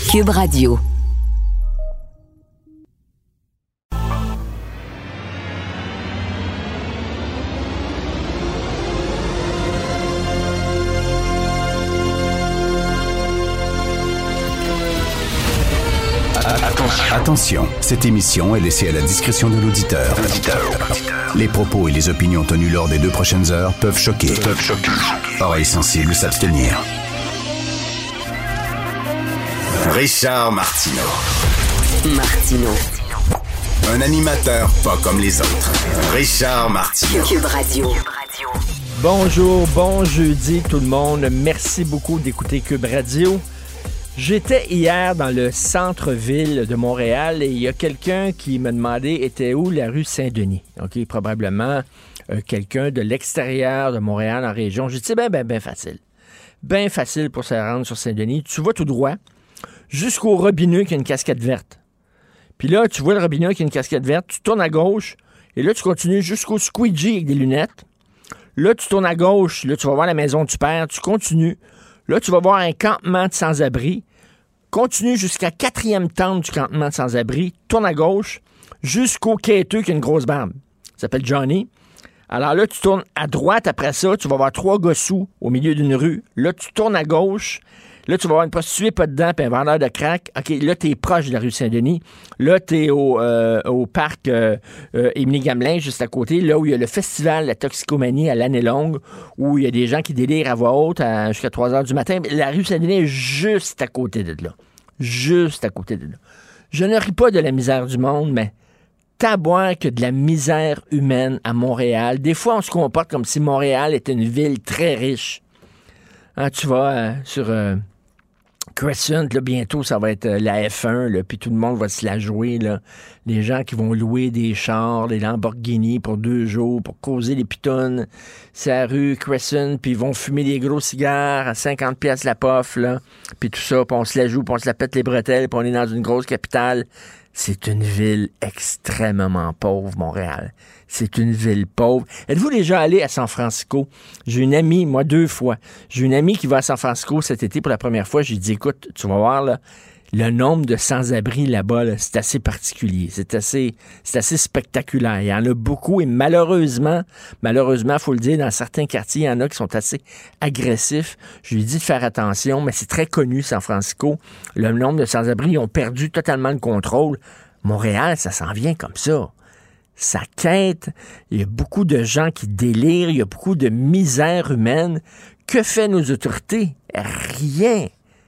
Cube Radio. Attention, cette émission est laissée à la discrétion de l'auditeur. Les propos et les opinions tenues lors des 2 prochaines heures peuvent choquer. Oreilles sensibles s'abstenir. Richard Martineau. Un animateur pas comme les autres. Richard Martineau. Cube Radio. Bonjour, bon jeudi tout le monde. Merci beaucoup d'écouter Cube Radio. J'étais hier dans le centre-ville de Montréal et il y a quelqu'un qui m'a demandé était où la rue Saint-Denis. OK, probablement quelqu'un de l'extérieur de Montréal en région. J'ai dit, ben facile. Ben facile pour se rendre sur Saint-Denis. Tu vas tout droit jusqu'au robinet qui a une casquette verte. Puis là, tu vois le robinet qui a une casquette verte, tu tournes à gauche et là, tu continues jusqu'au squeegee avec des lunettes. Là, tu tournes à gauche, là, tu vas voir la maison du père, tu continues. Là, tu vas voir un campement de sans-abri. Continue jusqu'à 4e tente du campement de sans-abri. Tourne à gauche jusqu'au quêteux qui a une grosse barbe. Il s'appelle Johnny. Alors là, tu tournes à droite après ça. Tu vas voir 3 gars sous au milieu d'une rue. Là, tu tournes à gauche. Là, tu vas voir une prostituée pas dedans puis un vendeur de crack. OK, là, t'es proche de la rue Saint-Denis. Là, t'es au parc Émilie-Gamelin, juste à côté, là où il y a le festival de la toxicomanie à l'année longue, où il y a des gens qui délirent à voix haute jusqu'à 3 heures du matin. La rue Saint-Denis est juste à côté de là. Juste à côté de là. Je ne ris pas de la misère du monde, mais taboire que de la misère humaine à Montréal. Des fois, on se comporte comme si Montréal était une ville très riche. Hein, tu vas sur Crescent, là, bientôt, ça va être la F1, là, puis tout le monde va se la jouer. Là. Les gens qui vont louer des chars, des Lamborghini pour 2 jours, pour causer les pitounes. C'est la rue Crescent, puis ils vont fumer des gros cigares à 50$ la pof, là, puis tout ça, puis on se la joue, puis on se la pète les bretelles, puis on est dans une grosse capitale. C'est une ville extrêmement pauvre, Montréal. C'est une ville pauvre. Êtes-vous déjà allé à San Francisco? J'ai une amie, moi 2 fois. J'ai une amie qui va à San Francisco cet été pour la première fois. J'ai dit, écoute, tu vas voir, là, le nombre de sans-abri là-bas, là, c'est assez particulier. C'est assez spectaculaire. Il y en a beaucoup et malheureusement, faut le dire, dans certains quartiers, il y en a qui sont assez agressifs. Je lui ai dit de faire attention, mais c'est très connu, San Francisco. Le nombre de sans-abri, ils ont perdu totalement le contrôle. Montréal, ça s'en vient comme ça. Ça quête, il y a beaucoup de gens qui délirent, il y a beaucoup de misère humaine. Que fait nos autorités? Rien.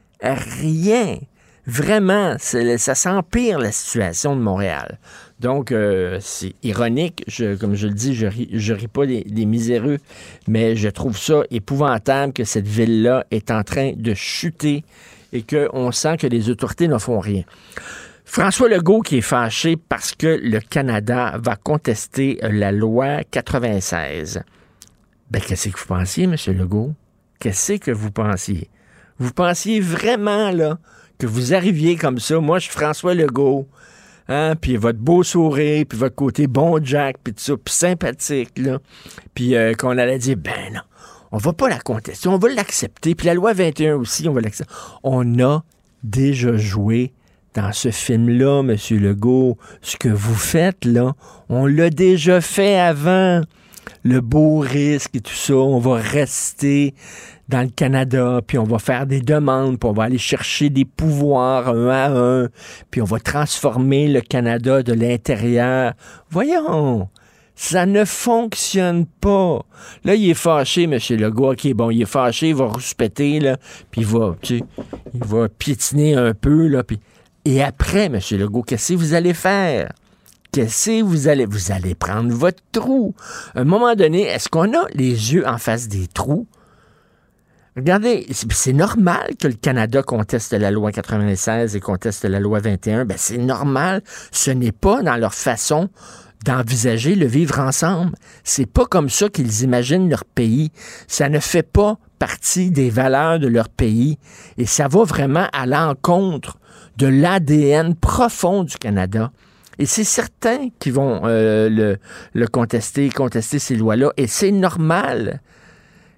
Vraiment, ça s'empire la situation de Montréal. Donc, c'est ironique. Comme je le dis, je ris pas des miséreux, mais je trouve ça épouvantable que cette ville-là est en train de chuter et qu'on sent que les autorités ne font rien. François Legault qui est fâché parce que le Canada va contester la loi 96. Ben, qu'est-ce que vous pensiez, M. Legault? Qu'est-ce que vous pensiez? Vous pensiez vraiment, là, que vous arriviez comme ça? Moi, je suis François Legault, hein, puis votre beau sourire, puis votre côté bon Jack, puis tout ça, puis sympathique, là, puis qu'on allait dire, ben non, on va pas la contester, on va l'accepter, puis la loi 21 aussi, on va l'accepter. On a déjà joué dans ce film-là, M. Legault, ce que vous faites, là, on l'a déjà fait avant. Le beau risque et tout ça, on va rester dans le Canada, puis on va faire des demandes, puis on va aller chercher des pouvoirs un à un, puis on va transformer le Canada de l'intérieur. Voyons, ça ne fonctionne pas. Là, il est fâché, M. Legault. OK, bon, il est fâché, il va rouspéter, là, puis il va piétiner un peu, là, puis... Et après, M. Legault, qu'est-ce que vous allez faire? Vous allez prendre votre trou. À un moment donné, est-ce qu'on a les yeux en face des trous? Regardez, c'est normal que le Canada conteste la loi 96 et conteste la loi 21. Ben, c'est normal. Ce n'est pas dans leur façon d'envisager le vivre ensemble. C'est pas comme ça qu'ils imaginent leur pays. Ça ne fait pas partie des valeurs de leur pays. Et ça va vraiment à l'encontre de l'ADN profond du Canada. Et c'est certains qui vont le contester ces lois-là. Et c'est normal.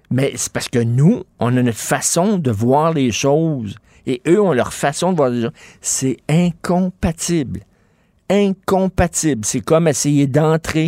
Mais c'est parce que nous, on a notre façon de voir les choses et eux ont leur façon de voir les choses. C'est incompatible. Incompatible. C'est comme essayer d'entrer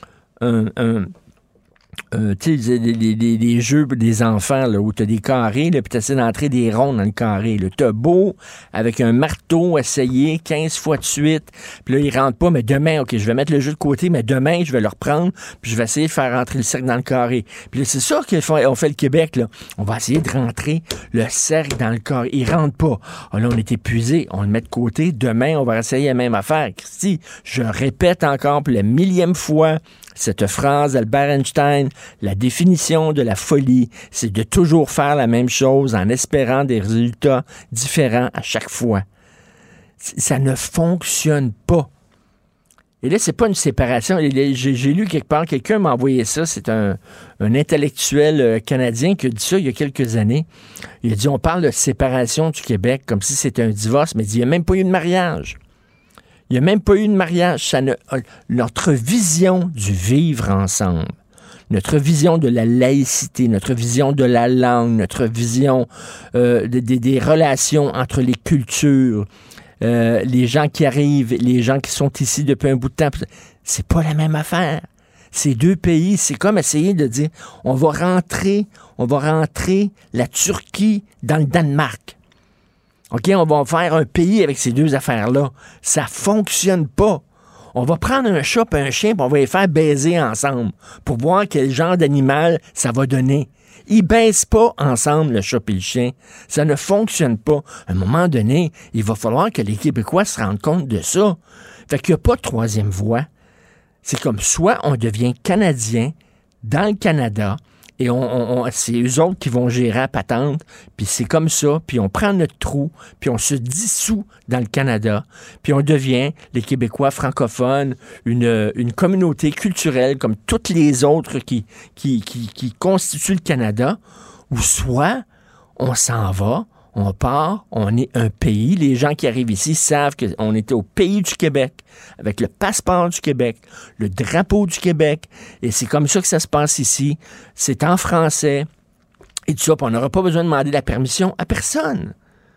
tu sais, les jeux des enfants là, où tu as des carrés, là, puis tu essaies d'entrer des ronds dans le carré. Tu as beau, avec un marteau, essayer 15 fois de suite, puis là, ils rentrent pas, mais demain, OK, je vais mettre le jeu de côté, mais demain, je vais le reprendre, puis je vais essayer de faire rentrer le cercle dans le carré. Puis là, c'est ça qu'on fait le Québec, là. On va essayer de rentrer le cercle dans le carré. Ils rentrent pas. Ah, là, on est épuisé, on le met de côté. Demain, on va essayer la même affaire. Christy, je répète encore pour la millième fois cette phrase d'Albert Einstein, la définition de la folie, c'est de toujours faire la même chose en espérant des résultats différents à chaque fois. Ça ne fonctionne pas. Et là, c'est pas une séparation. J'ai lu quelque part, quelqu'un m'a envoyé ça, c'est un intellectuel canadien qui a dit ça il y a quelques années. Il a dit, on parle de séparation du Québec comme si c'était un divorce, mais il dit, il n'y a même pas eu de mariage. Il n'y a même pas eu de mariage. Notre vision du vivre ensemble, notre vision de la laïcité, notre vision de la langue, notre vision des relations entre les cultures, les gens qui arrivent, les gens qui sont ici depuis un bout de temps, c'est pas la même affaire. Ces deux pays, c'est comme essayer de dire, on va rentrer la Turquie dans le Danemark. OK, on va faire un pays avec ces deux affaires-là. Ça fonctionne pas. On va prendre un chat et un chien et on va les faire baiser ensemble pour voir quel genre d'animal ça va donner. Ils baisent pas ensemble, le chat et le chien. Ça ne fonctionne pas. À un moment donné, il va falloir que les Québécois se rendent compte de ça. Fait qu'il n'y a pas de troisième voie. C'est comme soit on devient Canadien dans le Canada, et c'est eux autres qui vont gérer la patente, puis c'est comme ça, puis on prend notre trou, puis on se dissout dans le Canada, puis on devient, les Québécois francophones, une communauté culturelle comme toutes les autres qui constituent le Canada, ou soit on s'en va, on part, on est un pays. Les gens qui arrivent ici savent qu'on était au pays du Québec, avec le passeport du Québec, le drapeau du Québec, et c'est comme ça que ça se passe ici. C'est en français, et tout ça, puis on n'aura pas besoin de demander la permission à personne.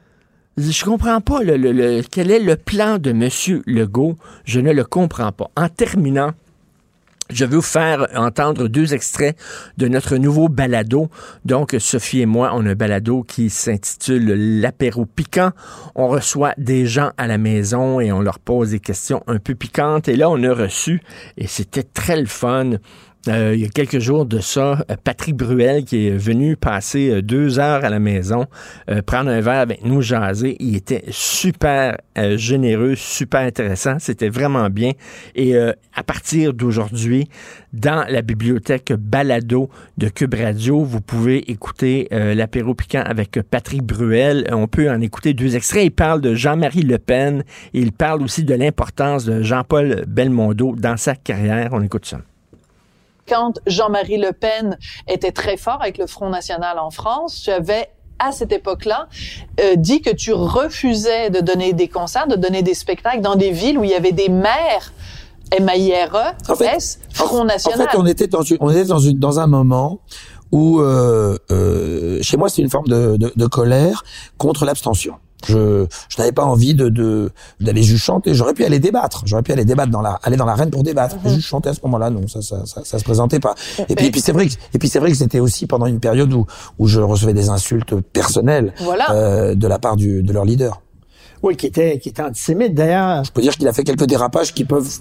Je comprends pas quel est le plan de M. Legault. Je ne le comprends pas. En terminant, je vais vous faire entendre 2 extraits de notre nouveau balado. Donc, Sophie et moi, on a un balado qui s'intitule L'apéro piquant. On reçoit des gens à la maison et on leur pose des questions un peu piquantes. Et là, on a reçu, et c'était très le fun, il y a quelques jours de ça, Patrick Bruel qui est venu passer 2 heures à la maison, prendre un verre avec nous, jaser. Il était super généreux, super intéressant. C'était vraiment bien. Et à partir d'aujourd'hui, dans la bibliothèque Balado de Cube Radio, vous pouvez écouter l'apéro piquant avec Patrick Bruel. On peut en écouter 2 extraits. Il parle de Jean-Marie Le Pen et il parle aussi de l'importance de Jean-Paul Belmondo dans sa carrière. On écoute ça. Quand Jean-Marie Le Pen était très fort avec le Front National en France, tu avais, à cette époque-là, dit que tu refusais de donner des concerts, de donner des spectacles dans des villes où il y avait des maires, M-A-I-R-E-S, Front National. En fait, on était dans un moment où, chez moi, c'est une forme de colère contre l'abstention. Je n'avais pas envie d'aller juste chanter. J'aurais pu aller débattre. Aller dans l'arène pour débattre. Mm-hmm. Juste chanter à ce moment-là, non, ça se présentait pas. Et puis c'est vrai que c'était aussi pendant une période où je recevais des insultes personnelles, de la part de leur leader. Oui, qui était antisémite d'ailleurs. Je peux dire qu'il a fait quelques dérapages qui peuvent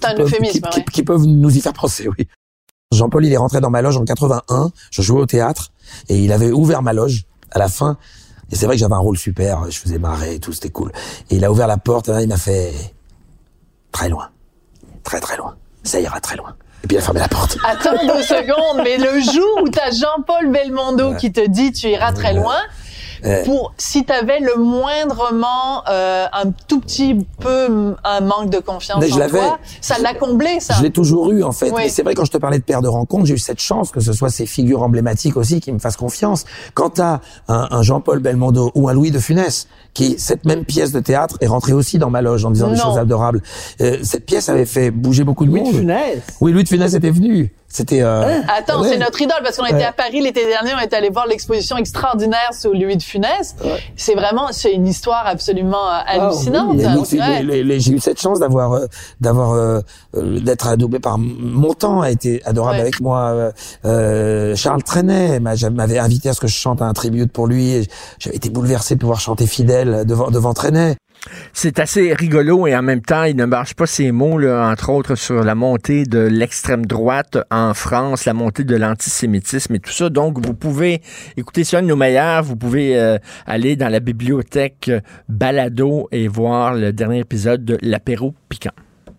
nous y faire penser, oui. Jean-Paul, il est rentré dans ma loge en 81. Je jouais au théâtre et il avait ouvert ma loge à la fin. Et c'est vrai que j'avais un rôle super, je faisais marrer et tout, c'était cool. Et il a ouvert la porte, et là, il m'a fait très loin, très très loin, ça ira très loin. Et puis il a fermé la porte. Attends 2 secondes, mais le jour où t'as Jean-Paul Belmondo qui te dit tu iras très loin, si t'avais le moindrement un tout petit peu un manque de confiance en toi, ça l'a comblé, ça. Je l'ai toujours eu, en fait. Oui. Mais c'est vrai, quand je te parlais de père de rencontre, j'ai eu cette chance que ce soit ces figures emblématiques aussi qui me fassent confiance. Quand t'as un Jean-Paul Belmondo ou un Louis de Funès, qui, cette même pièce de théâtre, est rentrée aussi dans ma loge en disant des choses adorables. Cette pièce avait fait bouger beaucoup de monde. Louis de Funès? Oui, Louis de Funès était venu. C'était Attends, c'est notre idole parce qu'on était à Paris l'été dernier, on est allé voir l'exposition extraordinaire sur Louis de Funès. C'est une histoire absolument hallucinante. J'ai eu cette chance d'être adoubé par Montand, a été adorable avec moi. Charles Trenet m'avait invité à ce que je chante un tribute pour lui. Et j'avais été bouleversé de pouvoir chanter Fidèle devant Trenet. C'est assez rigolo et en même temps, il ne marche pas ses mots, là, entre autres, sur la montée de l'extrême droite en France, la montée de l'antisémitisme et tout ça. Donc, vous pouvez écouter ça, un de nos meilleurs. Vous pouvez aller dans la bibliothèque Balado et voir le dernier épisode de l'apéro piquant.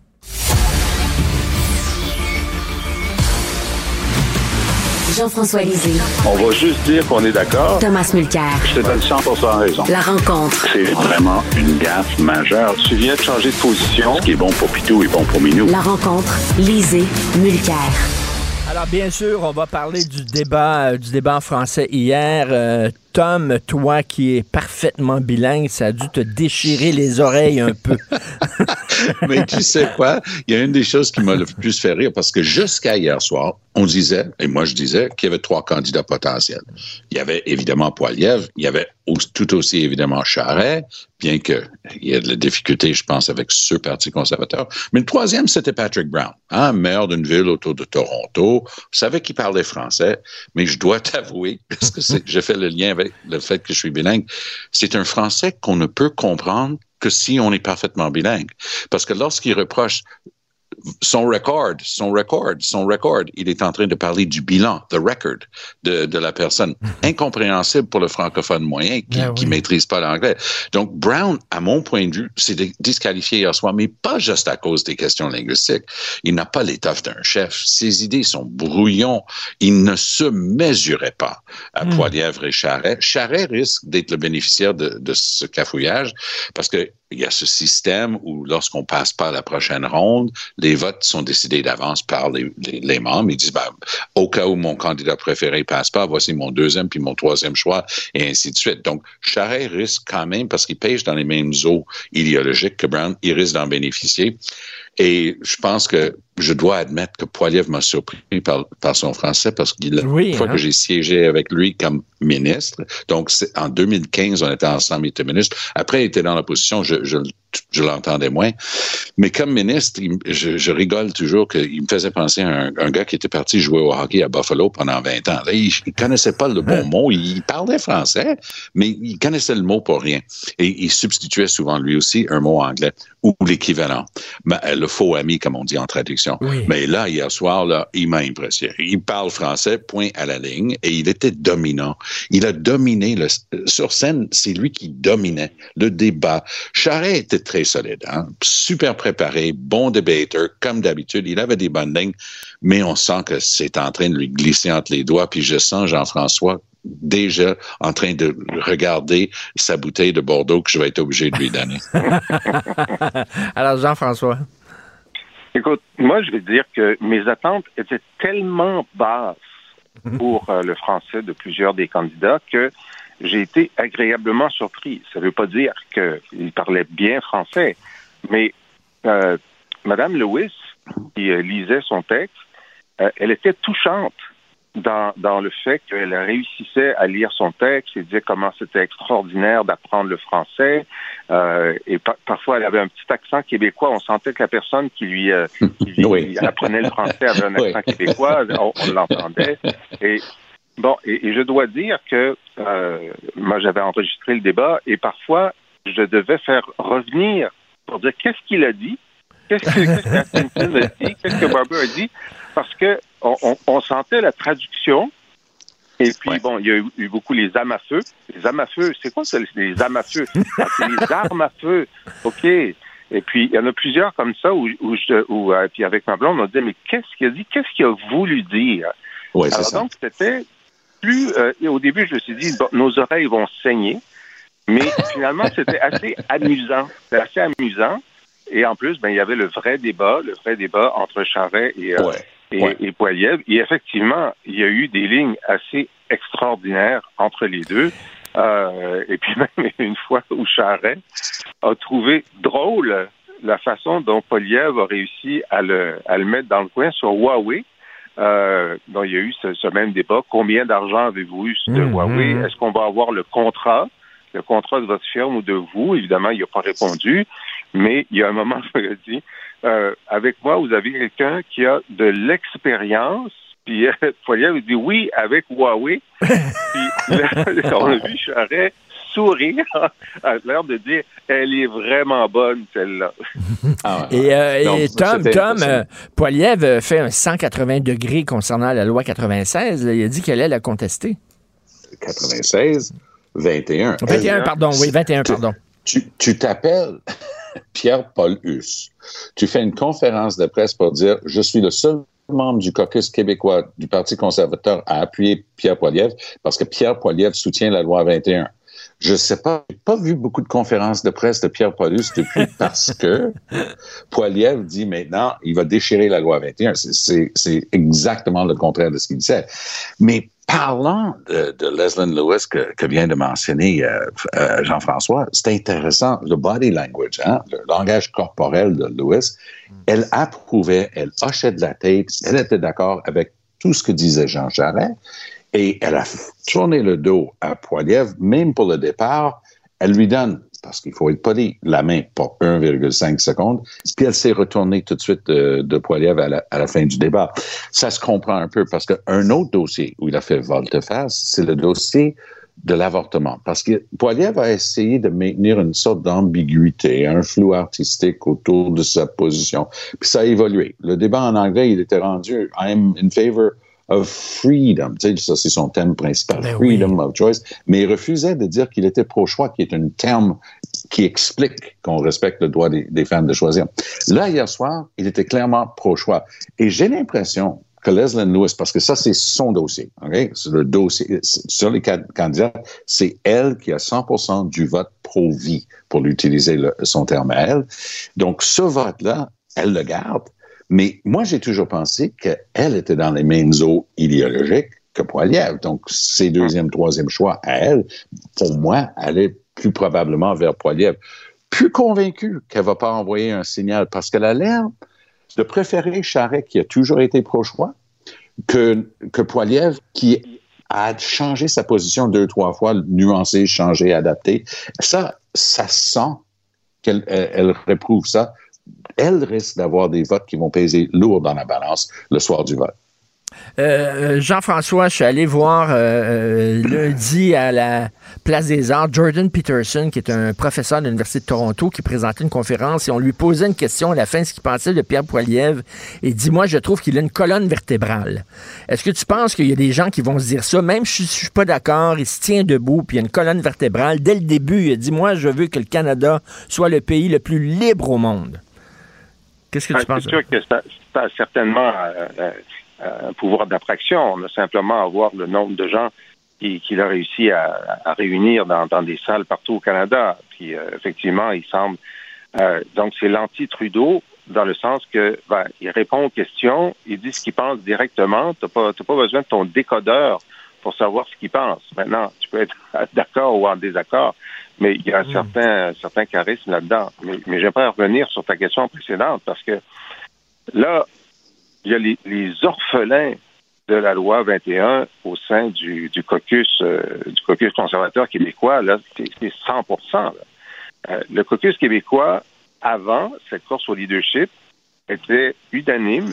Jean-François Lisée. On va juste dire qu'on est d'accord. Thomas Mulcair. Je te donne 100% raison. La rencontre. C'est vraiment une gaffe majeure. Tu viens de changer de position. Ce qui est bon pour Pitou est bon pour Minou. La rencontre. Lisée. Mulcair. Alors, bien sûr, on va parler du débat en français hier. Tom, toi qui es parfaitement bilingue, ça a dû te déchirer les oreilles un peu. Mais tu sais quoi? Il y a une des choses qui m'a le plus fait rire parce que jusqu'à hier soir, on disait, et moi je disais, qu'il y avait 3 candidats potentiels. Il y avait évidemment Poilievre, il y avait tout aussi évidemment Charest, bien qu'il y ait de la difficulté, je pense, avec ce Parti conservateur. Mais le troisième, c'était Patrick Brown, maire d'une ville autour de Toronto. Je savais qu'il parlait français, mais je dois t'avouer, parce que j'ai fait le lien avec le fait que je suis bilingue, c'est un français qu'on ne peut comprendre que si on est parfaitement bilingue. Parce que lorsqu'il reproche son record, il est en train de parler du bilan, the record de la personne. Incompréhensible pour le francophone moyen qui maîtrise pas l'anglais. Donc, Brown, à mon point de vue, s'est disqualifié hier soir, mais pas juste à cause des questions linguistiques. Il n'a pas l'étoffe d'un chef. Ses idées sont brouillons. Il ne se mesurait pas à Poilievre et Charest. Charest risque d'être le bénéficiaire de ce cafouillage parce que il y a ce système où, lorsqu'on passe pas à la prochaine ronde, les votes sont décidés d'avance par les membres. Ils disent, au cas où mon candidat préféré passe pas, voici mon deuxième puis mon troisième choix, et ainsi de suite. Donc, Charest risque quand même, parce qu'il pêche dans les mêmes eaux idéologiques que Brown, il risque d'en bénéficier. Et je pense que je dois admettre que Poilievre m'a surpris par son français parce qu'il fois que j'ai siégé avec lui comme ministre, donc en 2015, on était ensemble, il était ministre. Après, il était dans l'opposition, je l'entendais moins. Mais comme ministre, je rigole toujours qu'il me faisait penser à un gars qui était parti jouer au hockey à Buffalo pendant 20 ans. Là, il connaissait pas le bon mot. Il parlait français, mais il connaissait le mot pour rien. Et il substituait souvent lui aussi un mot anglais ou l'équivalent. Le faux ami, comme on dit en traduction. Oui. Mais là, hier soir, là, il m'a impressionné. Il parle français, point à la ligne, et il était dominant. Il a dominé sur scène, c'est lui qui dominait le débat. Charest était très solide, super préparé, bon débatteur, comme d'habitude. Il avait des bonnes lignes, mais on sent que c'est en train de lui glisser entre les doigts. Puis je sens Jean-François déjà en train de regarder sa bouteille de Bordeaux que je vais être obligé de lui donner. Alors, Jean-François. Écoute, moi, je vais dire que mes attentes étaient tellement basses pour le français de plusieurs des candidats que j'ai été agréablement surpris. Ça ne veut pas dire qu'il parlait bien français, mais Mme Lewis, qui lisait son texte, elle était touchante dans le fait qu'elle réussissait à lire son texte et disait comment c'était extraordinaire d'apprendre le français. Et parfois, elle avait un petit accent québécois. On sentait que la personne qui lui apprenait le français avait un accent québécois. On l'entendait. Et je dois dire que moi, j'avais enregistré le débat et parfois, je devais faire revenir pour dire qu'est-ce qu'il a dit, qu'est-ce que Atkinson a dit, qu'est-ce que Barber a dit, parce que on sentait la traduction. Et puis, il y a eu beaucoup les âmes à feu. Les âmes à feu, c'est quoi ça, les âmes à feu? C'est les armes à feu. OK. Et puis, il y en a plusieurs comme ça où puis avec ma blonde, on disait, mais qu'est-ce qu'il a dit? Qu'est-ce qu'il a voulu dire? Oui, c'est ça. Donc, c'était plus... au début, je me suis dit, nos oreilles vont saigner. Mais finalement, c'était assez amusant. C'était assez amusant. Et en plus, il y avait le vrai débat entre Charest et Poilievre. Et effectivement, il y a eu des lignes assez extraordinaires entre les deux. Et puis même une fois où Charest a trouvé drôle la façon dont Poilievre a réussi à le mettre dans le coin sur Huawei. Donc, il y a eu ce même débat. Combien d'argent avez-vous eu de Huawei? Est-ce qu'on va avoir le contrat de votre firme ou de vous? Évidemment, il n'a pas répondu. Mais il y a un moment, il a dit, avec moi, vous avez quelqu'un qui a de l'expérience. Puis Poilievre dit oui, avec Huawei. Puis là, on a vu Charest sourire à l'air de dire elle est vraiment bonne, celle-là. Et Tom, Poilievre fait un 180 degrés concernant la loi 96. Il a dit qu'elle allait la contester. 96, 21. 21, pardon. Oui, 21, pardon. Tu t'appelles Pierre-Paul Husse. Tu fais une conférence de presse pour dire je suis le seul membre du caucus québécois du Parti conservateur à appuyer Pierre Poilievre parce que Pierre Poilievre soutient la loi 21. Je sais pas, j'ai pas vu beaucoup de conférences de presse de Pierre Paul Husse depuis parce que Poilievre dit maintenant, il va déchirer la loi 21. C'est exactement le contraire de ce qu'il disait. Mais parlant de Leslyn Lewis que vient de mentionner Jean-François, c'est intéressant, le body language, le langage corporel de Lewis. Elle approuvait, elle hochait de la tête, elle était d'accord avec tout ce que disait Jean Charest. Et elle a tourné le dos à Poilievre, même pour le départ, elle lui donne, parce qu'il faut être poli, la main pour 1,5 secondes, puis elle s'est retournée tout de suite de Poilievre à la fin du débat. Ça se comprend un peu, parce qu'un autre dossier où il a fait volte-face, c'est le dossier de l'avortement. Parce que Poilievre a essayé de maintenir une sorte d'ambiguïté, un flou artistique autour de sa position. Puis ça a évolué. Le débat en anglais, il était rendu « I'm in favor of freedom ». Tu sais, ça, c'est son thème principal, freedom of choice. Mais il refusait de dire qu'il était pro-choix, qui est un terme qui explique qu'on respecte le droit des femmes de choisir. Là, hier soir, il était clairement pro-choix. Et j'ai l'impression que Leslyn Lewis, parce que ça, c'est son dossier, OK? C'est le dossier, sur les candidats, c'est elle qui a 100% du vote pro-vie, pour utiliser son terme à elle. Donc, ce vote-là, elle le garde. Mais moi, j'ai toujours pensé qu'elle était dans les mêmes eaux idéologiques que Poilievre. Donc, ses deuxième, troisième choix à elle, pour moi, elle est plus probablement vers Poilievre. Plus convaincue qu'elle ne va pas envoyer un signal, parce qu'elle a l'air de préférer Charest, qui a toujours été pro-choix, que Poilievre, qui a changé sa position 2-3 fois, nuancé, changé, adapté. Ça sent qu'elle réprouve ça. Elle risque d'avoir des votes qui vont peser lourd dans la balance le soir du vote. Jean-François, je suis allé voir lundi à la Place des Arts Jordan Peterson, qui est un professeur de l'Université de Toronto, qui présentait une conférence et on lui posait une question à la fin, ce qu'il pensait de Pierre Poilievre. Et dit, moi, je trouve qu'il a une colonne vertébrale. Est-ce que tu penses qu'il y a des gens qui vont se dire ça? Même si je suis pas d'accord, il se tient debout, puis il y a une colonne vertébrale. Dès le début, il a dit, moi, je veux que le Canada soit le pays le plus libre au monde. Qu'est-ce que tu penses? C'est sûr que ça a certainement un pouvoir d'attraction. On a simplement à voir le nombre de gens qu'il a réussi à réunir dans des salles partout au Canada. Puis effectivement, il semble... donc, c'est l'anti-Trudeau dans le sens que il répond aux questions, il dit ce qu'il pense directement. T'as pas besoin de ton décodeur pour savoir ce qu'il pense. Maintenant, tu peux être d'accord ou en désaccord, mais il y a un certain charisme là-dedans. Mais j'aimerais revenir sur ta question précédente parce que là, il y a les orphelins de la loi 21 au sein du caucus conservateur québécois. Là, c'est 100%. Là. Le caucus québécois, avant cette course au leadership, était unanime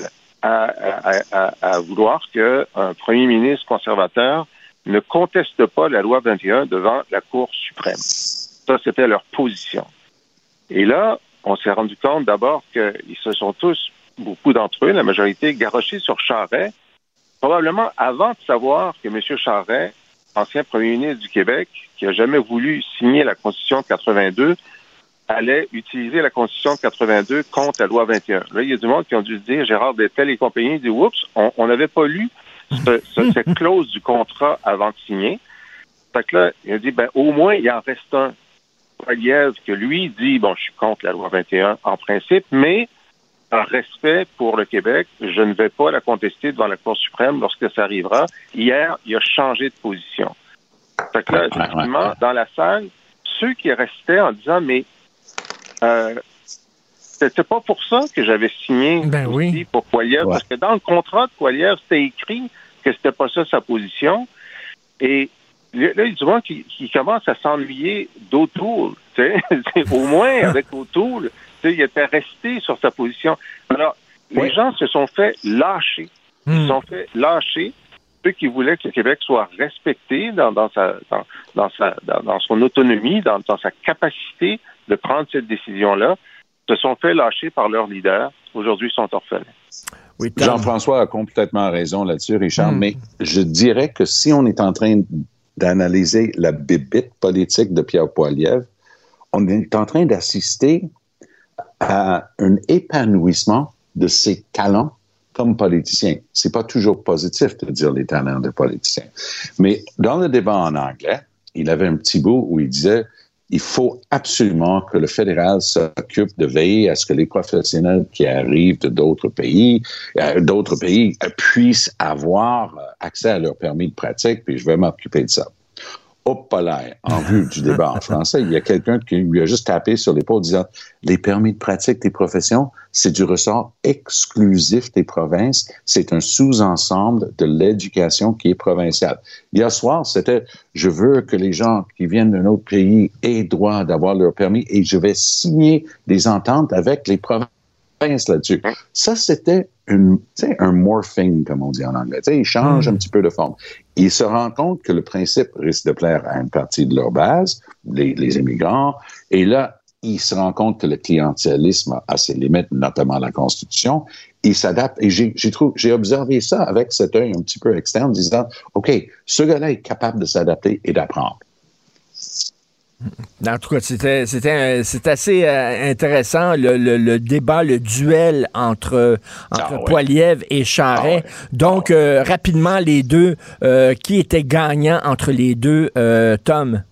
à vouloir qu'un premier ministre conservateur ne conteste pas la loi 21 devant la Cour suprême. Ça, c'était leur position. Et là, on s'est rendu compte d'abord qu'ils se sont tous, beaucoup d'entre eux, la majorité, garochés sur Charest, probablement avant de savoir que M. Charest, ancien premier ministre du Québec, qui n'a jamais voulu signer la Constitution de 82, allait utiliser la Constitution de 82 contre la loi 21. Là, il y a du monde qui ont dû se dire, Gérard Bettel et compagnie, dit, oups, on n'avait pas lu cette clause du contrat avant de signer. Fait que là, il a dit, au moins, il en reste un. Poilievre, que lui dit, je suis contre la loi 21 en principe, mais par respect pour le Québec, je ne vais pas la contester devant la Cour suprême lorsque ça arrivera. Hier, il a changé de position. Fait que là, effectivement, dans la salle, ceux qui restaient en disant, mais C'était pas pour ça que j'avais signé pour Poilievre, parce que dans le contrat de Poilievre, c'était écrit que c'était pas ça sa position. Et là, il y a du monde qui commence à s'ennuyer d'Autour. Au moins, avec Autour, il était resté sur sa position. Alors, les gens se sont fait lâcher. Ils se sont fait lâcher. Ceux qui voulaient que le Québec soit respecté dans son autonomie, dans sa capacité de prendre cette décision-là, se sont fait lâcher par leurs leaders. Aujourd'hui, ils sont orphelins. Oui, Jean-François a complètement raison là-dessus, Richard, mais je dirais que si on est en train d'analyser la bébite politique de Pierre Poilievre, on est en train d'assister à un épanouissement de ses talents comme politicien. C'est pas toujours positif de dire les talents de politicien. Mais dans le débat en anglais, il avait un petit bout où il disait il faut absolument que le fédéral s'occupe de veiller à ce que les professionnels qui arrivent de d'autres pays puissent avoir accès à leur permis de pratique, puis je vais m'occuper de ça. En vue du débat en français, il y a quelqu'un qui lui a juste tapé sur l'épaule disant « Les permis de pratique des professions, c'est du ressort exclusif des provinces, c'est un sous-ensemble de l'éducation qui est provinciale. » Hier soir, c'était « Je veux que les gens qui viennent d'un autre pays aient droit d'avoir leur permis et je vais signer des ententes avec les provinces là-dessus. » Ça, c'était un morphing, comme on dit en anglais. Il change un petit peu de forme. Ils se rendent compte que le principe risque de plaire à une partie de leur base, les immigrants, et là, ils se rendent compte que le clientélisme a ses limites, notamment la Constitution. Ils s'adaptent, et j'ai observé ça avec cet œil un petit peu externe, disant, OK, ce gars-là est capable de s'adapter et d'apprendre. En tout cas, c'est assez intéressant, le débat, le duel entre Poilievre et Charest. Donc, rapidement, les deux, qui était gagnant entre les deux, Tom?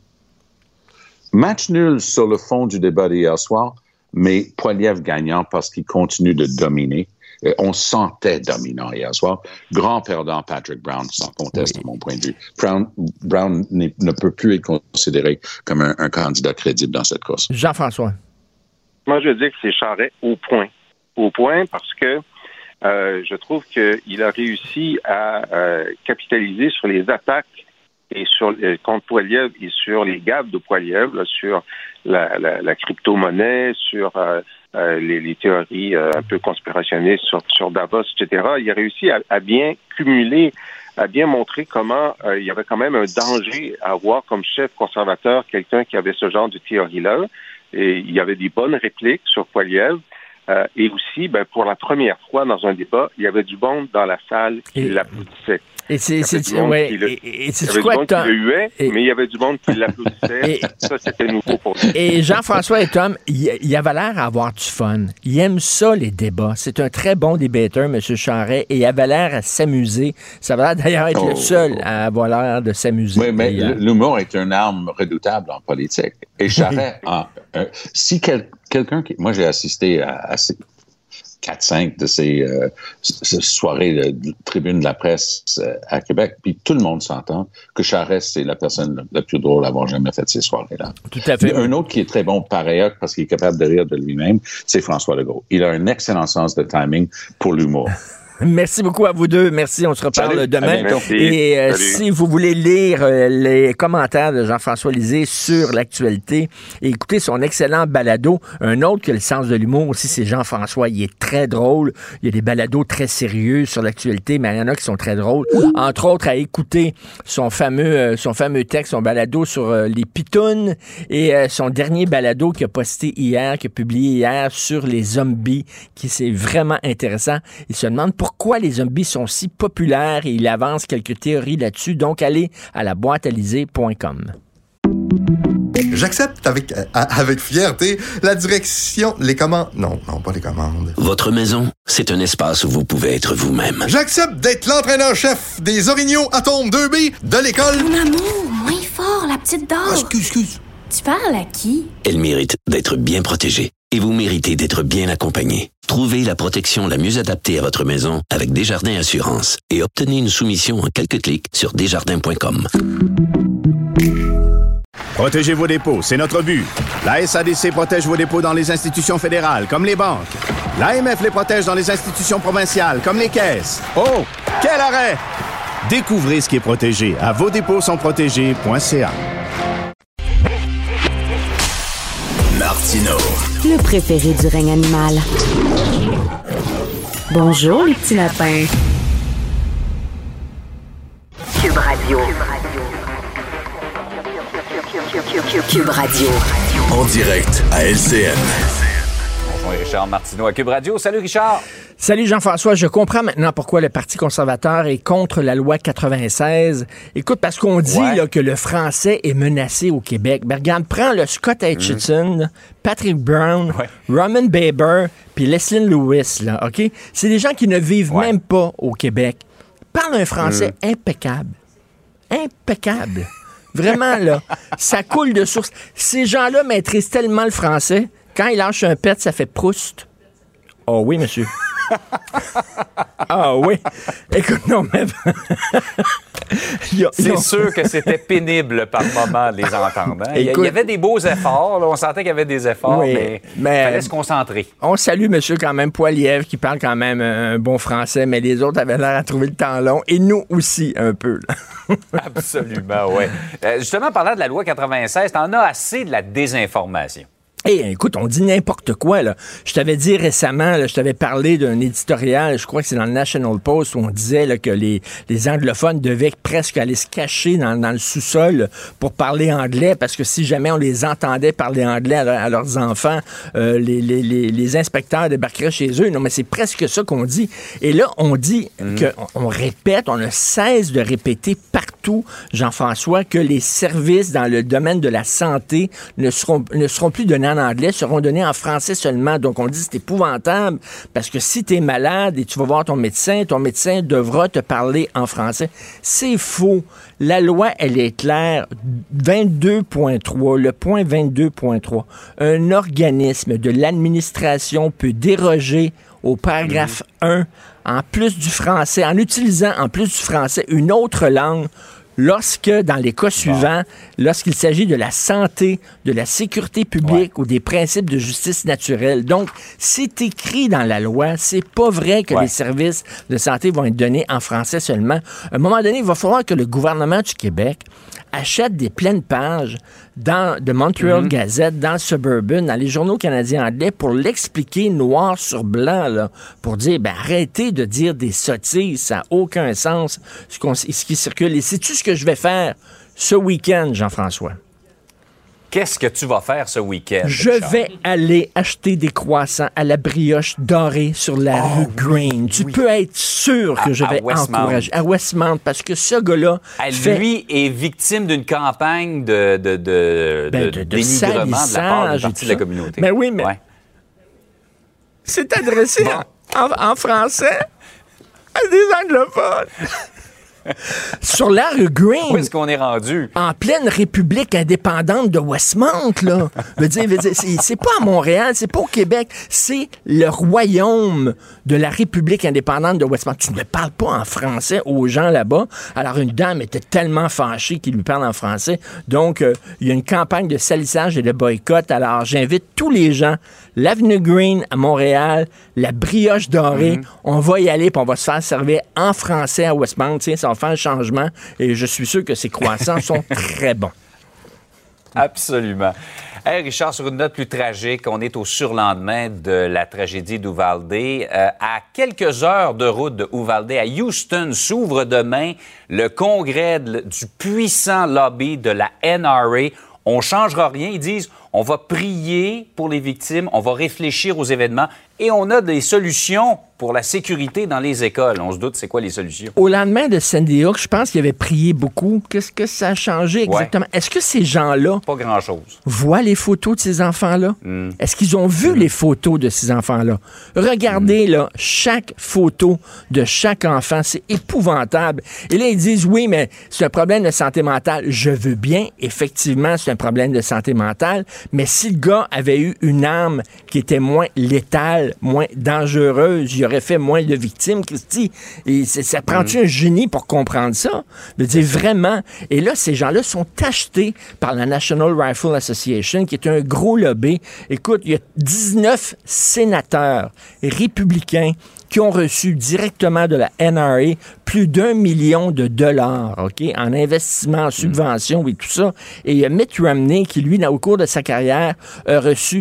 Match nul sur le fond du débat d'hier soir, mais Poilievre gagnant parce qu'il continue de dominer. On sentait dominant hier soir. Grand perdant Patrick Brown, sans conteste, de mon point de vue. Brown ne peut plus être considéré comme un candidat crédible dans cette course. Jean-François. Moi, je veux dire que c'est Charest au point. Au point parce que je trouve qu'il a réussi à capitaliser sur les attaques et contre Poilievre et sur les gaffes de Poilievre, là, sur la crypto-monnaie, sur les théories un peu conspirationnistes sur Davos, etc. Il a réussi à bien cumuler, à bien montrer comment il y avait quand même un danger à avoir comme chef conservateur quelqu'un qui avait ce genre de théorie-là. Et il y avait des bonnes répliques sur Poilievre. Et aussi, pour la première fois dans un débat, il y avait du monde dans la salle qui l'applaudissait. Et c'est quoi, Tom? Mais il y avait du monde qui l'applaudissait. Ça, c'était nouveau pour lui. Et Jean-François et Tom, il avait l'air d'avoir du fun. Il aime ça, les débats. C'est un très bon débatteur, M. Charest, et il avait l'air à s'amuser. Ça va d'ailleurs être le seul à avoir l'air de s'amuser. Oui, mais l'humour est une arme redoutable en politique. Et Charest, si quelqu'un qui... Moi, j'ai assisté à 4-5 de ces soirées de tribune de la presse à Québec, puis tout le monde s'entend que Charest, c'est la personne la plus drôle à avoir jamais fait ces soirées-là. Tout à fait. Un autre qui est très bon par ailleurs, parce qu'il est capable de rire de lui-même, c'est François Legault. Il a un excellent sens de timing pour l'humour. Merci beaucoup à vous deux. Merci. On se reparle demain. Et si vous voulez lire les commentaires de Jean-François Lisée sur l'actualité et écouter son excellent balado, un autre qui a le sens de l'humour aussi, c'est Jean-François. Il est très drôle. Il y a des balados très sérieux sur l'actualité, mais il y en a qui sont très drôles. Entre autres, à écouter son fameux texte, son balado sur les pitounes et son dernier balado qu'il a publié hier sur les zombies, qui c'est vraiment intéressant. Il se demande pourquoi les zombies sont si populaires et il avance quelques théories là-dessus. Donc, allez à laboîtealisée.com. J'accepte avec fierté la direction, les commandes... Non, pas les commandes. Votre maison, c'est un espace où vous pouvez être vous-même. J'accepte d'être l'entraîneur-chef des Orignaux Atomes 2B de l'école... Mon amour, moins fort, la petite dame. Excuse. Tu parles à qui? Elle mérite d'être bien protégée. Et vous méritez d'être bien accompagné. Trouvez la protection la mieux adaptée à votre maison avec Desjardins Assurance et obtenez une soumission en quelques clics sur desjardins.com. Protégez vos dépôts, c'est notre but. La SADC protège vos dépôts dans les institutions fédérales, comme les banques. L'AMF les protège dans les institutions provinciales, comme les caisses. Oh, quel arrêt! Découvrez ce qui est protégé à vosdépôtssontprotégés.ca. Martineau. Le préféré du règne animal. Bonjour, les petits lapins. Cube Radio. Cube Radio. En direct à LCN. Bonjour, Richard Martineau à Cube Radio. Salut, Richard. Salut Jean-François, je comprends maintenant pourquoi le Parti conservateur est contre la loi 96. Écoute, parce qu'on dit là, que le français est menacé au Québec. Ben, regarde, prends le Scott Aitchison, Patrick Brown, Roman Baber, puis Leslie Lewis, là, OK? C'est des gens qui ne vivent même pas au Québec. Parlent un français impeccable. Impeccable. Vraiment, là, ça coule de source. Ces gens-là maîtrisent tellement le français, quand ils lâchent un pet, ça fait Proust. Oh oui, monsieur. Ah oui. Écoute, non, mais... C'est sûr que c'était pénible par moment de les entendre. Hein? Écoute, il y avait des beaux efforts. Là, on sentait qu'il y avait des efforts, mais il fallait se concentrer. On salue monsieur quand même Poilievre, qui parle quand même un bon français, mais les autres avaient l'air à trouver le temps long. Et nous aussi, un peu. Absolument, oui. Justement, parlant de la loi 96, t'en as assez de la désinformation. Hey, écoute, on dit n'importe quoi, là. Je t'avais dit récemment, là, je t'avais parlé d'un éditorial, je crois que c'est dans le National Post, où on disait là, que les anglophones devaient presque aller se cacher dans le sous-sol pour parler anglais, parce que si jamais on les entendait parler anglais à leurs enfants, les inspecteurs débarqueraient chez eux. Non, mais c'est presque ça qu'on dit. Et là, on dit qu'on répète, on ne cesse de répéter partout, Jean-François, que les services dans le domaine de la santé ne seront plus donnés en anglais, seront donnés en français seulement. Donc, on dit c'est épouvantable parce que si tu es malade et tu vas voir ton médecin devra te parler en français. C'est faux. La loi, elle est claire. 22.3, le point 22.3. Un organisme de l'administration peut déroger au paragraphe 1, en plus du français, en utilisant en plus du français une autre langue, lorsque, dans les cas suivants, lorsqu'il s'agit de la santé, de la sécurité publique ou des principes de justice naturelle. Donc, c'est écrit dans la loi, c'est pas vrai que les services de santé vont être donnés en français seulement. À un moment donné, il va falloir que le gouvernement du Québec achète des pleines pages de Montreal Gazette, dans le Suburban, dans les journaux canadiens anglais, pour l'expliquer noir sur blanc, là, pour dire, arrêtez de dire des sottises, ça n'a aucun sens, ce qui circule. Et sais-tu ce que je vais faire ce week-end, Jean-François? Qu'est-ce que tu vas faire ce week-end? Je vais aller acheter des croissants à la brioche dorée sur la rue Green. Tu peux être sûr que je vais encourager. À Westmount, parce que ce gars-là... Lui est victime d'une campagne de dénigrement de la part d'une partie de la communauté. Mais oui, mais... C'est adressé en français à des anglophones. Sur la rue Green. Où est-ce qu'on est rendu? En pleine République indépendante de Westmount, là. Veut dire, c'est pas à Montréal, c'est pas au Québec, c'est le royaume de la République indépendante de Westmount. Tu ne parles pas en français aux gens là-bas. Alors, une dame était tellement fâchée qu'il lui parle en français. Donc, il y a une campagne de salissage et de boycott. Alors, j'invite tous les gens, l'avenue Green à Montréal, la brioche dorée, on va y aller puis on va se faire servir en français à Westmount. Tiens, ça va faire un changement et je suis sûr que ces croissants sont très bons. Absolument. Hey Richard, sur une note plus tragique, on est au surlendemain de la tragédie d'Uvalde. À quelques heures de route de Uvalde, à Houston, s'ouvre demain le congrès du puissant lobby de la NRA. On ne changera rien. Ils disent, on va prier pour les victimes, on va réfléchir aux événements et on a des solutions pour la sécurité dans les écoles. On se doute, c'est quoi les solutions? Au lendemain de Sandy Hook, je pense qu'il avait prié beaucoup. Qu'est-ce que ça a changé exactement? Est-ce que ces gens-là... Pas grand-chose. ...voient les photos de ces enfants-là? Est-ce qu'ils ont vu les photos de ces enfants-là? Regardez, là, chaque photo de chaque enfant. C'est épouvantable. Et là, ils disent, oui, mais c'est un problème de santé mentale. Je veux bien, effectivement, c'est un problème de santé mentale, Mais si le gars avait eu une arme qui était moins létale, moins dangereuse, il aurait fait moins de victimes, Christy. Et ça prend-tu un génie pour comprendre ça? De dire vraiment. Et là, ces gens-là sont achetés par la National Rifle Association, qui est un gros lobby. Écoute, il y a 19 sénateurs républicains qui ont reçu directement de la NRA plus d'1 million de dollars, OK, en investissement, en subventions et tout ça. Et il y a Mitt Romney qui, lui, au cours de sa carrière, a reçu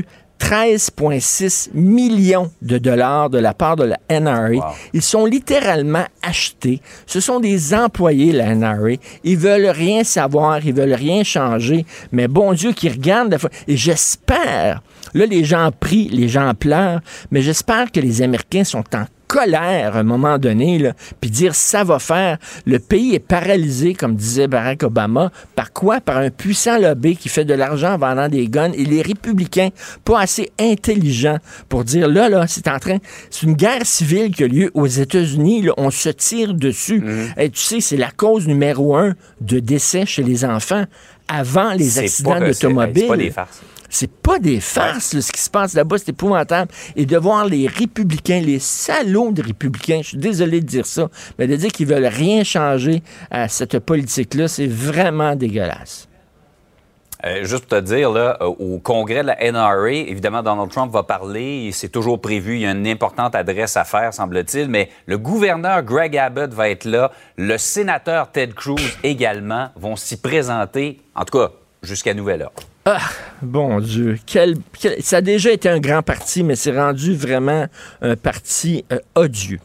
13,6 millions de dollars de la part de la NRA. Wow. Ils sont littéralement achetés. Ce sont des employés, la NRA. Ils veulent rien savoir, ils veulent rien changer. Mais bon Dieu, qu'ils regardent. Et j'espère, là, les gens prient, les gens pleurent, mais j'espère que les Américains sont en colère à un moment donné, là, puis dire ça va faire. Le pays est paralysé, comme disait Barack Obama. Par quoi? Par un puissant lobby qui fait de l'argent en vendant des guns. Et les républicains, pas assez intelligents pour dire là, c'est une guerre civile qui a lieu aux États-Unis. Là, on se tire dessus. Et tu sais, c'est la cause numéro 1 de décès chez les enfants avant les accidents d'automobile. C'est pas des farces. C'est pas des farces, là, ce qui se passe là-bas, c'est épouvantable. Et de voir les républicains, les salauds des républicains, je suis désolé de dire ça, mais de dire qu'ils veulent rien changer à cette politique-là, c'est vraiment dégueulasse. Juste pour te dire, là, au congrès de la NRA, évidemment, Donald Trump va parler. C'est toujours prévu. Il y a une importante adresse à faire, semble-t-il. Mais le gouverneur Greg Abbott va être là. Le sénateur Ted Cruz également vont s'y présenter, en tout cas, jusqu'à nouvel ordre. Ah, bon Dieu. Ça a déjà été un grand parti, mais c'est rendu vraiment un parti odieux.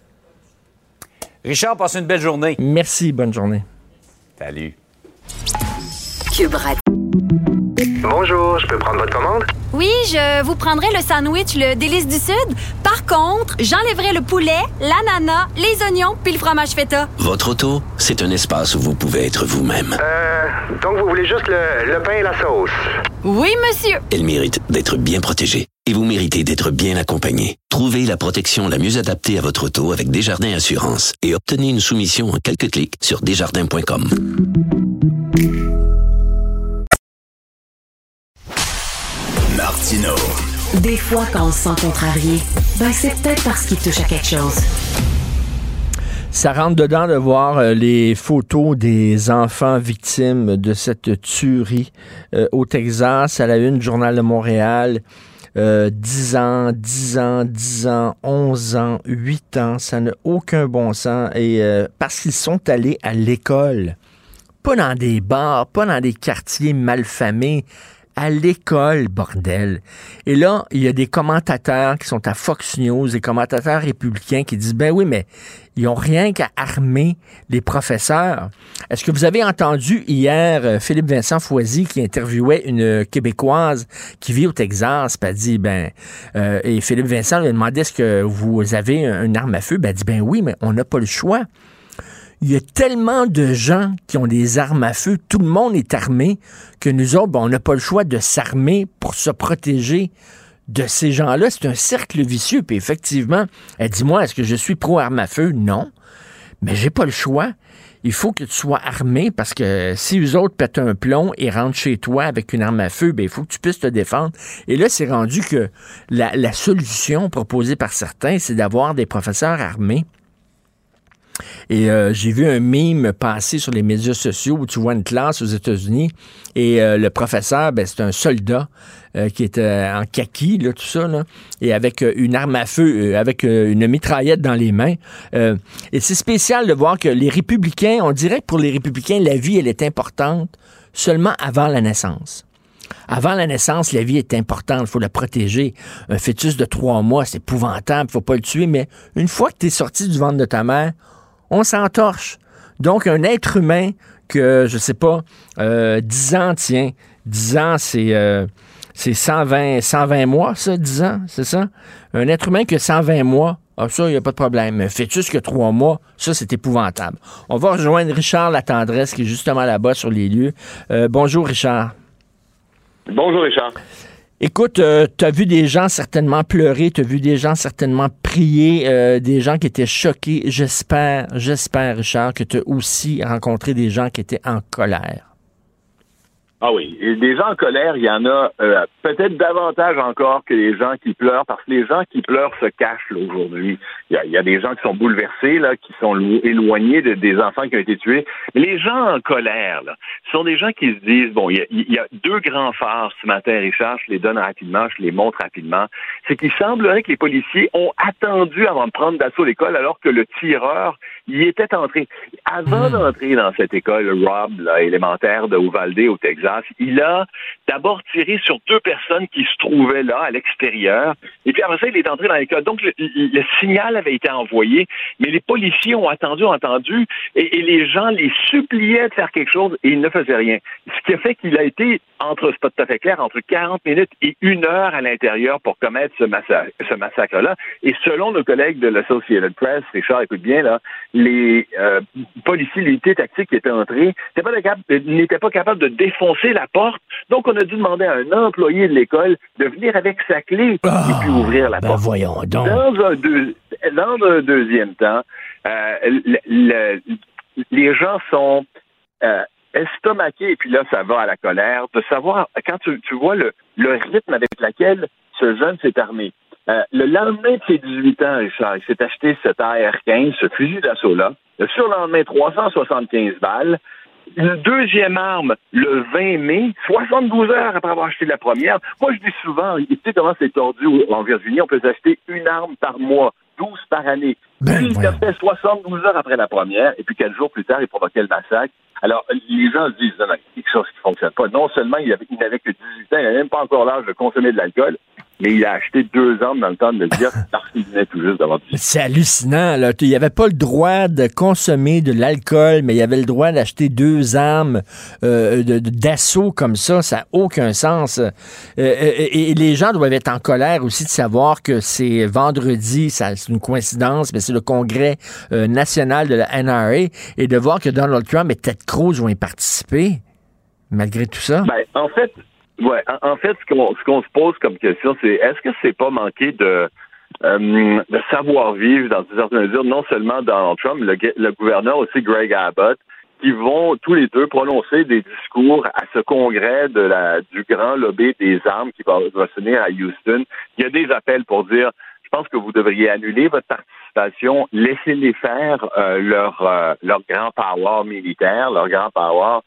Richard, passe une belle journée. Merci, bonne journée. Salut. Cube Radio. Bonjour, je peux prendre votre commande? Oui, je vous prendrai le sandwich, le délice du Sud. Par contre, j'enlèverai le poulet, l'ananas, les oignons puis le fromage feta. Votre auto, c'est un espace où vous pouvez être vous-même. Donc vous voulez juste le pain et la sauce? Oui, monsieur. Elle mérite d'être bien protégée. Et vous méritez d'être bien accompagné. Trouvez la protection la mieux adaptée à votre auto avec Desjardins Assurance et obtenez une soumission en quelques clics sur desjardins.com. Martino. Des fois, quand on se sent contrarié, c'est peut-être parce qu'il touche à quelque chose. Ça rentre dedans de voir les photos des enfants victimes de cette tuerie au Texas, à la une du Journal de Montréal. 10 ans, 11 ans, 8 ans, ça n'a aucun bon sens. Et parce qu'ils sont allés à l'école, pas dans des bars, pas dans des quartiers malfamés, à l'école, bordel. Et là, il y a des commentateurs qui sont à Fox News, des commentateurs républicains qui disent, ben oui, mais ils n'ont rien qu'à armer les professeurs. Est-ce que vous avez entendu hier Philippe Vincent Foisy qui interviewait une Québécoise qui vit au Texas, puis elle dit, et Philippe Vincent lui a demandé, est-ce que vous avez une arme à feu? Ben, elle dit, ben oui, mais on n'a pas le choix. Il y a tellement de gens qui ont des armes à feu, tout le monde est armé, que nous autres, on n'a pas le choix de s'armer pour se protéger de ces gens-là. C'est un cercle vicieux. Puis effectivement, elle dit, moi, est-ce que je suis pro-arme à feu? Non. Mais j'ai pas le choix. Il faut que tu sois armé parce que si eux autres pètent un plomb et rentrent chez toi avec une arme à feu, il faut que tu puisses te défendre. Et là, c'est rendu que la solution proposée par certains, c'est d'avoir des professeurs armés. Et j'ai vu un meme passer sur les médias sociaux où tu vois une classe aux États-Unis et le professeur, c'est un soldat qui est en kaki, là, tout ça, là, et avec une arme à feu, avec une mitraillette dans les mains. Et c'est spécial de voir que les républicains, on dirait que pour les républicains, la vie, elle est importante seulement avant la naissance. Avant la naissance, la vie est importante, il faut la protéger. Un fœtus de 3 mois, c'est épouvantable, il faut pas le tuer, mais une fois que tu es sorti du ventre de ta mère, on s'entorche. Donc, un être humain que, je sais pas, 10 ans, 10 ans, c'est 120 mois, ça, 10 ans, c'est ça? Un être humain qui a 120 mois, ça, il n'y a pas de problème. Un fœtus qui a 3 mois, ça, c'est épouvantable. On va rejoindre Richard Latendresse, qui est justement là-bas sur les lieux. Bonjour, Richard. Bonjour, Richard. Écoute, tu as vu des gens certainement pleurer, tu as vu des gens certainement prier, des gens qui étaient choqués. J'espère, Richard, que tu as aussi rencontré des gens qui étaient en colère. Ah oui, et des gens en colère, il y en a peut-être davantage encore que les gens qui pleurent, parce que les gens qui pleurent se cachent là, aujourd'hui. Il y a des gens qui sont bouleversés, là, qui sont éloignés des enfants qui ont été tués. Mais les gens en colère, là, ce sont des gens qui se disent, bon, il y a deux grands phares ce matin, Richard, je les donne rapidement, je les montre rapidement. C'est qu'il semblerait que les policiers ont attendu avant de prendre d'assaut l'école alors que le tireur y était entré. Avant d'entrer dans cette école, Robb, là, élémentaire de Uvalde, au Texas, il a d'abord tiré sur deux personnes qui se trouvaient là, à l'extérieur, et puis après ça, il est entré dans l'école. Donc, le signal avait été envoyé, mais les policiers ont attendu, et les gens les suppliaient de faire quelque chose, et ils ne faisaient rien. Ce qui a fait qu'il a été, c'est pas tout à fait clair, entre 40 minutes et 1 heure à l'intérieur pour commettre ce massacre-là. Et selon nos collègues de l'Associated Press, Richard, écoute bien, là, les policiers, l'unité tactique qui était entrée, n'étaient pas capables de défoncer la porte. Donc, on a dû demander à un employé de l'école de venir avec sa clé et puis ouvrir la porte. Voyons donc. Dans un deuxième temps, les gens sont estomaqués, et puis là, ça va à la colère, de savoir, quand tu vois le rythme avec lequel ce jeune s'est armé. Le lendemain de ses 18 ans, Richard, il s'est acheté cet AR-15, ce fusil d'assaut-là. Le surlendemain, 375 balles. Une deuxième arme le 20 mai, 72 heures après avoir acheté la première. Moi, je dis souvent, tu sais comment c'est tordu en Virginie, on peut acheter une arme par mois, 12 par année. Puis, il a fait 72 heures après la première, et puis 4 jours plus tard, il provoquait le massacre. Alors, les gens se disent, non, il y a quelque chose qui ne fonctionne pas. Non seulement il n'avait que 18 ans, il n'avait même pas encore l'âge de consommer de l'alcool, mais il a acheté 2 armes dans le temps de le dire parce qu'il venait tout juste d'avoir 18 ans. C'est hallucinant, là. Il avait pas le droit de consommer de l'alcool, mais il avait le droit d'acheter 2 armes d'assaut comme ça. Ça n'a aucun sens. Et les gens doivent être en colère aussi de savoir que c'est vendredi, c'est une coïncidence, mais c'est le congrès national de la NRA, et de voir que Donald Trump et Ted Cruz vont y participer, malgré tout ça. Ben, en fait, ce qu'on se pose comme question, c'est est-ce que c'est pas manqué de savoir-vivre dans une certaine mesure, non seulement Donald Trump, le gouverneur aussi Greg Abbott, qui vont tous les deux prononcer des discours à ce congrès du grand lobby des armes qui va se tenir à Houston. Il y a des appels pour dire, je pense que vous devriez annuler votre participation, laissez-les faire leur grand power militaire, leur grand power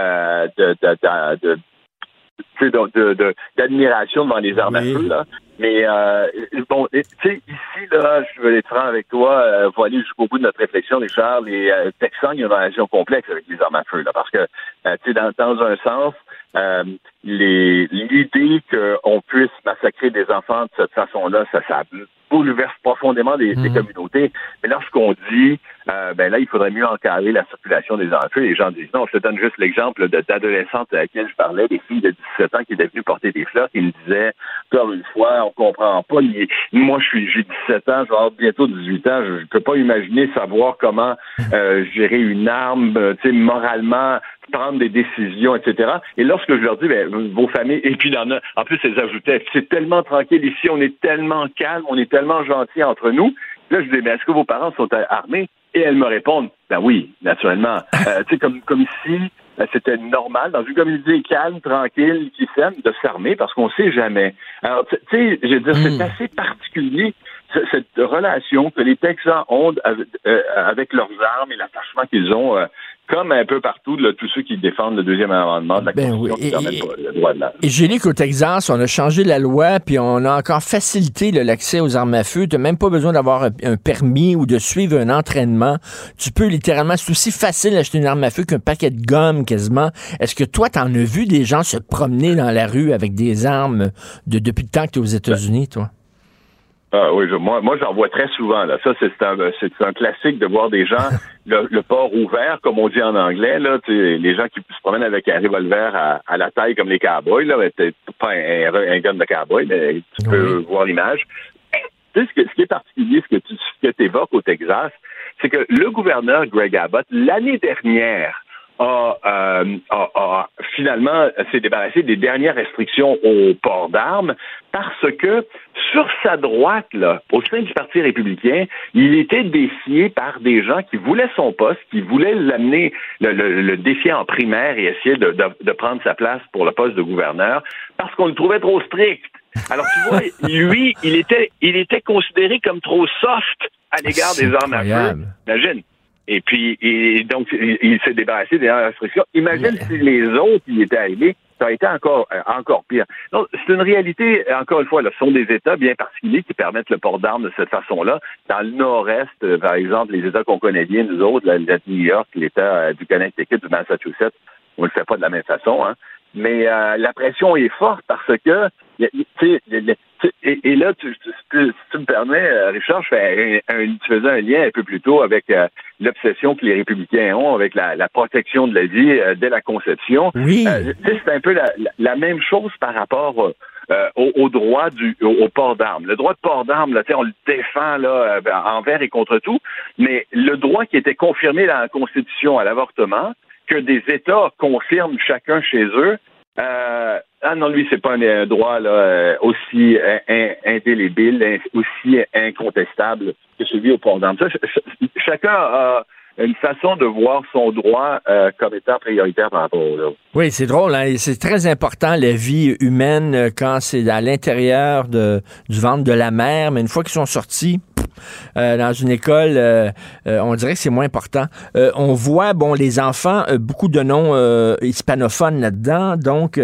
d'admiration devant les armes à feu, là. Mais bon, tu sais, ici, là, je veux être franc avec toi, faut aller jusqu'au bout de notre réflexion, Richard. Les Texans, il y a une relation complexe avec les armes à feu, là, parce que, tu sais, dans un sens, l'idée qu'on puisse massacrer des enfants de cette façon-là, ça bouleverse profondément des communautés. Mais lorsqu'on dit, ben là, il faudrait mieux encadrer la circulation des armes à feu, les gens disent non. Je te donne juste l'exemple d'adolescentes à laquelle je parlais, des filles de 17 ans qui étaient venues porter des fleurs, qui me disaient, comme une fois, on comprend pas. Moi, j'ai 17 ans, je vais avoir bientôt 18 ans, je peux pas imaginer savoir comment gérer une arme, tu sais, moralement, prendre des décisions, etc. Et lorsque je leur dis, ben, vos familles, et puis en plus, elles ajoutaient, c'est tellement tranquille ici, on est tellement calme, on est tellement gentils entre nous. Là, je dis, mais est-ce que vos parents sont armés? Et elles me répondent, ben oui, naturellement. Tu sais, comme si c'était normal, dans une communauté calme, tranquille, qui s'aime, de s'armer, parce qu'on sait jamais. Alors, tu sais, je veux dire, c'est assez particulier, cette relation que les Texans ont avec leurs armes et l'attachement qu'ils ont, comme un peu partout, là, tous ceux qui défendent le deuxième amendement de la Constitution, qui permettent pas le droit de l'arme. Et j'ai lu qu'au Texas, on a changé la loi, puis on a encore facilité l'accès aux armes à feu. Tu n'as même pas besoin d'avoir un permis ou de suivre un entraînement. Tu peux littéralement, c'est aussi facile d'acheter une arme à feu qu'un paquet de gomme quasiment. Est-ce que toi, tu en as vu des gens se promener dans la rue avec des armes depuis le temps que tu es aux États-Unis, toi? Ah oui, moi j'en vois très souvent, là. Ça, c'est un classique de voir des gens, le port ouvert, comme on dit en anglais, là, les gens qui se promènent avec un revolver à la taille comme les cowboys, là, peut-être pas un gun de cowboy, mais tu peux voir l'image. Tu sais, ce qui est particulier, ce que tu évoques au Texas, c'est que le gouverneur Greg Abbott, l'année dernière, finalement s'est débarrassé des dernières restrictions au port d'armes parce que sur sa droite, là, au sein du Parti républicain, il était défié par des gens qui voulaient son poste, qui voulaient l'amener, le défier en primaire et essayer de prendre sa place pour le poste de gouverneur, parce qu'on le trouvait trop strict. Alors, tu vois, lui, il était considéré comme trop soft à l'égard des armes à feu. Imagine. Et puis, donc, il s'est débarrassé des restrictions. Imagine si les autres y étaient arrivés, ça a été encore pire. Donc, c'est une réalité, encore une fois, là, ce sont des États bien particuliers qui permettent le port d'armes de cette façon-là. Dans le nord-est, par exemple, les États qu'on connaît bien, nous autres, l'État de New York, l'État du Connecticut, du Massachusetts, on ne le fait pas de la même façon, hein. Mais la pression est forte parce que, et là, si tu me permets, Richard, tu faisais un lien un peu plus tôt avec l'obsession que les républicains ont avec la protection de la vie dès la conception. Oui. C'est un peu la même chose par rapport au droit au port d'armes. Le droit de port d'armes, là, on le défend là, envers et contre tout, mais le droit qui était confirmé dans la Constitution à l'avortement, que des États confirment chacun chez eux, non, lui, c'est pas un droit là, aussi indélébile, aussi incontestable que celui au port d'armes. Chacun a une façon de voir son droit comme étant prioritaire par rapport aux autres. Oui, c'est drôle, hein? C'est très important, la vie humaine, quand c'est à l'intérieur du ventre de la mère, mais une fois qu'ils sont sortis, dans une école, on dirait que c'est moins important. On voit, les enfants, beaucoup de noms hispanophones là-dedans, donc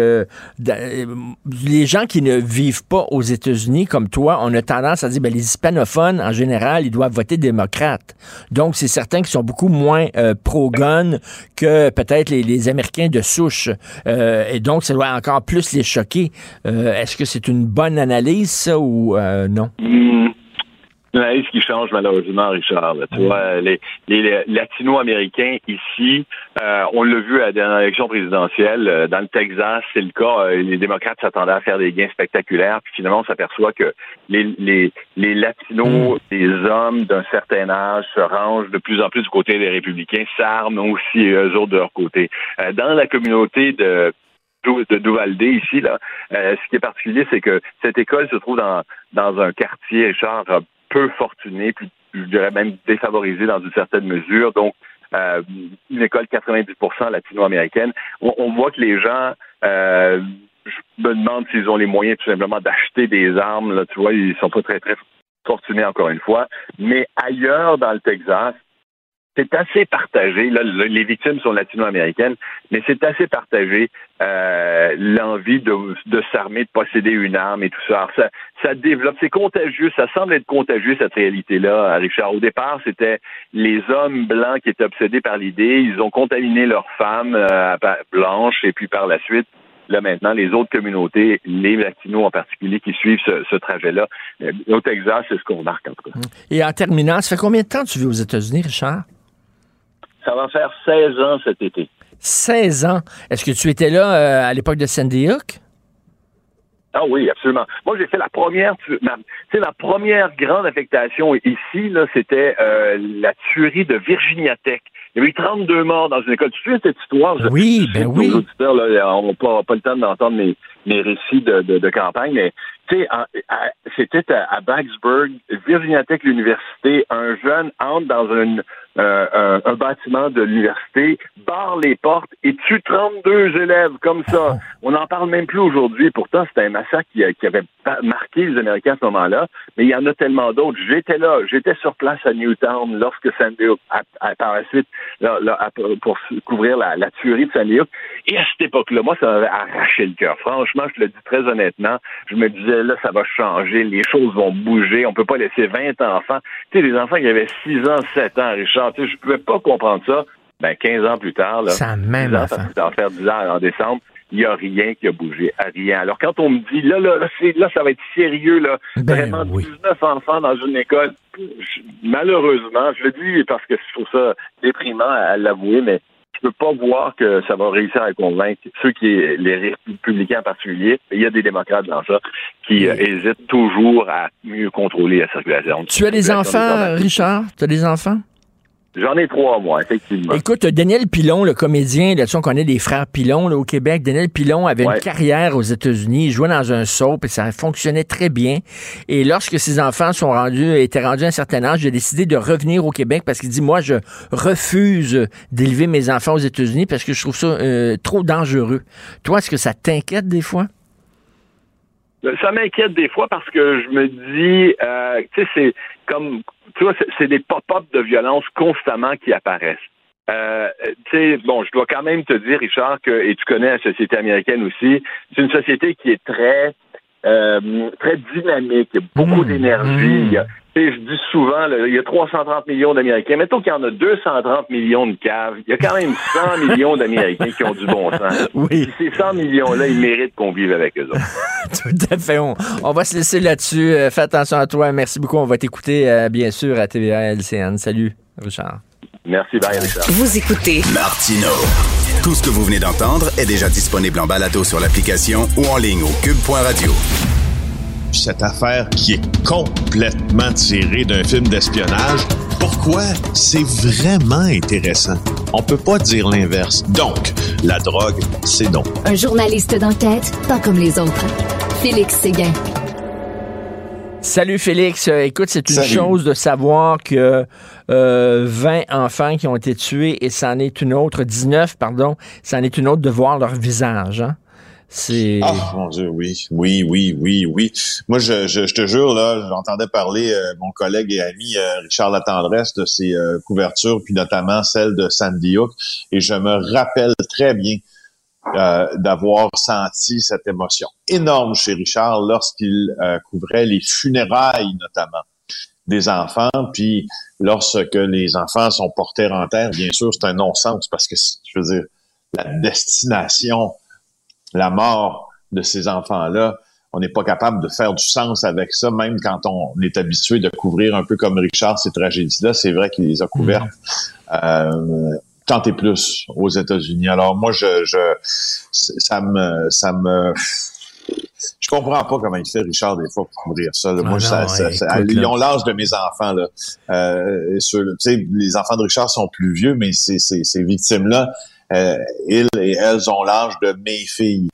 les gens qui ne vivent pas aux États-Unis, comme toi, on a tendance à dire, les hispanophones, en général, ils doivent voter démocrate. Donc, c'est certain qu'ils sont beaucoup moins pro-gun que peut-être les Américains de souche. Et donc, ça doit encore plus les choquer. Est-ce que c'est une bonne analyse, ça, ou non? Une analyse qui change malheureusement, Richard. Là. Tu vois, les latino-américains ici, on l'a vu à la dernière élection présidentielle, dans le Texas, c'est le cas, les démocrates s'attendaient à faire des gains spectaculaires, puis finalement on s'aperçoit que les latinos, les hommes d'un certain âge se rangent de plus en plus du côté des républicains, s'arment aussi eux autres de leur côté. Dans la communauté de Uvalde ici, là, ce qui est particulier, c'est que cette école se trouve dans un quartier, Richard, peu fortuné, puis je dirais même défavorisé dans une certaine mesure. Donc, une école 90% latino-américaine. On voit que les gens, je me demande s'ils ont les moyens tout simplement d'acheter des armes. Là, tu vois, ils sont pas très, très fortunés encore une fois. Mais ailleurs dans le Texas, c'est assez partagé. Là, les victimes sont latino-américaines, mais c'est assez partagé l'envie de s'armer, de posséder une arme et tout ça. Alors, ça développe, c'est contagieux, ça semble être contagieux cette réalité-là, Richard. Au départ, c'était les hommes blancs qui étaient obsédés par l'idée, ils ont contaminé leurs femmes blanches et puis par la suite, là maintenant, les autres communautés, les latinos en particulier, qui suivent ce trajet-là. Au Texas, c'est ce qu'on remarque en tout cas. Et en terminant, ça fait combien de temps que tu vis aux États-Unis, Richard? Ça va faire 16 ans cet été. 16 ans? Est-ce que tu étais là à l'époque de Sandy Hook? Ah oui, absolument. Moi, j'ai fait la première grande affectation ici, là, c'était la tuerie de Virginia Tech. Il y avait eu 32 morts dans une école. Tu sais cette histoire? Oui, ben oui. Les auditeurs n'ont pas le temps d'entendre mes récits de campagne, mais tu sais, c'était à Blacksburg, Virginia Tech, l'université. Un jeune entre dans un bâtiment de l'université, barre les portes et tue 32 élèves comme ça. On n'en parle même plus aujourd'hui. Pourtant, c'était un massacre qui avait marqué les Américains à ce moment-là, mais il y en a tellement d'autres. J'étais sur place à Newtown lorsque Sandy Hook, par la suite, pour couvrir la tuerie de Sandy Hook. Et à cette époque-là, moi, ça m'avait arraché le cœur. Franchement, je te le dis très honnêtement, je me disais, là, ça va changer, les choses vont bouger, on peut pas laisser 20 enfants. Tu sais, des enfants qui avaient 6 ans, 7 ans, Richard, tu sais, je pouvais pas comprendre ça. 15 ans plus tard, là, ça même ça va faire 10 ans en décembre, il n'y a rien qui a bougé, rien. Alors, quand on me dit, là, ça va être sérieux, là, vraiment 19 enfants dans une école, malheureusement, je le dis parce que je trouve ça déprimant à l'avouer, mais je peux pas voir que ça va réussir à convaincre les républicains en particulier. Il y a des démocrates dans ça qui hésitent toujours à mieux contrôler la circulation. Tu as des enfants, Richard? Tu as des enfants? J'en ai 3, moi, effectivement. Écoute, Daniel Pilon, le comédien, là-dessus, on connaît les frères Pilon là, au Québec. Daniel Pilon avait une carrière aux États-Unis. Il jouait dans un soap et ça fonctionnait très bien. Et lorsque ses enfants étaient rendus à un certain âge, il a décidé de revenir au Québec parce qu'il dit, moi, je refuse d'élever mes enfants aux États-Unis parce que je trouve ça trop dangereux. Toi, est-ce que ça t'inquiète des fois? Ça m'inquiète des fois parce que je me dis, tu sais, c'est comme, tu vois, c'est des pop-up de violence constamment qui apparaissent. Tu sais, bon, je dois quand même te dire, Richard, et tu connais la société américaine aussi, c'est une société qui est très dynamique, il y a beaucoup d'énergie. Je dis souvent, là, il y a 330 millions d'Américains. Mettons qu'il y en a 230 millions de caves. Il y a quand même 100 millions d'Américains qui ont du bon sens. Oui. Et ces 100 millions-là, ils méritent qu'on vive avec eux autres. Tout à fait. On va se laisser là-dessus. Fais attention à toi. Merci beaucoup. On va t'écouter, bien sûr, à TVA LCN. Salut, Richard. Merci, bye, Richard. Vous écoutez Martino. Tout ce que vous venez d'entendre est déjà disponible en balado sur l'application ou en ligne au cube.radio. Cette affaire qui est complètement tirée d'un film d'espionnage, pourquoi? C'est vraiment intéressant. On peut pas dire l'inverse. Donc, la drogue, c'est non. Un journaliste d'enquête, pas comme les autres. Félix Séguin. Salut Félix. Écoute, c'est une chose de savoir que 20 enfants qui ont été tués et c'en est une autre, 19, pardon, c'en est une autre de voir leur visage, hein? C'est... Ah, mon Dieu, oui. Moi, je te jure, là, j'entendais parler mon collègue et ami Richard Latendresse de ses couvertures, puis notamment celle de Sandy Hook, et je me rappelle très bien d'avoir senti cette émotion énorme chez Richard lorsqu'il couvrait les funérailles, notamment, des enfants, puis lorsque les enfants sont portés en terre, bien sûr, c'est un non-sens, parce que, je veux dire, la destination, la mort de ces enfants-là, on n'est pas capable de faire du sens avec ça, même quand on est habitué de couvrir un peu comme Richard ces tragédies-là. C'est vrai qu'il les a couvertes tant et plus aux États-Unis. Alors moi, je comprends pas comment il fait, Richard, des fois, pour couvrir ça. Là. Moi, ils ont l'âge de mes enfants, là. Les enfants de Richard sont plus vieux, mais ces victimes-là, ils et elles ont l'âge de mes filles.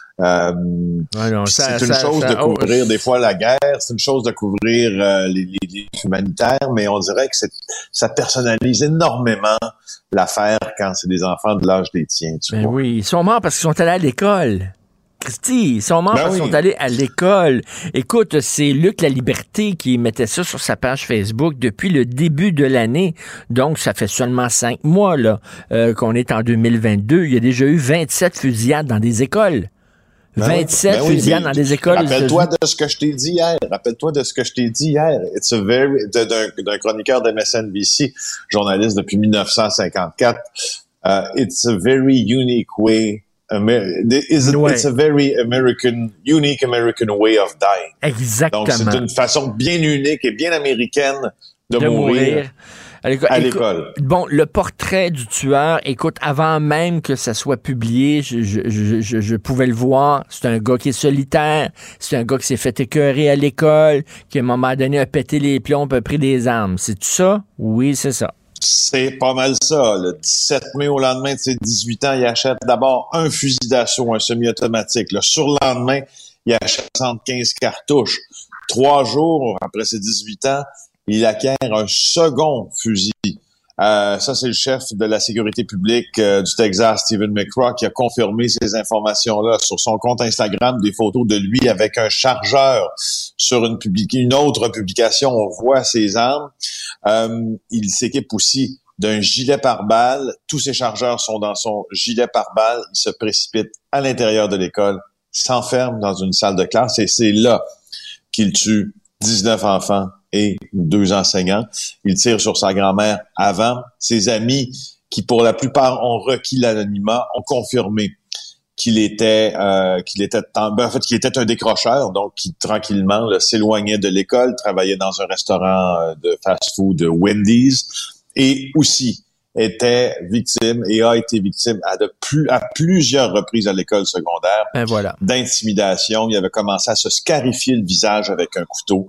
C'est une chose de couvrir des fois la guerre, c'est une chose de couvrir les humanitaires, mais on dirait que ça personnalise énormément l'affaire quand c'est des enfants de l'âge des tiens. Oui, ils sont morts parce qu'ils sont allés à l'école. Christy, ils sont morts parce qu'ils sont allés à l'école. Écoute, c'est Luc La Liberté qui mettait ça sur sa page Facebook depuis le début de l'année. Donc, ça fait seulement 5 mois là qu'on est en 2022. Il y a déjà eu 27 fusillades dans des écoles. 27 fusillades dans des écoles. Rappelle-toi de ce que je t'ai dit hier. It's a very, d'un chroniqueur de MSNBC, journaliste depuis 1954. It's a very unique way. It's a very unique American way of dying. Exactement. Donc, c'est une façon bien unique et bien américaine de mourir. À l'école. Bon, le portrait du tueur, écoute, avant même que ça soit publié, je pouvais le voir. C'est un gars qui est solitaire. C'est un gars qui s'est fait écœurer à l'école, qui à un moment donné a pété les plombs, a pris des armes. C'est ça? Oui, c'est ça. C'est pas mal ça. Le 17 mai, au lendemain de ses 18 ans, il achète d'abord un fusil d'assaut, un semi-automatique. Le surlendemain, il achète 75 cartouches. 3 jours après ses 18 ans, il acquiert un second fusil. Ça, c'est le chef de la sécurité publique du Texas, Stephen McCraw, qui a confirmé ces informations-là sur son compte Instagram, des photos de lui avec un chargeur sur une autre publication. On voit ses armes. Il s'équipe aussi d'un gilet pare-balles. Tous ses chargeurs sont dans son gilet pare-balles. Il se précipite à l'intérieur de l'école, s'enferme dans une salle de classe et c'est là qu'il tue 19 enfants et 2 enseignants. Il tire sur sa grand-mère avant. Ses amis, qui pour la plupart ont requis l'anonymat, ont confirmé qu'il était un décrocheur, donc qui tranquillement là, s'éloignait de l'école, travaillait dans un restaurant de fast-food Wendy's, et aussi était victime et a été victime à plusieurs reprises à l'école secondaire d'intimidation. Il avait commencé à se scarifier le visage avec un couteau.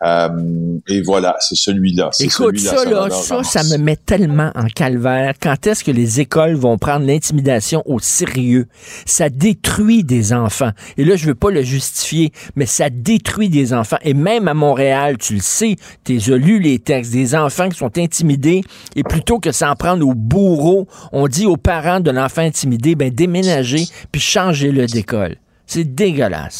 Et voilà, c'est celui-là. Écoute, ça me met tellement en calvaire. Quand est-ce que les écoles vont prendre l'intimidation au sérieux? Ça détruit des enfants. Et là, je veux pas le justifier, mais ça détruit des enfants. Et même à Montréal, tu le sais, tu as lu les textes, des enfants qui sont intimidés, et plutôt que s'en prendre aux bourreaux, on dit aux parents de l'enfant intimidé, ben déménagez puis changez-le d'école. C'est dégueulasse.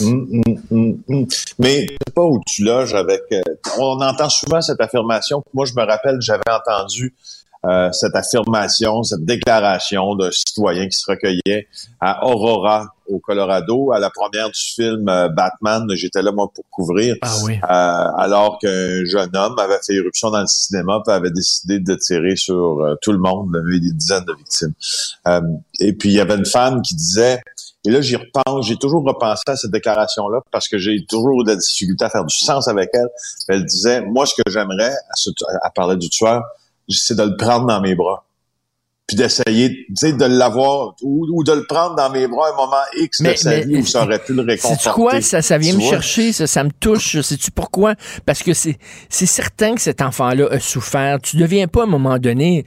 Mais je sais pas où tu loges avec... on entend souvent cette affirmation. Moi, je me rappelle, j'avais entendu cette affirmation, cette déclaration d'un citoyen qui se recueillait à Aurora, au Colorado, à la première du film Batman. J'étais là, moi, pour couvrir. Alors qu'un jeune homme avait fait irruption dans le cinéma et avait décidé de tirer sur tout le monde. Il y avait des dizaines de victimes. Et puis, il y avait une femme qui disait... Et là, j'y repense. J'ai toujours repensé à cette déclaration-là parce que j'ai toujours eu de la difficulté à faire du sens avec elle. Elle disait, moi, ce que j'aimerais, à parler du tueur, c'est de le prendre dans mes bras. Puis d'essayer, tu sais, de l'avoir, ou de le prendre dans mes bras à un moment X de sa vie où ça aurait pu le réconforter. Sais-tu quoi? Ça vient me chercher, ça me touche. Sais-tu pourquoi? Parce que c'est certain que cet enfant-là a souffert. Tu deviens pas, à un moment donné,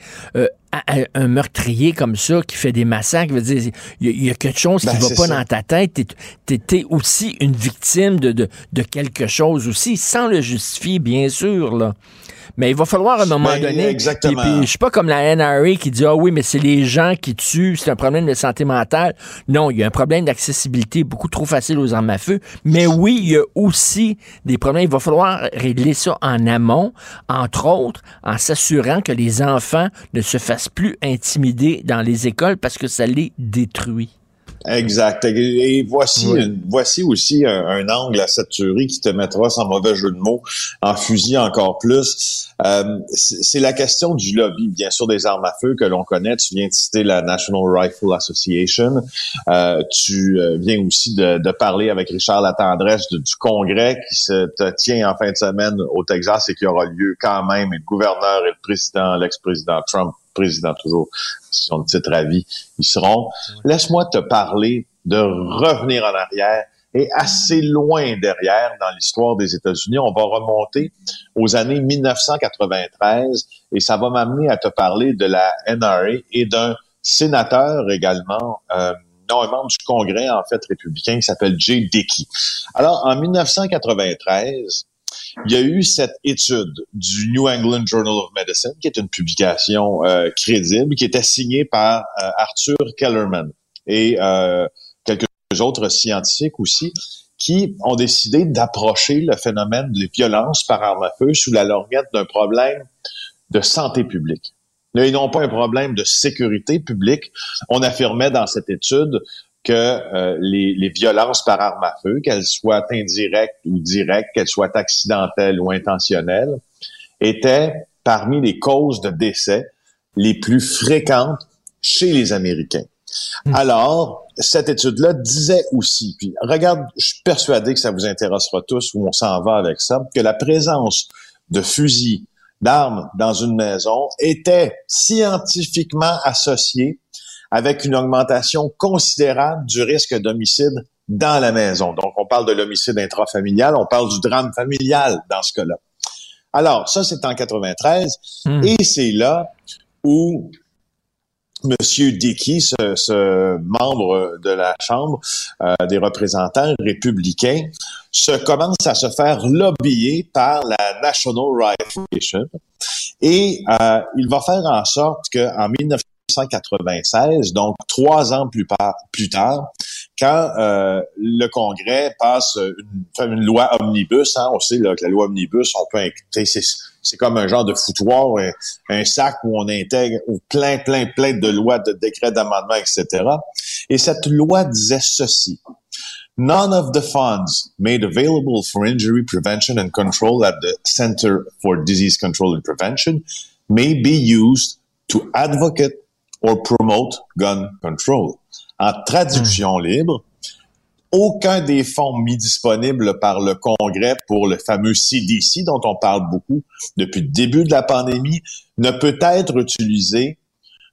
un meurtrier comme ça qui fait des massacres. Veut dire, il y a quelque chose qui va pas dans ta tête. T'es aussi une victime de quelque chose aussi, sans le justifier, bien sûr, là. Mais il va falloir à un moment donné... Exactement. Puis, je suis pas comme la NRA qui dit « Ah oui, mais c'est les gens qui tuent, c'est un problème de santé mentale. » Non, il y a un problème d'accessibilité beaucoup trop facile aux armes à feu. Mais oui, il y a aussi des problèmes. Il va falloir régler ça en amont, entre autres, en s'assurant que les enfants ne se fassent plus intimider dans les écoles parce que ça les détruit. Exact. Et voici aussi un angle à cette tuerie qui te mettra, sans mauvais jeu de mots, en fusil encore plus. C'est la question du lobby, bien sûr, des armes à feu que l'on connaît. Tu viens de citer la National Rifle Association. Tu viens aussi de parler avec Richard Latendresse du congrès qui se tient en fin de semaine au Texas et qui aura lieu quand même. Et le gouverneur et le président, l'ex-président Trump, président toujours, si on titre à vie, ils seront. Laisse-moi te parler de revenir en arrière et assez loin derrière dans l'histoire des États-Unis. On va remonter aux années 1993 et ça va m'amener à te parler de la NRA et d'un sénateur également, non, un membre du Congrès, en fait, républicain, qui s'appelle Jay Dickey. Alors, en 1993, il y a eu cette étude du New England Journal of Medicine, qui est une publication crédible, qui était signée par Arthur Kellerman et quelques autres scientifiques aussi, qui ont décidé d'approcher le phénomène des violences par arme à feu sous la lorgnette d'un problème de santé publique. Là, ils n'ont pas un problème de sécurité publique. On affirmait dans cette étude que les violences par arme à feu, qu'elles soient indirectes ou directes, qu'elles soient accidentelles ou intentionnelles, étaient parmi les causes de décès les plus fréquentes chez les Américains. Alors, cette étude-là disait aussi, puis regarde, je suis persuadé que ça vous intéressera tous où on s'en va avec ça, que la présence de fusils, d'armes dans une maison était scientifiquement associée avec une augmentation considérable du risque d'homicide dans la maison. Donc, on parle de l'homicide intrafamilial, on parle du drame familial dans ce cas-là. Alors, ça, c'est en 93, et c'est là où Monsieur Dickey, ce membre de la Chambre des représentants républicains, commence à se faire lobbyer par la National Rifle Association, et il va faire en sorte qu'en 1996, donc 3 ans plus tard, quand le Congrès passe une loi omnibus, hein, on sait là, que la loi omnibus, on peut c'est comme un genre de foutoir, un sac où on intègre plein de lois, de décrets, d'amendements, etc. Et cette loi disait ceci. None of the funds made available for injury prevention and control at the Center for Disease Control and Prevention may be used to advocate or promote gun control. En traduction libre, aucun des fonds mis disponibles par le Congrès pour le fameux CDC dont on parle beaucoup depuis le début de la pandémie ne peut être utilisé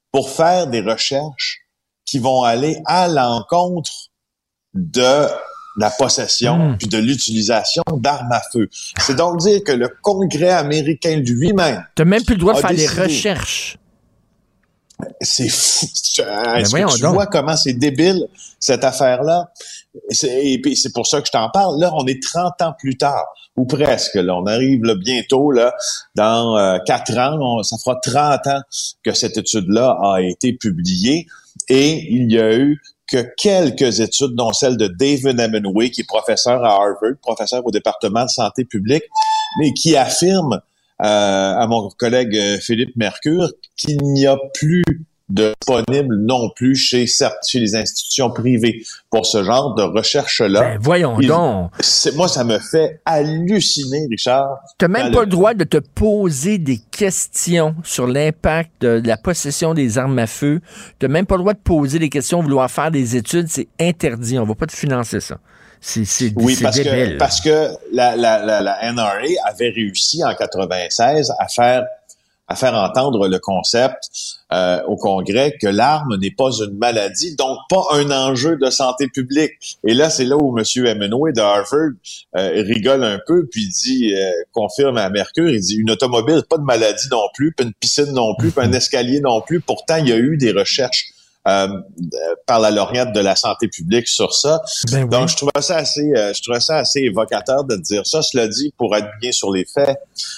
pour faire des recherches qui vont aller à l'encontre de la possession puis de l'utilisation d'armes à feu. C'est donc dire que le Congrès américain lui-même... Tu n'as même plus le droit de faire décidé, des recherches. C'est fou. Est-ce que tu vois comment c'est débile, cette affaire-là? Et puis c'est pour ça que je t'en parle. Là, on est 30 ans plus tard, ou presque. Là, on arrive là, bientôt, là, dans 4 ans, ça fera 30 ans que cette étude-là a été publiée. Et il y a eu que quelques études, dont celle de David Hemenway, qui est professeur à Harvard, professeur au département de santé publique, mais qui affirme à mon collègue Philippe Mercure qu'il n'y a plus de disponible non plus chez les institutions privées pour ce genre de recherche-là. Ben, voyons donc. Moi, ça me fait halluciner, Richard. Tu n'as même pas le droit de te poser des questions sur l'impact de la possession des armes à feu. Tu n'as même pas le droit de poser des questions, vouloir faire des études. C'est interdit. On ne va pas te financer ça. C'est débile. Parce que la NRA avait réussi en 96 à faire entendre le concept au Congrès que l'arme n'est pas une maladie, donc pas un enjeu de santé publique. Et là, c'est là où M. Hemenway de Harvard rigole un peu, puis dit, confirme à Mercure, il dit, une automobile, pas de maladie non plus, puis une piscine non plus, puis un escalier non plus. Pourtant, il y a eu des recherches par la lauréate de la santé publique sur ça. Ben oui. Donc, je trouvais ça assez évocateur de dire ça. Cela dit, pour être bien sur les faits,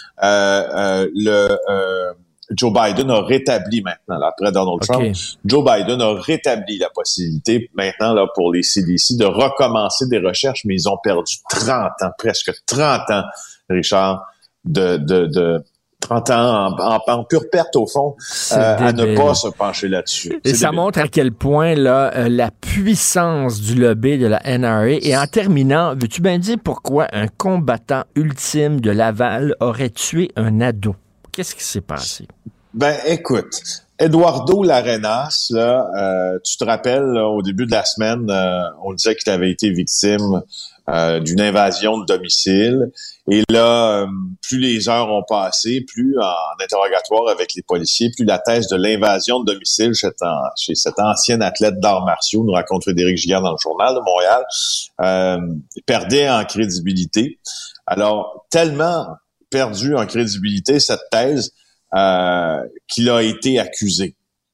Joe Biden a rétabli maintenant, là, après Donald Trump, Joe Biden a rétabli la possibilité maintenant là pour les CDC de recommencer des recherches, mais ils ont perdu 30 ans, presque 30 ans, Richard, de 30 ans en pure perte, au fond, à ne pas se pencher là-dessus. Et ça montre à quel point là, la puissance du lobby de la NRA. Et en terminant, veux-tu bien dire pourquoi un combattant ultime de Laval aurait tué un ado? Qu'est-ce qui s'est passé? Ben, écoute, Eduardo Larenas, là, tu te rappelles, là, au début de la semaine, on disait qu'il avait été victime d'une invasion de domicile. Et là, plus les heures ont passé, plus en interrogatoire avec les policiers, plus la thèse de l'invasion de domicile chez cet ancien athlète d'arts martiaux, nous raconte Frédéric Giguère dans le Journal de Montréal, perdait en crédibilité. Alors, tellement perdu en crédibilité cette thèse qu'il a été accusé.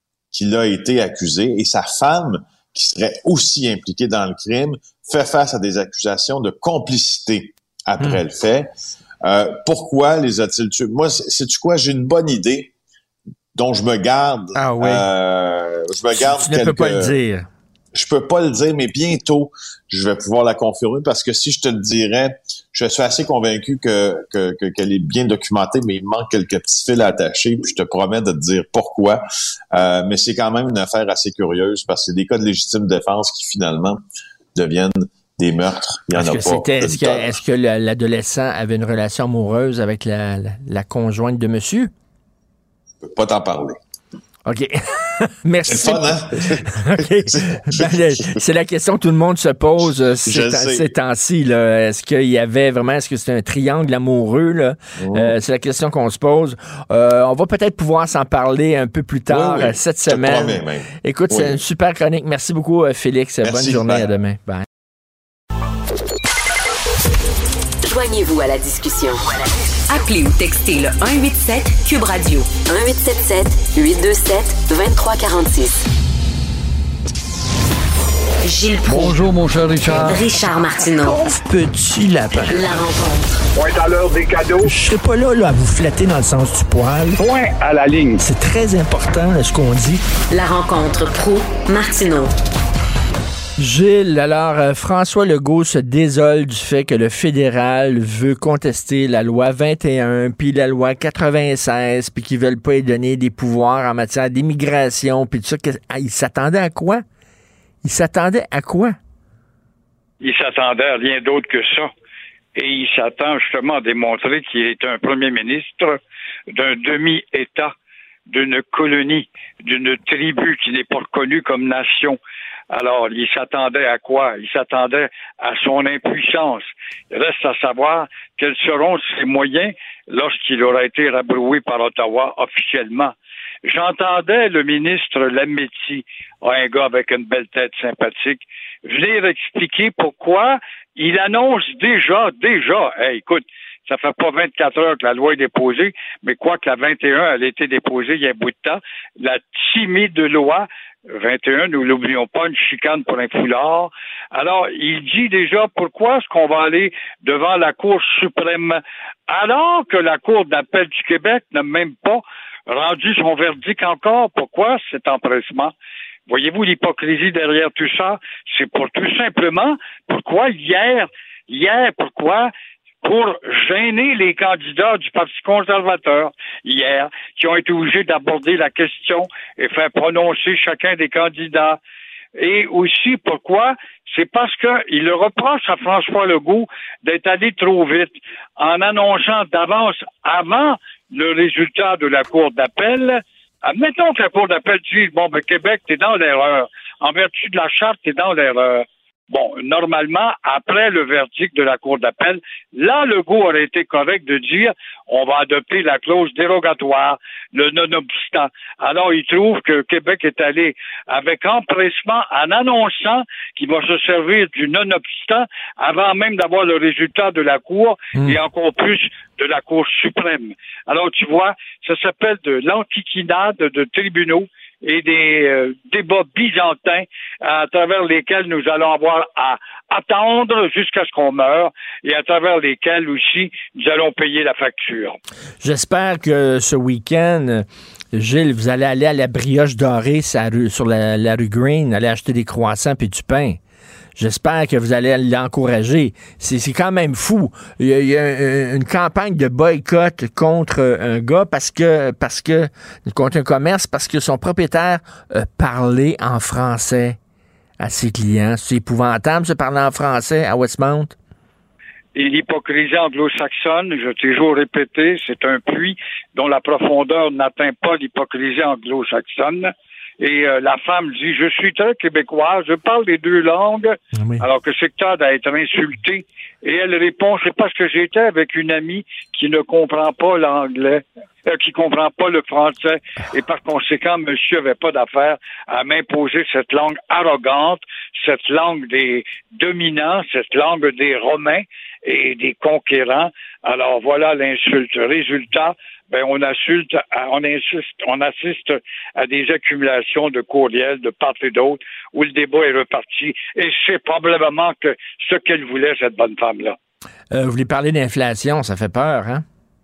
Et sa femme, qui serait aussi impliquée dans le crime, fait face à des accusations de complicité après le fait. Pourquoi les a-t-il tués? Moi, sais-tu quoi? J'ai une bonne idée dont je me garde. Ah oui. Je me garde tu ne peux pas le dire. Je peux pas le dire, mais bientôt, je vais pouvoir la confirmer parce que si je te le dirais, je suis assez convaincu qu'elle est bien documentée, mais il manque quelques petits fils à attacher, puis je te promets de te dire pourquoi. Mais c'est quand même une affaire assez curieuse parce que c'est des cas de légitime défense qui finalement deviennent des meurtres. Il y en a pas. Est-ce que l'adolescent avait une relation amoureuse avec la conjointe de monsieur? Je peux pas t'en parler. OK. Merci. C'est le fun, hein? Okay. C'est la question que tout le monde se pose ces temps-ci. Là. Est-ce que c'était un triangle amoureux? Là? C'est la question qu'on se pose. On va peut-être pouvoir s'en parler un peu plus tard cette semaine. Écoute, c'est une super chronique. Merci beaucoup, Félix. Bonne journée. À demain. Bye. Joignez-vous à la discussion. Appelez ou textez le 187 Cube Radio 1877-827-2346. Gilles Proulx. Bonjour, mon cher Richard. Richard Martineau. Petit lapin. La rencontre. Point à l'heure des cadeaux. Je serai pas là à vous flatter dans le sens du poil. Point à la ligne. C'est très important ce qu'on dit. La rencontre Proulx-Martineau. Gilles, alors François Legault se désole du fait que le fédéral veut contester la loi 21 puis la loi 96 puis qu'ils veulent pas y donner des pouvoirs en matière d'immigration puis tout ça. Il s'attendait à quoi? Il s'attendait à rien d'autre que ça. Et il s'attend justement à démontrer qu'il est un premier ministre d'un demi-État, d'une colonie, d'une tribu qui n'est pas reconnue comme nation. Alors, il s'attendait à quoi? Il s'attendait à son impuissance. Il reste à savoir quels seront ses moyens lorsqu'il aura été rabroué par Ottawa officiellement. j'entendais le ministre Lametti, un gars avec une belle tête sympathique, venir expliquer pourquoi il annonce déjà, écoute, ça fait pas 24 heures que la loi est déposée, mais quoi que la 21, elle a été déposée il y a un bout de temps, la timide loi 21, nous l'oublions pas, une chicane pour un foulard. Alors, il dit déjà pourquoi est-ce qu'on va aller devant la Cour suprême, alors que la Cour d'appel du Québec n'a même pas rendu son verdict encore. Pourquoi cet empressement? Voyez-vous l'hypocrisie derrière tout ça? C'est pour tout simplement pourquoi hier, pourquoi? Pour gêner les candidats du Parti conservateur hier, qui ont été obligés d'aborder la question et faire prononcer chacun des candidats. Et aussi, pourquoi? C'est parce qu'il le reproche à François Legault d'être allé trop vite en annonçant d'avance, avant le résultat de la Cour d'appel. Admettons que la Cour d'appel dise, Québec, t'es dans l'erreur. En vertu de la charte, t'es dans l'erreur. Bon, normalement, après le verdict de la Cour d'appel, là, Legault aurait été correct de dire on va adopter la clause dérogatoire, le non-obstant. Alors, il trouve que Québec est allé avec empressement en annonçant qu'il va se servir du non-obstant avant même d'avoir le résultat de la Cour et encore plus de la Cour suprême. Alors, tu vois, ça s'appelle de l'antiquinade de tribunaux et des débats byzantins à travers lesquels nous allons avoir à attendre jusqu'à ce qu'on meure et à travers lesquels aussi nous allons payer la facture. J'espère que ce week-end, Gilles, vous allez aller à la Brioche Dorée sur la rue Green, aller acheter des croissants et du pain. J'espère que vous allez l'encourager. C'est quand même fou. Il y a une campagne de boycott contre un gars contre un commerce parce que son propriétaire parlait en français à ses clients. C'est épouvantable de parler en français à Westmount. Et l'hypocrisie anglo-saxonne, je t'ai toujours répété, c'est un puits dont la profondeur n'atteint pas l'hypocrisie anglo-saxonne. Et la femme dit, je suis très québécoise, je parle les deux langues, alors que c'est que t'as d'être insulté. Et elle répond, c'est parce que j'étais avec une amie qui ne comprend pas l'anglais, qui comprend pas le français, et par conséquent, monsieur avait pas d'affaire à m'imposer cette langue arrogante, cette langue des dominants, cette langue des Romains et des conquérants. Alors voilà l'insulte. Résultat, on assiste à des accumulations de courriels de part et d'autre où le débat est reparti. Et c'est probablement que ce qu'elle voulait, cette bonne femme-là. Vous voulez parler d'inflation, ça fait peur, hein?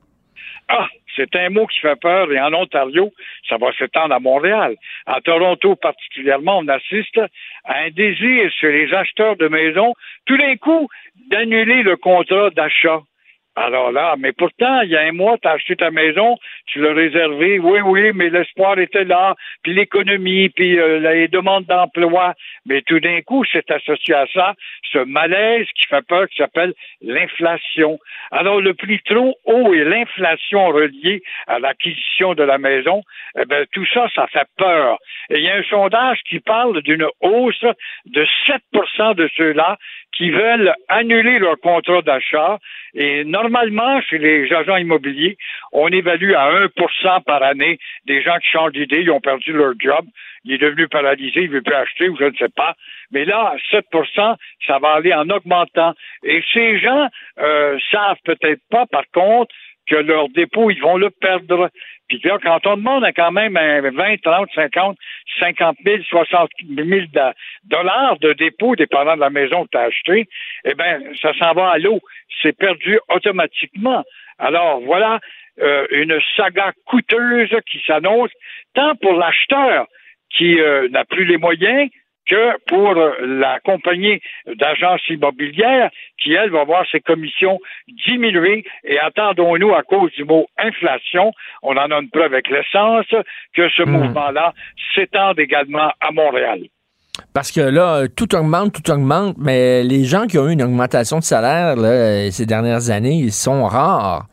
Ah, c'est un mot qui fait peur. Et en Ontario, ça va s'étendre à Montréal. À Toronto particulièrement, on assiste à un désir chez les acheteurs de maisons, tout d'un coup, d'annuler le contrat d'achat. Alors là, mais pourtant, il y a un mois, tu as acheté ta maison, tu l'as réservée, oui, mais l'espoir était là, puis l'économie, puis les demandes d'emploi. Mais tout d'un coup, c'est associé à ça, ce malaise qui fait peur, qui s'appelle l'inflation. Alors, le prix trop haut et l'inflation reliée à l'acquisition de la maison, tout ça, ça fait peur. Et il y a un sondage qui parle d'une hausse de 7% de ceux-là qui veulent annuler leur contrat d'achat. Et normalement, chez les agents immobiliers, on évalue à 1% par année des gens qui changent d'idée, ils ont perdu leur job, il est devenu paralysé, il ne veut plus acheter ou je ne sais pas. Mais là, 7%, ça va aller en augmentant. Et ces gens savent peut-être pas, par contre, que leur dépôt, ils vont le perdre. Puis là, quand on demande à quand même 20, 30, 50 000, 60 000 dollars de dépôt, dépendant de la maison que tu as achetée, ça s'en va à l'eau. C'est perdu automatiquement. Alors, voilà une saga coûteuse qui s'annonce, tant pour l'acheteur qui n'a plus les moyens, que pour la compagnie d'agence immobilière qui, elle, va voir ses commissions diminuer. Et attendons-nous, à cause du mot inflation, on en a une preuve avec l'essence, que ce mouvement-là s'étende également à Montréal. Parce que là, tout augmente, mais les gens qui ont eu une augmentation de salaire là, ces dernières années, ils sont rares.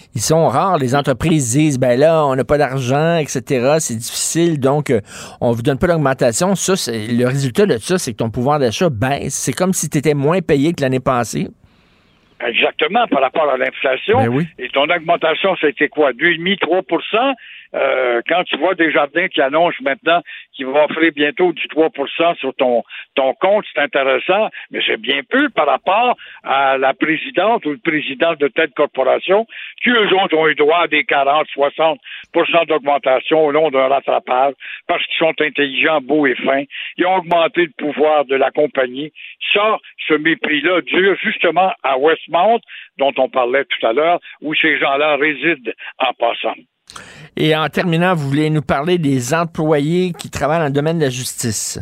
Les entreprises disent, là, on n'a pas d'argent, etc., c'est difficile, donc on vous donne pas d'augmentation. Ça, le résultat de ça, c'est que ton pouvoir d'achat baisse. C'est comme si tu étais moins payé que l'année passée. Exactement, par rapport à l'inflation. Oui. Et ton augmentation, ça a été quoi? 2,5-3%? Quand tu vois Desjardins qui annonce maintenant qu'il va offrir bientôt du 3% sur ton compte, c'est intéressant, mais c'est bien peu par rapport à la présidente ou le président de telle corporation qui, eux autres, ont eu droit à des 40-60% d'augmentation au long d'un rattrapage parce qu'ils sont intelligents, beaux et fins. Ils ont augmenté le pouvoir de la compagnie. Ça, ce mépris-là dure justement à Westmount, dont on parlait tout à l'heure, où ces gens-là résident en passant. Et en terminant, vous voulez nous parler des employés qui travaillent dans le domaine de la justice.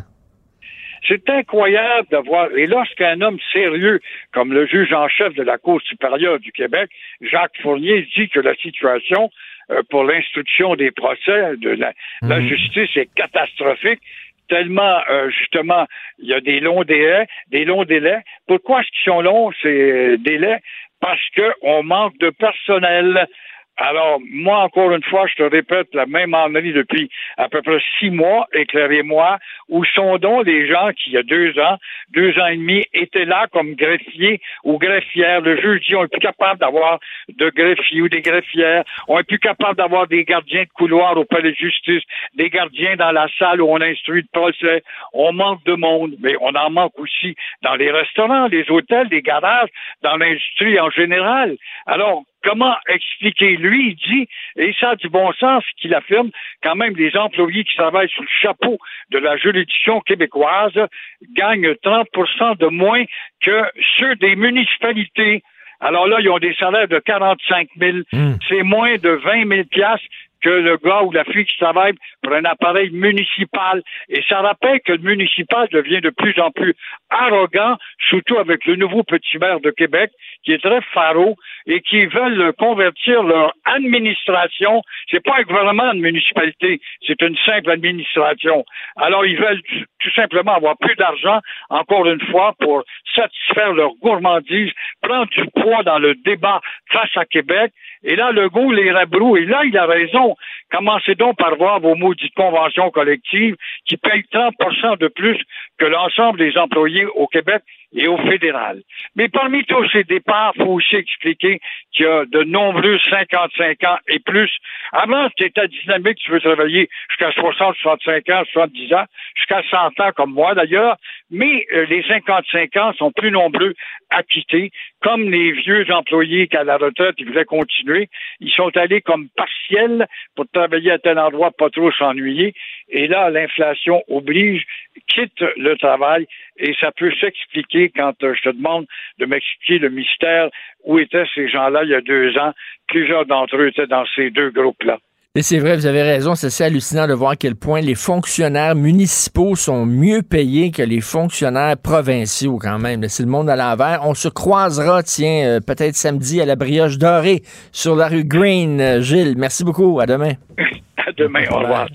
C'est incroyable de voir. Et lorsqu'un homme sérieux, comme le juge en chef de la Cour supérieure du Québec, Jacques Fournier, dit que la situation pour l'instruction des procès de la justice est catastrophique, tellement, justement, il y a des longs délais. Pourquoi est-ce qu'ils sont longs, ces délais? Parce qu'on manque de personnel. Alors, moi, encore une fois, je te répète la même ânerie depuis à peu près 6 mois, éclairez-moi, où sont donc les gens qui, il y a 2 ans et demi, étaient là comme greffiers ou greffières. Le juge dit, on est plus capable d'avoir de greffiers ou des greffières. On est plus capable d'avoir des gardiens de couloir au palais de justice, des gardiens dans la salle où on instruit le procès. On manque de monde, mais on en manque aussi dans les restaurants, les hôtels, les garages, dans l'industrie en général. Alors, comment expliquer? Lui, il dit, et ça a du bon sens, qu'il affirme quand même les employés qui travaillent sous le chapeau de la juridiction québécoise gagnent 30% de moins que ceux des municipalités. Alors là, ils ont des salaires de 45 000. C'est moins de 20 000 piastres que le gars ou la fille qui travaille pour un appareil municipal. Et ça rappelle que le municipal devient de plus en plus arrogant, surtout avec le nouveau petit maire de Québec, qui est très faro et qui veulent convertir leur administration. C'est pas un gouvernement de municipalité, c'est une simple administration. Alors, ils veulent tout simplement avoir plus d'argent, encore une fois, pour satisfaire leur gourmandise, prendre du poids dans le débat face à Québec. Et là, Legault les rabroue. Et là, il a raison. Commencez donc par voir vos maudites conventions collectives qui payent 30% de plus que l'ensemble des employés au Québec et au fédéral. Mais parmi tous ces départs, il faut aussi expliquer qu'il y a de nombreux 55 ans et plus. Avant, tu étais dynamique, tu veux travailler jusqu'à 60, 65 ans, 70 ans, jusqu'à 100 ans comme moi d'ailleurs, mais les 55 ans sont plus nombreux à quitter. Comme les vieux employés qui à la retraite, ils voulaient continuer, ils sont allés comme partiels pour travailler à tel endroit, pas trop s'ennuyer. Et là, l'inflation oblige, quitte le travail, et ça peut s'expliquer quand je te demande de m'expliquer le mystère où étaient ces gens-là il y a 2 ans. Plusieurs d'entre eux étaient dans ces 2 groupes-là. Et c'est vrai, vous avez raison, c'est assez hallucinant de voir à quel point les fonctionnaires municipaux sont mieux payés que les fonctionnaires provinciaux quand même. C'est le monde à l'envers. On se croisera, tiens, peut-être samedi à la Brioche Dorée sur la rue Green. Gilles, merci beaucoup. À demain. À demain. Au revoir.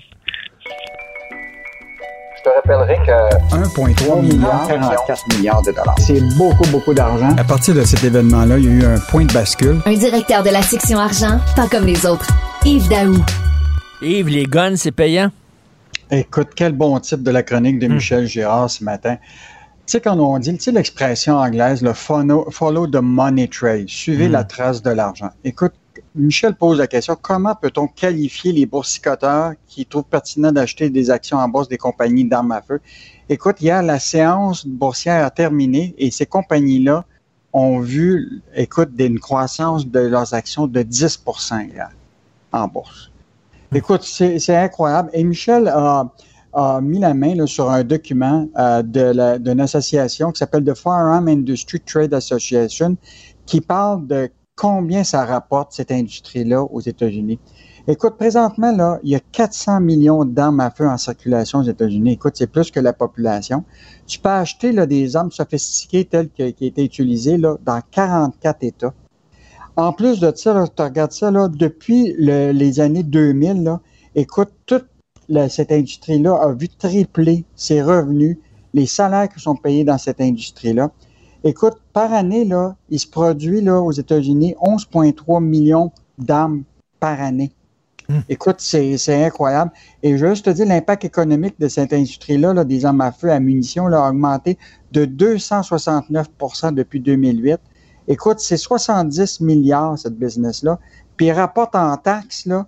Je te rappellerai que 1,3 milliard, 44 milliards de dollars. C'est beaucoup d'argent. À partir de cet événement-là, il y a eu un point de bascule. Un directeur de la section argent, pas comme les autres. Yves Daou. Yves, les guns, c'est payant? Écoute, quel bon type de la chronique de Michel Girard ce matin. Tu sais, quand on dit, tu sais, l'expression anglaise, le follow the money trail, suivez la trace de l'argent. Écoute, Michel pose la question, comment peut-on qualifier les boursicoteurs qui trouvent pertinent d'acheter des actions en bourse des compagnies d'armes à feu? Écoute, hier, la séance boursière a terminé et ces compagnies-là ont vu, écoute, une croissance de leurs actions de 10% hier en bourse. Écoute, c'est incroyable. Et Michel a mis la main là, sur un document d'une association qui s'appelle The Firearm Industry Trade Association qui parle de combien ça rapporte cette industrie-là aux États-Unis. Écoute, présentement, là, il y a 400 millions d'armes à feu en circulation aux États-Unis. Écoute, c'est plus que la population. Tu peux acheter là, des armes sophistiquées telles qui ont été utilisées là, dans 44 États. En plus de ça, là, tu regardes ça, là, depuis les années 2000, là, écoute, toute cette industrie-là a vu tripler ses revenus, les salaires qui sont payés dans cette industrie-là. Écoute, par année, là, il se produit là, aux États-Unis 11,3 millions d'armes par année. Écoute, c'est incroyable. Et je veux juste te dire, l'impact économique de cette industrie-là, là, des armes à feu, à munitions, là, a augmenté de 269% depuis 2008. Écoute, c'est 70 milliards, cette business-là. Puis il rapporte en taxes, là,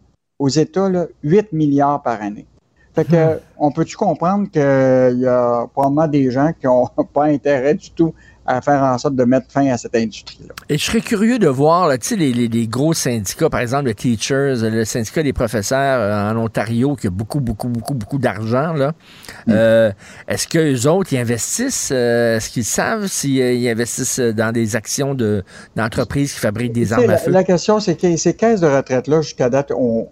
aux États, là, 8 milliards par année. Fait que, on peut-tu comprendre qu'il y a probablement des gens qui n'ont pas intérêt du tout à faire en sorte de mettre fin à cette industrie-là. Et je serais curieux de voir, là, tu sais, les gros syndicats, par exemple le Teachers, le syndicat des professeurs en Ontario, qui a beaucoup d'argent, là. Est-ce qu'eux autres, ils investissent? Est-ce qu'ils savent s'ils investissent dans des actions d'entreprises qui fabriquent des armes à feu? La question, c'est que ces caisses de retraite-là, jusqu'à date,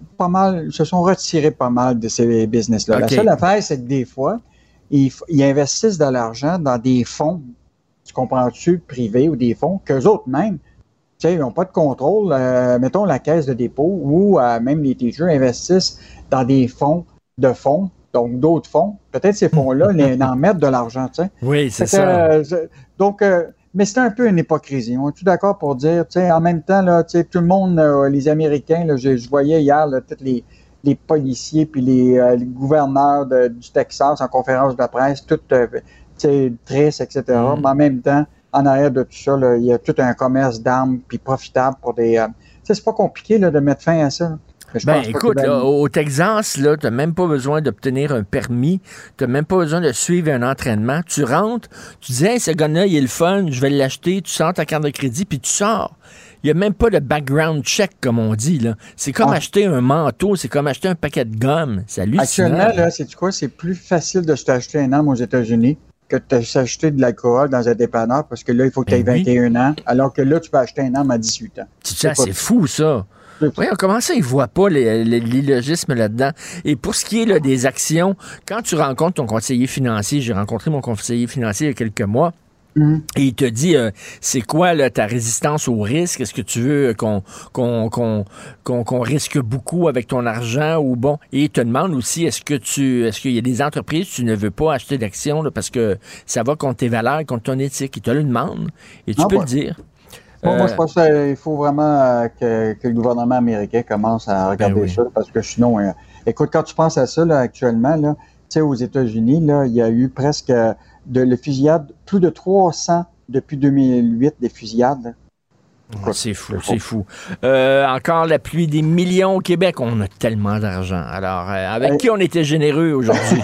se sont retirées pas mal de ces business-là. Okay. La seule affaire, c'est que des fois, ils investissent de l'argent dans des fonds, tu comprends-tu, privés ou des fonds, qu'eux autres même, tu sais, ils n'ont pas de contrôle. Mettons la caisse de dépôt ou même les teachers investissent dans des fonds, donc d'autres fonds. Peut-être ces fonds-là en mettent de l'argent, tu sais. Oui, c'est ça. Mais c'est un peu une hypocrisie. On est-tu d'accord pour dire, tu sais, en même temps, là, tu sais, tout le monde, les Américains, là, je voyais hier, là, tous les policiers puis les gouverneurs du Texas en conférence de presse, tout triste, etc. Mais en même temps, en arrière de tout ça, là, il y a tout un commerce d'armes puis profitable pour des... c'est pas compliqué là, de mettre fin à ça. Écoute, là, au Texas, là, tu n'as même pas besoin d'obtenir un permis, tu n'as même pas besoin de suivre un entraînement. Tu rentres, tu dis, hey, ce gars-là, il est le fun, je vais l'acheter, tu sors ta carte de crédit, puis tu sors. Il n'y a même pas de background check, comme on dit, là. C'est comme acheter un manteau, c'est comme acheter un paquet de gomme. C'est hallucinant. Actuellement, là, sais-tu quoi? C'est plus facile de s'acheter un arme aux États-unis que de s'acheter de l'alcool dans un dépanneur, parce que là, il faut que tu aies 21 ans, alors que là, tu peux acheter un arme à 18 ans. C'est fou, ça. Voyons, comment ça, ils ne voient pas l'illogisme là-dedans? Et pour ce qui est là, des actions, quand tu rencontres ton conseiller financier, j'ai rencontré mon conseiller financier il y a quelques mois, et il te dit, c'est quoi là, ta résistance au risque? Est-ce que tu veux qu'on risque beaucoup avec ton argent ou bon? Et il te demande aussi, est-ce qu'il y a des entreprises que tu ne veux pas acheter d'actions là, parce que ça va contre tes valeurs, contre ton éthique? Il te le demande et tu peux le dire. Moi, je pense qu'il faut vraiment que le gouvernement américain commence à regarder ça, parce que sinon, écoute, quand tu penses à ça là, actuellement, là, tu sais, aux États-Unis, là, il y a eu presque de fusillades, plus de 300 depuis 2008 des fusillades. C'est fou, c'est fou. Encore la pluie des millions au Québec. On a tellement d'argent. Alors, avec qui on était généreux aujourd'hui?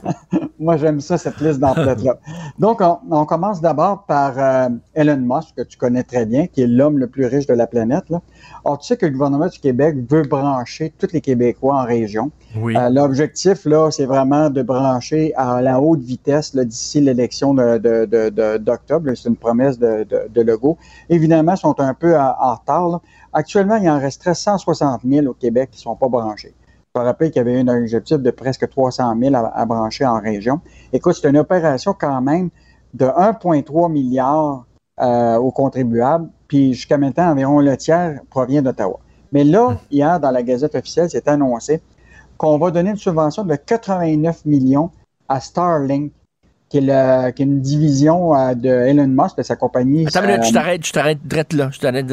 Moi, j'aime ça, cette liste d'emplettes-là. Donc, on commence d'abord par Elon Musk, que tu connais très bien, qui est l'homme le plus riche de la planète, là. Alors, tu sais que le gouvernement du Québec veut brancher tous les Québécois en région. Oui. L'objectif, là, c'est vraiment de brancher à la haute vitesse là, d'ici l'élection d'octobre. C'est une promesse de Legault. Évidemment, ils sont un peu en retard, là. Actuellement, il en resterait 160 000 au Québec qui ne sont pas branchés. Je me rappelle qu'il y avait un objectif de presque 300 000 à brancher en région. Écoute, c'est une opération quand même de 1,3 milliard aux contribuables, puis jusqu'à maintenant, environ le tiers provient d'Ottawa. Mais là, hier, dans la Gazette officielle, c'est annoncé qu'on va donner une subvention de 89 millions à Starlink, qui est une division de Elon Musk, de sa compagnie. Attends, je t'arrête d'être là.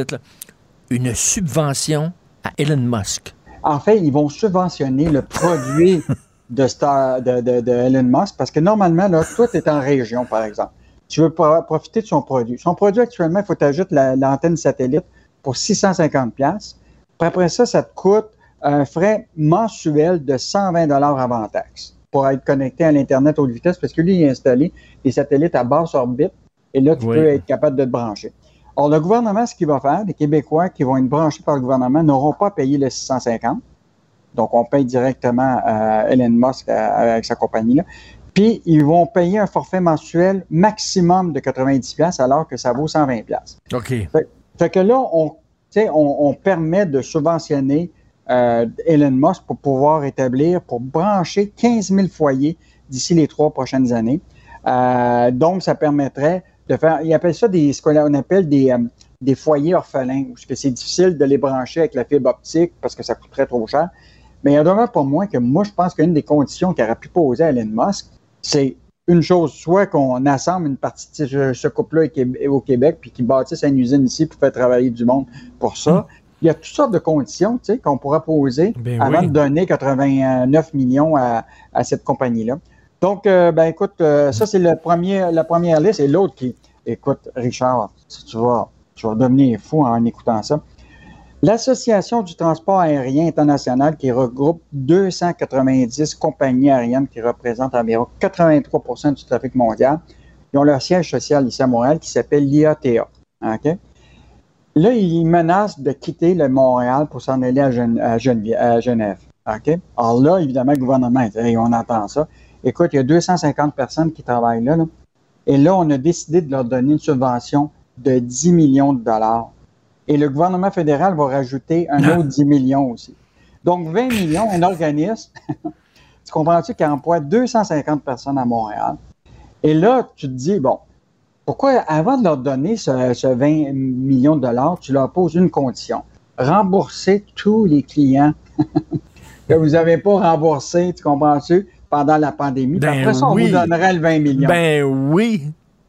Une subvention à Elon Musk. En fait, ils vont subventionner le produit de Elon Musk, parce que normalement, là, toi, tu es en région, par exemple. Tu veux profiter de son produit. Son produit, actuellement, il faut t'ajouter l'antenne satellite pour 650$. Puis après ça, ça te coûte un frais mensuel de 120$ avant taxe pour être connecté à l'Internet haute vitesse, parce que lui, il a installé des satellites à basse orbite, et là, tu peux être capable de te brancher. Or, le gouvernement, ce qu'il va faire, les Québécois qui vont être branchés par le gouvernement n'auront pas payé le 650$. Donc, on paye directement à Elon Musk avec sa compagnie-là. Puis, ils vont payer un forfait mensuel maximum de 90$, alors que ça vaut 120$. OK. Fait que là, on permet de subventionner Elon Musk pour pouvoir pour brancher 15 000 foyers d'ici les 3 prochaines années. Donc, ça permettrait de faire, ils appellent ça ce qu'on appelle des foyers orphelins, parce que c'est difficile de les brancher avec la fibre optique parce que ça coûterait trop cher. Mais il y en demeure pour moi je pense qu'une des conditions qu'il aurait pu poser à Elon Musk, c'est une chose, soit qu'on assemble une partie de ce couple-là au Québec, puis qu'ils bâtissent une usine ici pour faire travailler du monde pour ça. Il y a toutes sortes de conditions, tu sais, qu'on pourra poser avant de donner 89 millions à cette compagnie-là. Donc, écoute, ça, c'est la première liste. Et l'autre écoute, Richard, tu vas devenir fou en écoutant ça. L'Association du transport aérien international, qui regroupe 290 compagnies aériennes qui représentent environ 83% du trafic mondial, ils ont leur siège social ici à Montréal qui s'appelle l'IATA. Okay? Là, ils menacent de quitter le Montréal pour s'en aller à Genève. Okay? Alors là, évidemment, le gouvernement, on entend ça. Écoute, il y a 250 personnes qui travaillent là. Et là, on a décidé de leur donner une subvention de 10 millions de dollars. Et le gouvernement fédéral va rajouter un autre 10 millions aussi. Donc, 20 millions, un organisme, tu comprends-tu, qui emploie 250 personnes à Montréal. Et là, tu te dis, bon, pourquoi, avant de leur donner ce 20 millions de dollars, tu leur poses une condition. Rembourser tous les clients que vous n'avez pas remboursés, tu comprends-tu, pendant la pandémie. Ben après ça, on vous donnerait le 20 millions. Ben oui!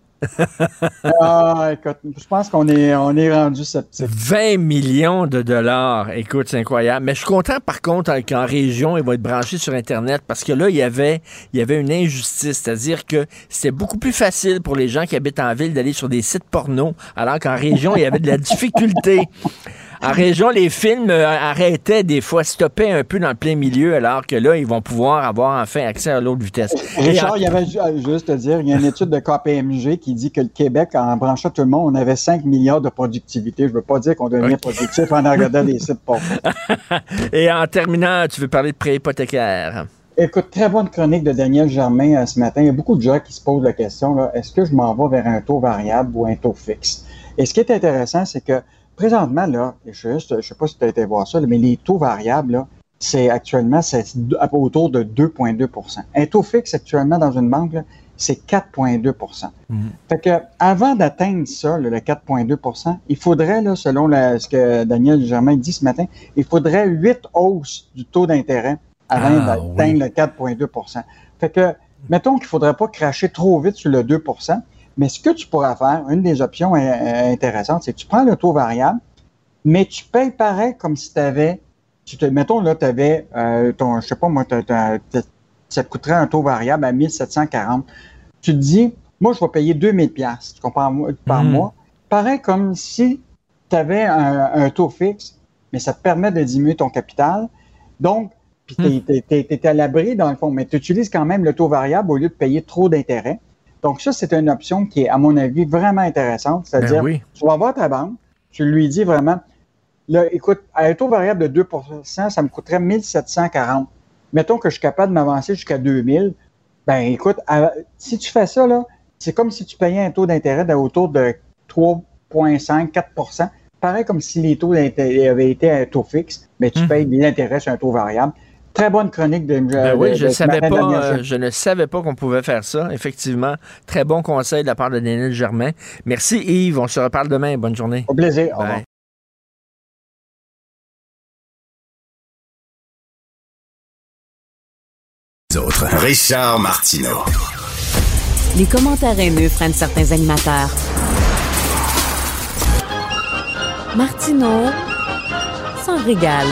Écoute, je pense qu'on est rendu sceptique. 20 millions de dollars. Écoute, c'est incroyable. Mais je suis content, par contre, qu'en région, il va être branché sur Internet parce que là, il y avait une injustice. C'est-à-dire que c'était beaucoup plus facile pour les gens qui habitent en ville d'aller sur des sites porno, alors qu'en région, il y avait de la difficulté. En région, les films arrêtaient des fois, stoppaient un peu dans le plein milieu, alors que là, ils vont pouvoir avoir enfin accès à l'autre vitesse. Richard, il y avait juste à dire, il y a une étude de KPMG qui dit que le Québec, en branchant tout le monde, on avait 5 milliards de productivité. Je ne veux pas dire qu'on devient productif en regardant des sites porno. Et en terminant, tu veux parler de prêt hypothécaire? Écoute, très bonne chronique de Daniel Germain ce matin. Il y a beaucoup de gens qui se posent la question, là, est-ce que je m'en vais vers un taux variable ou un taux fixe? Et ce qui est intéressant, c'est que présentement, là, je ne sais pas si tu as été voir ça, mais les taux variables, là, c'est autour de 2,2 %. Un taux fixe actuellement dans une banque, là, c'est 4,2 %. Fait que avant d'atteindre ça, le 4,2 %, il faudrait, là, selon ce que Daniel Germain dit ce matin, il faudrait 8 hausses du taux d'intérêt avant d'atteindre le 4,2 %. Fait que, mettons qu'il ne faudrait pas cracher trop vite sur le 2 %. Mais ce que tu pourras faire, une des options intéressantes, c'est que tu prends le taux variable, mais tu payes pareil comme si mettons là, tu avais je sais pas moi, ça te coûterait un taux variable à 1740. Tu te dis, moi, je vais payer 2000 $, tu comprends, par mois. Pareil comme si tu avais un taux fixe, mais ça te permet de diminuer ton capital. Donc, puis t'es à l'abri dans le fond, mais tu utilises quand même le taux variable au lieu de payer trop d'intérêt. Donc, ça, c'est une option qui est, à mon avis, vraiment intéressante. C'est-à-dire, tu vas voir ta banque, tu lui dis vraiment, là, écoute, à un taux variable de 2 %, ça me coûterait 1740. Mettons que je suis capable de m'avancer jusqu'à 2000. Ben, écoute, si tu fais ça, là, c'est comme si tu payais un taux d'intérêt autour de 3,5, 4 %. Pareil comme si les taux avaient été à un taux fixe, mais tu payes des intérêts sur un taux variable. Très bonne chronique de je ne savais pas qu'on pouvait faire ça, effectivement. Très bon conseil de la part de Daniel Germain. Merci Yves, on se reparle demain. Bonne journée. Au plaisir. Au revoir. Richard Martineau. Les commentaires haineux freinent certains animateurs. Martineau s'en régale.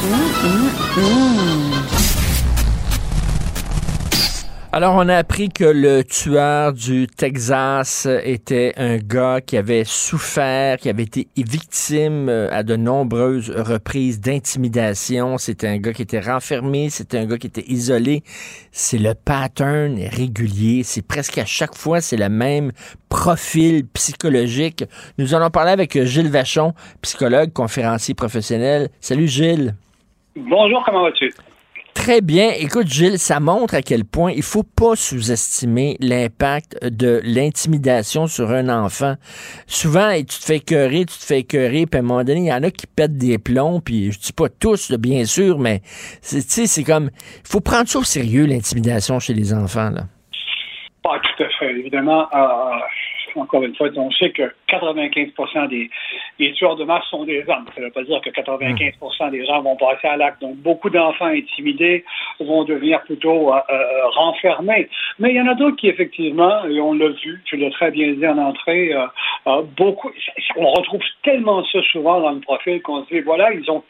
Alors, on a appris que le tueur du Texas était un gars qui avait souffert, qui avait été victime à de nombreuses reprises d'intimidation. C'était un gars qui était renfermé, c'était un gars qui était isolé. C'est le pattern régulier. C'est presque à chaque fois, c'est le même profil psychologique. Nous allons parler avec Gilles Vachon, psychologue, conférencier professionnel. Salut Gilles. Bonjour, comment vas-tu? Très bien. Écoute, Gilles, ça montre à quel point il faut pas sous-estimer l'impact de l'intimidation sur un enfant. Souvent, tu te fais écœurer, puis à un moment donné, il y en a qui pètent des plombs, puis je dis pas tous, bien sûr, mais c'est comme, il faut prendre ça au sérieux, l'intimidation chez les enfants, là. Pas tout à fait. Évidemment, encore une fois, on sait que 95% des tueurs de masse sont des hommes. Ça ne veut pas dire que 95% des gens vont passer à l'acte. Donc, beaucoup d'enfants intimidés vont devenir plutôt renfermés. Mais il y en a d'autres qui, effectivement, et on l'a vu, tu l'as très bien dit en entrée, beaucoup, on retrouve tellement ça souvent dans le profil qu'on se dit, voilà, ils ont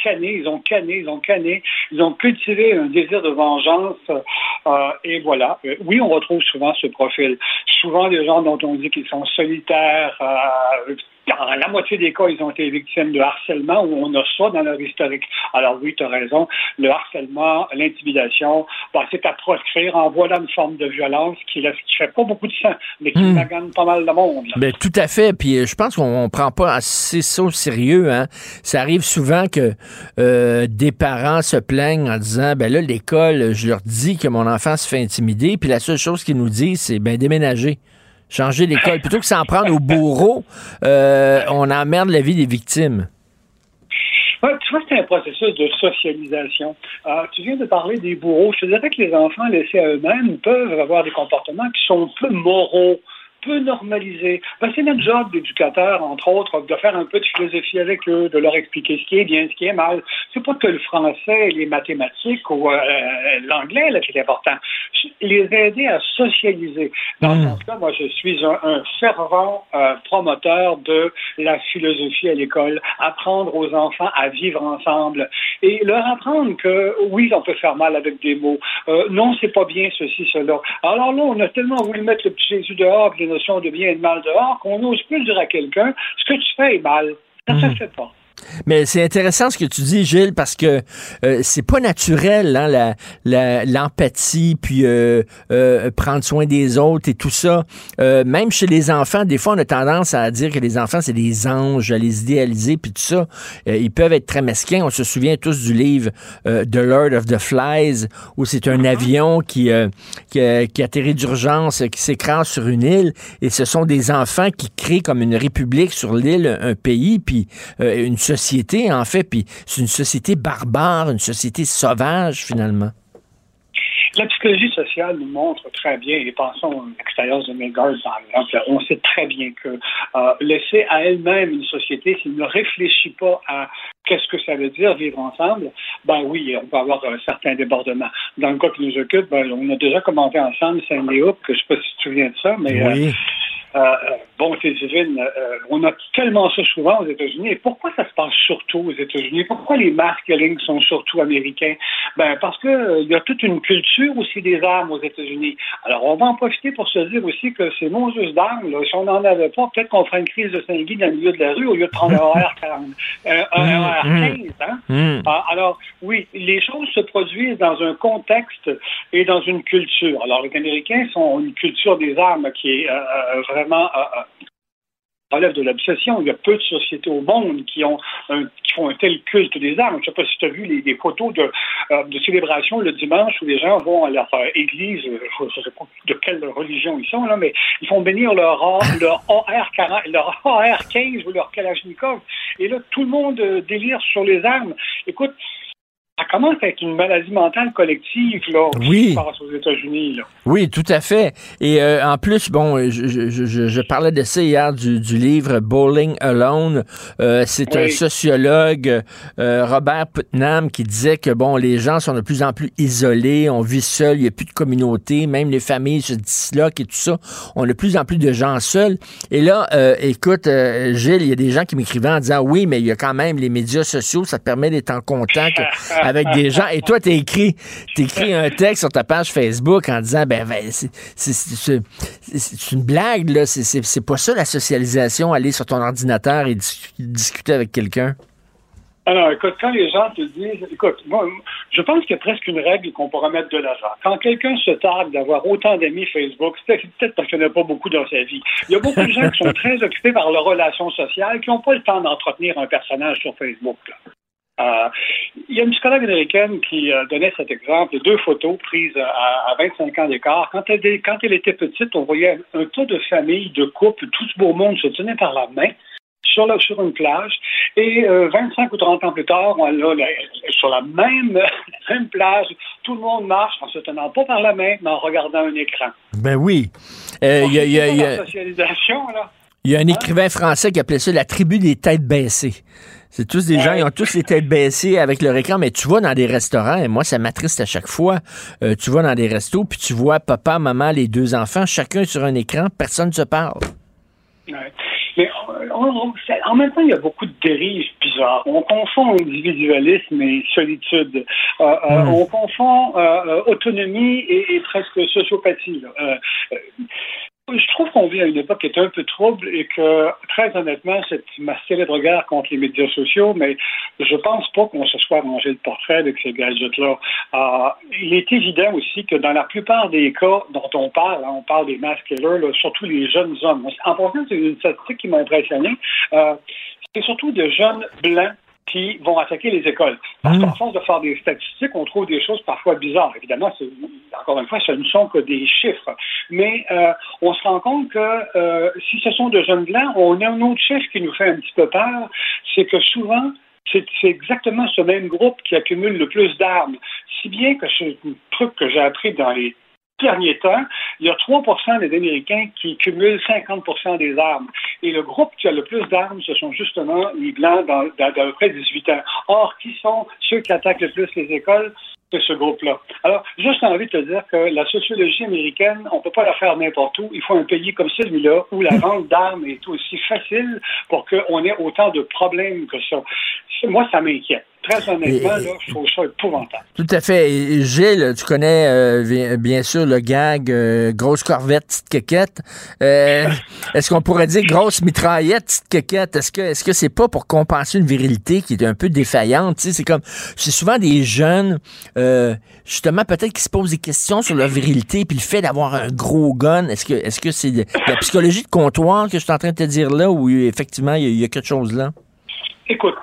cultivé un désir de vengeance, et voilà. Oui, on retrouve souvent ce profil. Souvent, des gens dont on dit qu'ils sont solitaires, Dans la moitié des cas, ils ont été victimes de harcèlement ou on a ça dans leur historique. Alors oui, tu as raison, le harcèlement, l'intimidation, c'est à proscrire en voilà une forme de violence qui fait pas beaucoup de sang, mais qui magane pas mal de monde. Ben, tout à fait, puis je pense qu'on prend pas assez ça au sérieux. Hein. Ça arrive souvent que des parents se plaignent en disant, ben là, l'école, je leur dis que mon enfant se fait intimider, puis la seule chose qu'ils nous disent, c'est déménager. Changer l'école. Plutôt que s'en prendre au bourreau, on emmerde la vie des victimes. Ouais, tu vois, c'est un processus de socialisation. Tu viens de parler des bourreaux. Je te dirais que les enfants laissés à eux-mêmes peuvent avoir des comportements qui sont peu moraux, peu normalisés. C'est notre job d'éducateur, entre autres, de faire un peu de philosophie avec eux, de leur expliquer ce qui est bien, ce qui est mal. C'est pas que le français, les mathématiques ou l'anglais là, qui est important. Les aider à socialiser. Dans ce cas, moi, je suis un fervent promoteur de la philosophie à l'école, apprendre aux enfants à vivre ensemble et leur apprendre que, oui, on peut faire mal avec des mots. Non, c'est pas bien ceci, cela. Alors là, on a tellement voulu mettre le petit Jésus dehors, les notions de bien et de mal dehors, qu'on n'ose plus dire à quelqu'un, ce que tu fais est mal. Ça se fait pas. Mais c'est intéressant ce que tu dis, Gilles, parce que c'est pas naturel, hein, l'empathie, puis prendre soin des autres et tout ça. Même chez les enfants, des fois, on a tendance à dire que les enfants, c'est des anges, à les idéaliser, puis tout ça. Ils peuvent être très mesquins. On se souvient tous du livre The Lord of the Flies, où c'est un avion qui atterrit d'urgence, qui s'écrase sur une île, et ce sont des enfants qui créent comme une république sur l'île, un pays, puis une société, en fait, puis c'est une société barbare, une société sauvage, finalement. La psychologie sociale nous montre très bien, et pensons à l'expérience de Megarth, par exemple, on sait très bien que laisser à elle-même une société, s'il ne réfléchit pas à qu'est-ce que ça veut dire vivre ensemble, oui, on peut avoir un certain débordement. Dans le cas qui nous occupe, on a déjà commenté ensemble Sandy Hook, que je ne sais pas si tu te souviens de ça, mais oui. Bonté divine, on a tellement ça souvent aux États-Unis. Et pourquoi ça se passe surtout aux États-Unis? Pourquoi les mass killings sont surtout américains? Parce que il y a toute une culture aussi des armes aux États-Unis. Alors, on va en profiter pour se dire aussi que ces monstres d'armes, là, si on n'en avait pas, peut-être qu'on ferait une crise de Saint-Guy dans le milieu de la rue au lieu de prendre un AR-15. Hein? Alors, oui, les choses se produisent dans un contexte et dans une culture. Alors, les Américains ont une culture des armes qui est vraiment relève de l'obsession. Il y a peu de sociétés au monde qui font un tel culte des armes. Je ne sais pas si tu as vu des photos de célébration le dimanche où les gens vont à leur église, je ne sais pas de quelle religion ils sont, là, mais ils font bénir leur AR-15 ou leur Kalachnikov. Et là, tout le monde délire sur les armes. Écoute, ça commence à être une maladie mentale collective là, qui se passe aux États-Unis. Là. Oui, tout à fait. Et en plus, je parlais de ça hier du livre Bowling Alone. C'est un sociologue, Robert Putnam, qui disait que les gens sont de plus en plus isolés, on vit seul, il n'y a plus de communauté, même les familles se disloquent et tout ça. On a de plus en plus de gens seuls. Et là, écoute, Gilles, il y a des gens qui m'écrivaient en disant oui, mais il y a quand même les médias sociaux, ça te permet d'être en contact avec des gens. Et toi, t'as écrit un texte sur ta page Facebook en disant, c'est une blague, là. C'est pas ça, la socialisation, aller sur ton ordinateur et discuter avec quelqu'un. Alors, écoute, quand les gens te disent, moi, je pense qu'il y a presque une règle qu'on pourra mettre de l'avant. Quand quelqu'un se targue d'avoir autant d'amis Facebook, c'est peut-être parce qu'il n'y en a pas beaucoup dans sa vie. Il y a beaucoup de gens qui sont très occupés par leurs relations sociales, qui n'ont pas le temps d'entretenir un personnage sur Facebook, là. Il y a une psychologue américaine qui donnait cet exemple de 2 photos prises à 25 ans d'écart. Quand elle était petite, on voyait un tas de familles, de couples, tout ce beau monde se tenait par la main sur une plage. Et 25 ou 30 ans plus tard, sur la même plage, tout le monde marche en se tenant pas par la main, mais en regardant un écran. Ben oui. La socialisation, là. Il y a un écrivain français qui appelait ça la tribu des têtes baissées. C'est tous des gens, ils ont tous les têtes baissées avec leur écran, mais tu vas dans des restaurants, et moi, ça m'attriste à chaque fois. Tu vas dans des restos, puis tu vois papa, maman, les 2 enfants, chacun sur un écran, personne ne se parle. Ouais. Mais en même temps, il y a beaucoup de dérives bizarres. On confond individualisme et solitude. On confond autonomie et presque sociopathie. Là. Je trouve qu'on vit à une époque qui est un peu trouble et que, très honnêtement, c'est ma célèbre guerre contre les médias sociaux, mais je pense pas qu'on se soit rangé le portrait avec ces gadgets-là. Il est évident aussi que dans la plupart des cas dont on parle des mass killers, là, surtout les jeunes hommes. En passant, c'est une statistique qui m'a impressionné. C'est surtout de jeunes blancs qui vont attaquer les écoles. Parce qu'en force de faire des statistiques, on trouve des choses parfois bizarres. Évidemment, encore une fois, ce ne sont que des chiffres. Mais on se rend compte que si ce sont de jeunes blancs, on a un autre chiffre qui nous fait un petit peu peur, c'est que souvent, c'est exactement ce même groupe qui accumule le plus d'armes. Si bien que c'est un truc que j'ai appris dans les derniers temps, il y a 3% des Américains qui cumulent 50% des armes. Et le groupe qui a le plus d'armes, ce sont justement les Blancs d'à peu près 18 ans. Or, qui sont ceux qui attaquent le plus les écoles? C'est ce groupe-là. Alors, juste envie de te dire que la sociologie américaine, on ne peut pas la faire n'importe où. Il faut un pays comme celui-là où la vente d'armes est aussi facile pour qu'on ait autant de problèmes que ça. Moi, ça m'inquiète. Très honnêtement, là, je trouve ça épouvantable. Tout à fait. Et Gilles, tu connais bien sûr le gag grosse corvette, petite quéquette. Est-ce qu'on pourrait dire grosse mitraillette, petite quéquette? Est-ce que c'est pas pour compenser une virilité qui est un peu défaillante? Tu sais, c'est souvent des jeunes, justement, peut-être qui se posent des questions sur leur virilité, puis le fait d'avoir un gros gun, est-ce que c'est de la psychologie de comptoir que je suis en train de te dire là, ou effectivement, il y a quelque chose là? Écoute,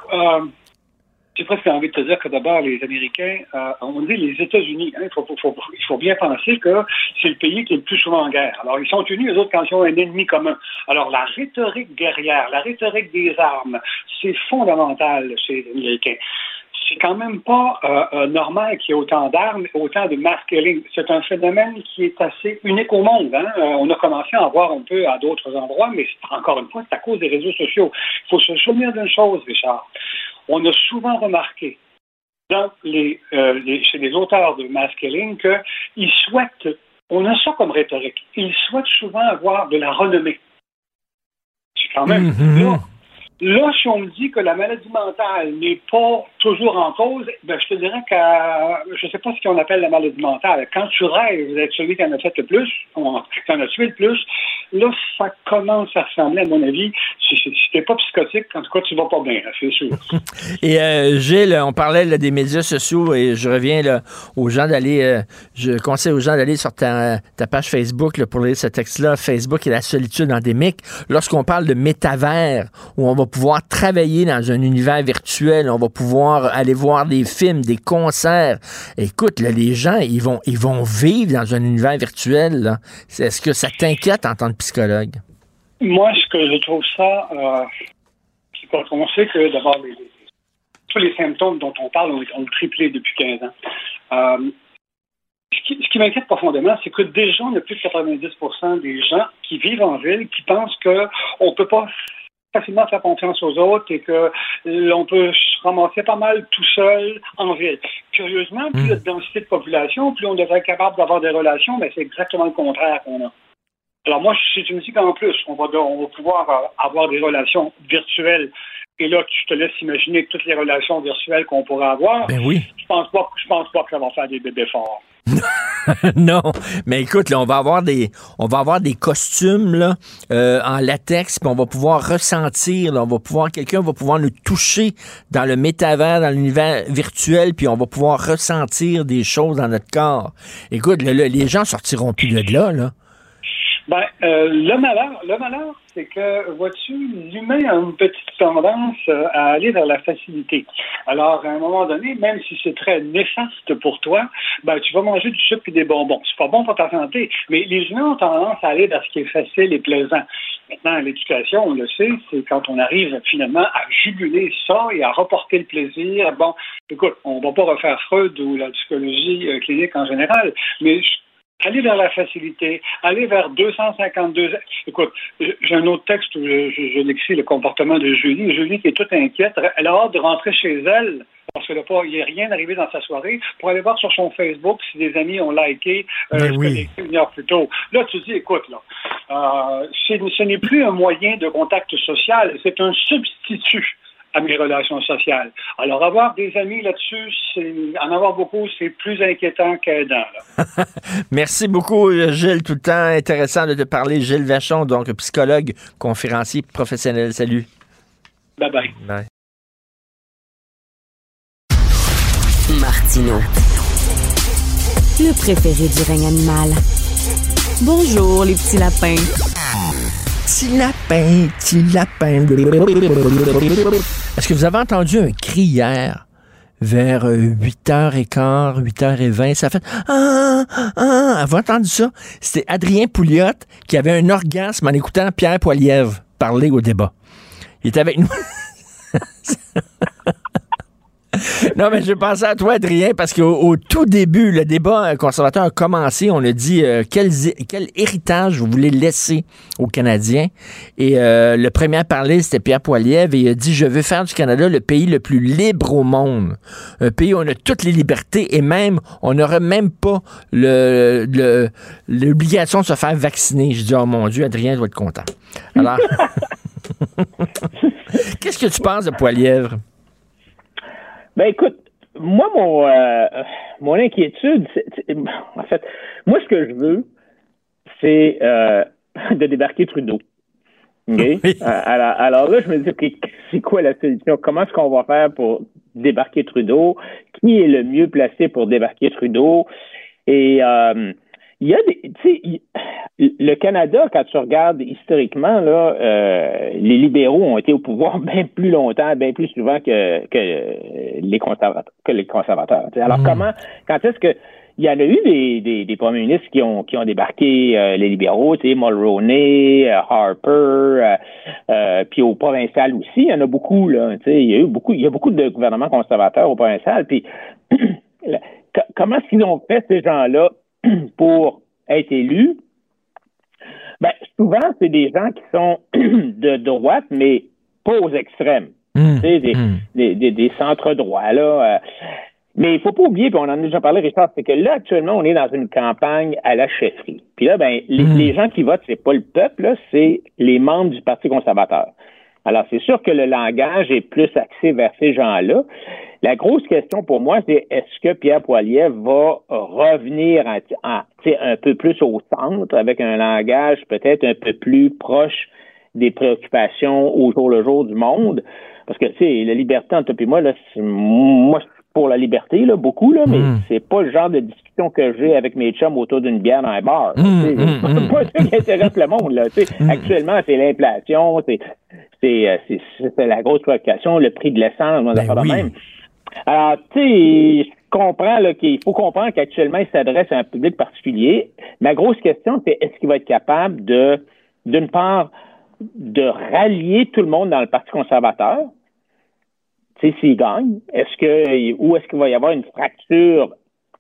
j'ai presque envie de te dire que d'abord, les Américains, on dit les États-Unis, il faut bien penser que c'est le pays qui est le plus souvent en guerre. Alors, ils sont unis, eux autres, quand ils ont un ennemi commun. Alors, la rhétorique guerrière, la rhétorique des armes, c'est fondamental chez les Américains. C'est quand même pas normal qu'il y ait autant d'armes, autant de mass killing. C'est un phénomène qui est assez unique au monde. On a commencé à en voir un peu à d'autres endroits, mais encore une fois, c'est à cause des réseaux sociaux. Il faut se souvenir d'une chose, Richard. On a souvent remarqué chez les auteurs de mass killing qu'ils souhaitent, on a ça comme rhétorique, ils souhaitent souvent avoir de la renommée. C'est quand même Là, si on me dit que la maladie mentale n'est pas toujours en cause, je te dirais que je ne sais pas ce qu'on appelle la maladie mentale. Quand tu rêves d'être celui qui en a fait le plus, qui en a tué le plus, là, ça commence à ressembler, à mon avis. Si t'es pas psychotique, en tout cas, tu vas pas bien, c'est sûr. Et Gilles, on parlait là, des médias sociaux et je reviens là, aux gens d'aller, je conseille aux gens d'aller sur ta page Facebook là, pour lire ce texte-là, Facebook et la solitude endémique. Lorsqu'on parle de métavers, où on va pouvoir travailler dans un univers virtuel, on va pouvoir aller voir des films, des concerts. Écoute, là, les gens, ils vont vivre dans un univers virtuel. Là. Est-ce que ça t'inquiète en tant que psychologue? Moi, ce que je trouve ça, c'est qu'on sait que d'abord, tous les symptômes dont on parle ont triplé depuis 15 ans. Ce qui m'inquiète profondément, c'est que déjà, on a plus de 90% des gens qui vivent en ville qui pensent qu'on ne peut pas facilement faire confiance aux autres et que l'on peut se ramasser pas mal tout seul en ville. Curieusement, plus il y a de densité de population, plus on devrait être capable d'avoir des relations, mais c'est exactement le contraire qu'on a. Alors moi, si tu me dis qu'en plus, on va pouvoir avoir des relations virtuelles, et là, tu te laisses imaginer toutes les relations virtuelles qu'on pourrait avoir, ben oui. Je pense pas que ça va faire des bébés forts. Non, mais écoute, là, on va avoir des costumes là, en latex, puis on va pouvoir ressentir, là, quelqu'un va pouvoir nous toucher dans le métavers, dans l'univers virtuel, puis on va pouvoir ressentir des choses dans notre corps. Écoute, là, les gens sortiront plus de là, là. Le malheur, c'est que, vois-tu, l'humain a une petite tendance à aller vers la facilité. Alors, à un moment donné, même si c'est très néfaste pour toi, tu vas manger du sucre et des bonbons. C'est pas bon pour ta santé, mais les humains ont tendance à aller vers ce qui est facile et plaisant. Maintenant, l'éducation, on le sait, c'est quand on arrive finalement à juguler ça et à reporter le plaisir. Bon, écoute, on va pas refaire Freud ou la psychologie clinique en général, mais aller vers la facilité, aller vers 252... Écoute, j'ai un autre texte où je décris le comportement de Julie. Julie qui est toute inquiète. Elle a hâte de rentrer chez elle parce qu'il n'y a rien arrivé dans sa soirée pour aller voir sur son Facebook si des amis ont liké une heure plus tôt. Là, tu dis, écoute, ce n'est plus un moyen de contact social, c'est un substitut à mes relations sociales. Alors, avoir des amis là-dessus, en avoir beaucoup, c'est plus inquiétant qu'aidant. Merci beaucoup, Gilles. Tout le temps intéressant de te parler. Gilles Vachon, donc psychologue, conférencier professionnel. Salut. Bye-bye. Bye. Martineau. Le préféré du règne animal. Bonjour, les petits lapins. Petit lapin, petit lapin. Est-ce que vous avez entendu un cri hier vers 8h15, 8h20? Ça fait Avez-vous entendu ça? C'était Adrien Pouliot qui avait un orgasme en écoutant Pierre Poilievre parler au débat. Il était avec nous. Non, mais je pensais à toi, Adrien, parce qu'au tout début, le débat conservateur a commencé. On a dit quel héritage vous voulez laisser aux Canadiens. Et le premier à parler, c'était Pierre Poilievre. Et il a dit, je veux faire du Canada le pays le plus libre au monde. Un pays où on a toutes les libertés et même, on n'aurait même pas l'obligation de se faire vacciner. Je dis, oh mon Dieu, Adrien doit être content. Alors, qu'est-ce que tu penses de Poilievre? Ben écoute, moi mon inquiétude, en fait, moi ce que je veux, c'est de débarquer Trudeau. Okay? Oui. Alors là, je me dis, okay, c'est quoi la solution? Comment est-ce qu'on va faire pour débarquer Trudeau? Qui est le mieux placé pour débarquer Trudeau? Et il y a le Canada, quand tu regardes historiquement, là, les libéraux ont été au pouvoir bien plus longtemps, bien plus souvent que les conservateurs. Alors quand est-ce que il y en a eu des premiers ministres qui ont débarqué les libéraux, Mulroney, Harper, puis au provincial aussi, il y en a beaucoup là. Il y a beaucoup de gouvernements conservateurs au provincial. Puis comment est-ce qu'ils ont fait ces gens-là pour être élus? Ben, souvent, c'est des gens qui sont de droite, mais pas aux extrêmes. Des centres-droits, là. Mais il faut pas oublier, puis on en a déjà parlé, Richard, c'est que là, actuellement, on est dans une campagne à la chefferie. Puis là, ben, les gens qui votent, c'est pas le peuple, là, c'est les membres du Parti conservateur. Alors, c'est sûr que le langage est plus axé vers ces gens-là. La grosse question pour moi, c'est est-ce que Pierre Poilievre va revenir un peu plus au centre avec un langage peut-être un peu plus proche des préoccupations au jour le jour du monde? Parce que, tu sais, la liberté entre toi et moi, là, moi, je suis pour la liberté, là, beaucoup, là, mais c'est pas le genre de discussion que j'ai avec mes chums autour d'une bière dans un bar. C'est pas ça qui intéresse le monde, là. Actuellement, c'est l'inflation, c'est la grosse préoccupation, le prix de l'essence, même. Alors, tu sais, je comprends là, qu'il faut comprendre qu'actuellement, il s'adresse à un public particulier. Ma grosse question, c'est est-ce qu'il va être capable d'une part, de rallier tout le monde dans le Parti conservateur, tu sais, s'il gagne, ou est-ce qu'il va y avoir une fracture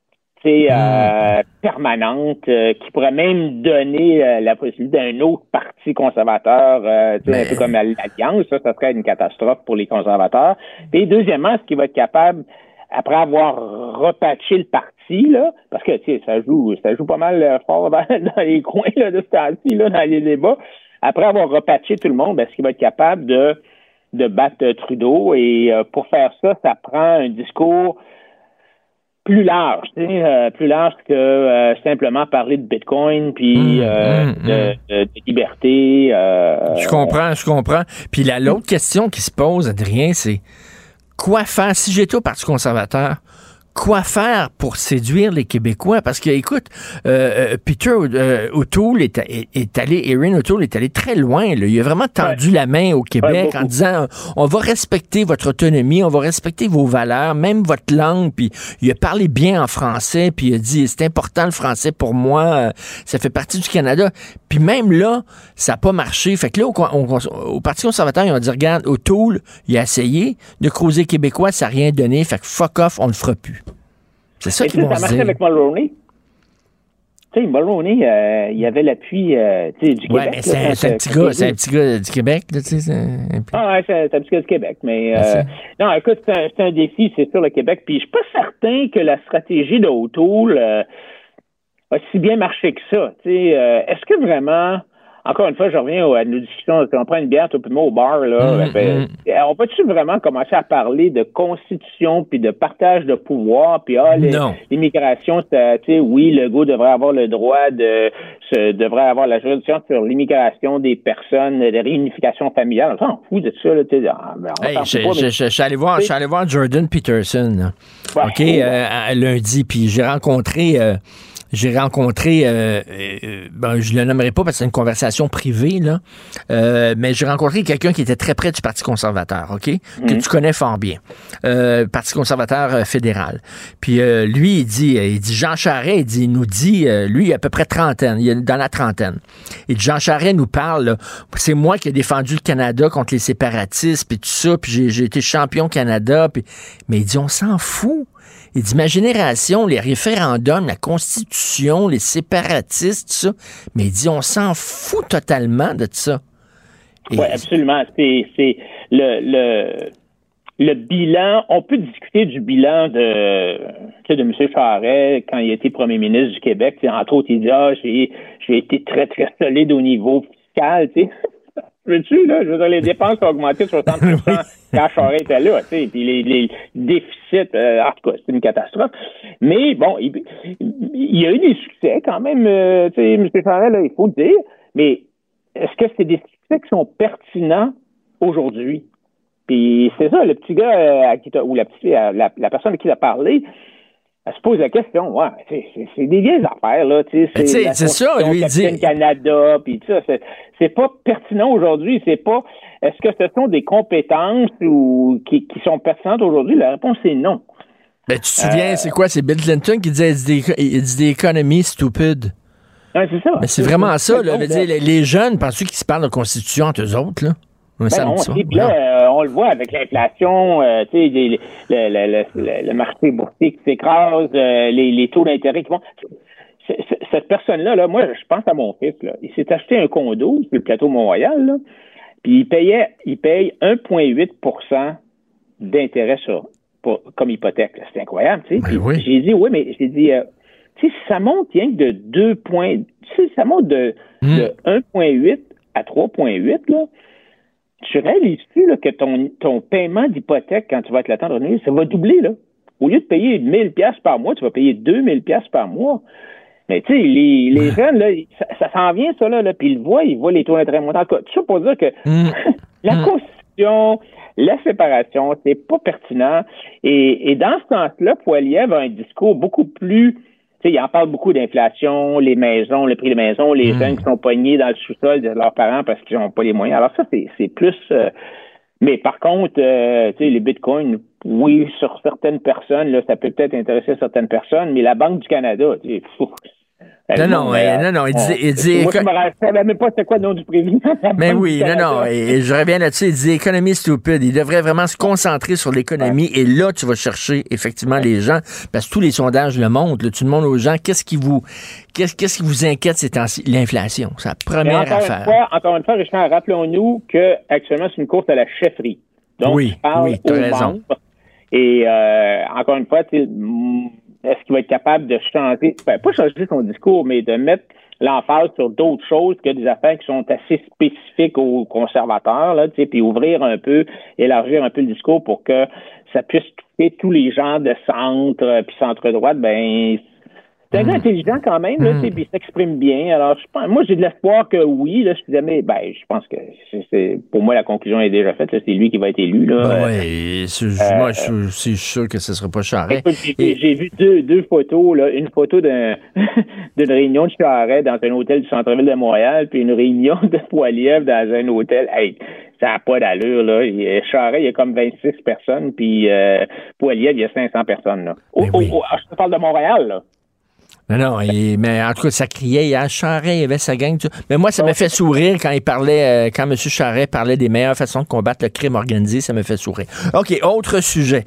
permanente qui pourrait même donner la possibilité d'un autre parti conservateur, un peu comme l'Alliance, ça serait une catastrophe pour les conservateurs. Et deuxièmement, est-ce qu'il va être capable, après avoir repatché le parti, là, parce que ça joue pas mal fort dans les coins là, de ce temps-ci, là, dans les débats, après avoir repatché tout le monde, est-ce qu'il va être capable de battre Trudeau? Et pour faire ça, ça prend un discours plus large, plus large que simplement parler de Bitcoin puis de liberté. Je comprends. Puis l'autre question qui se pose, Adrien, c'est quoi faire si j'étais au Parti conservateur? Quoi faire pour séduire les Québécois? Parce que, écoute, Peter O'Toole Erin O'Toole est allé très loin. Là. Il a vraiment tendu la main au Québec en disant on va respecter votre autonomie, on va respecter vos valeurs, même votre langue. Puis il a parlé bien en français, puis il a dit c'est important le français pour moi, ça fait partie du Canada. Puis même là, ça n'a pas marché. Fait que là, au Parti conservateur, ils ont dit regarde, O'Toole, il a essayé de creuser québécois, ça n'a rien donné. Fait que fuck off, on le fera plus. C'est ça qu'ils vont se dire. Ça marchait avec Mulroney. Tu sais, Mulroney, il y avait l'appui du Québec. Ouais, mais c'est un petit gars du Québec, là, tu sais. C'est un petit gars du Québec, mais non, écoute, c'est un défi, c'est sûr, le Québec. Puis je suis pas certain que la stratégie de O'Toole a si bien marché que ça. Tu sais, est-ce que vraiment encore une fois, je reviens à nos discussions. On prend une bière, tout le monde au bar, là. On peut-tu vraiment commencer à parler de constitution puis de partage de pouvoir puis l'immigration, tu sais, oui, le Legault devrait avoir le droit devrait avoir la juridiction sur l'immigration des personnes, de réunification familiale. On s'en fout de ça, là. Je suis allé voir Jordan Peterson, là. OK, lundi, puis j'ai rencontré, je le nommerai pas parce que c'est une conversation privée, là, mais j'ai rencontré quelqu'un qui était très près du Parti conservateur, OK, que tu connais fort bien, Parti conservateur fédéral. Puis lui, il dit Jean Charest, il nous dit, lui, il a à peu près trentaine, il est dans la trentaine. Et Jean Charest nous parle, là, c'est moi qui ai défendu le Canada contre les séparatistes, puis tout ça, puis j'ai été champion Canada, mais il dit, on s'en fout. Il dit, ma génération, les référendums, la Constitution, les séparatistes, tout ça. Mais il dit, on s'en fout totalement de ça. Oui, absolument. C'est le bilan. On peut discuter du bilan de M. Charest quand il a été premier ministre du Québec. Entre autres, il dit, j'ai été très, très solide au niveau fiscal, tu sais. Veux-tu, là? Je veux dire, les dépenses ont augmenté de 60% quand Charest était là, tu sais. Puis les déficits, en tout cas, c'est une catastrophe. Mais bon, il y a eu des succès quand même, tu sais, M. Charest, là, il faut le dire. Mais est-ce que c'est des succès qui sont pertinents aujourd'hui? Puis c'est ça, le petit gars ou la petite fille, la personne à qui il a parlé, elle se pose la question, c'est des vieilles affaires, là, tu sais, c'est ça, lui, il dit. Canada, puis ça, c'est pas pertinent aujourd'hui, c'est pas, est-ce que ce sont des compétences qui sont pertinentes aujourd'hui? La réponse est non. Ben, tu te souviens, c'est quoi? C'est Bill Clinton qui disait, il dit the economy stupid. Ouais, c'est ça. Mais c'est vraiment ça, là. Les jeunes, penses-tu qu'ils se parlent de constitution entre eux autres, là? Puis là, on le voit avec l'inflation, tu sais, le marché boursier qui s'écrase, les taux d'intérêt qui vont. Cette personne-là, là, moi, je pense à mon fils, là. Il s'est acheté un condo sur le plateau Mont-Royal, là, puis il paye 1,8% d'intérêt comme hypothèque. Là. C'est incroyable, tu sais. J'ai dit, tu sais, ça monte rien que de 2 points, tu sais, ça monte de 1,8 à 3,8, là. Tu réalises-tu là, que ton paiement d'hypothèque, quand tu vas être là-temps de revenir, ça va doubler, là. Au lieu de payer 1 000 $ par mois, tu vas payer 2 000 $ par mois. Mais tu sais, les jeunes, là, ça s'en vient, ça, là, puis ils voient les taux d'intérêt monter. En tout cas, tout ça pour dire que la Constitution, la séparation, c'est pas pertinent. Et dans ce sens-là, Poilievre a un discours beaucoup plus... Tu sais, il en parle beaucoup d'inflation, les maisons, le prix des maisons, les jeunes qui sont pognés dans le sous-sol de leurs parents parce qu'ils n'ont pas les moyens. Alors ça, c'est plus... mais par contre, tu sais, les bitcoins, oui, sur certaines personnes, là, ça peut peut-être intéresser certaines personnes, mais la Banque du Canada, tu sais, Non, il dit... Moi, je me rappelle même pas c'était quoi le nom du président. Mais oui, et je reviens là-dessus, il dit économie stupide. Il devrait vraiment se concentrer sur l'économie et là, tu vas chercher effectivement les gens, parce que tous les sondages le montrent. Là, tu demandes aux gens, qu'est-ce qui vous inquiète ces temps-ci? L'inflation, c'est la première affaire. Encore une fois, Richard, rappelons-nous qu'actuellement, c'est une course à la chefferie. Donc, oui, tu as raison. Et encore une fois, est-ce qu'il va être capable de changer, pas changer son discours, mais de mettre l'emphase sur d'autres choses que des affaires qui sont assez spécifiques aux conservateurs, là, tu sais, puis ouvrir un peu, élargir un peu le discours pour que ça puisse toucher tous les gens de centre puis centre-droite, c'est un gars intelligent quand même, là, puis il s'exprime bien. Alors, moi, j'ai de l'espoir que oui, là, je pense que pour moi, la conclusion est déjà faite, là, c'est lui qui va être élu, là. Moi, je suis sûr que ce ne sera pas Charest. J'ai vu deux photos, là, une photo d'une réunion de Charest dans un hôtel du centre-ville de Montréal, puis une réunion de Poilievre dans un hôtel. Hey, ça n'a pas d'allure, là. Charest, il y a comme 26 personnes, puis Poilievre, il y a 500 personnes, là. Je parle de Montréal, là. Non, mais en tout cas, ça criait hier. Charest, il avait sa gang. Mais moi, ça me fait sourire quand quand M. Charest parlait des meilleures façons de combattre le crime organisé, ça me fait sourire. OK, autre sujet.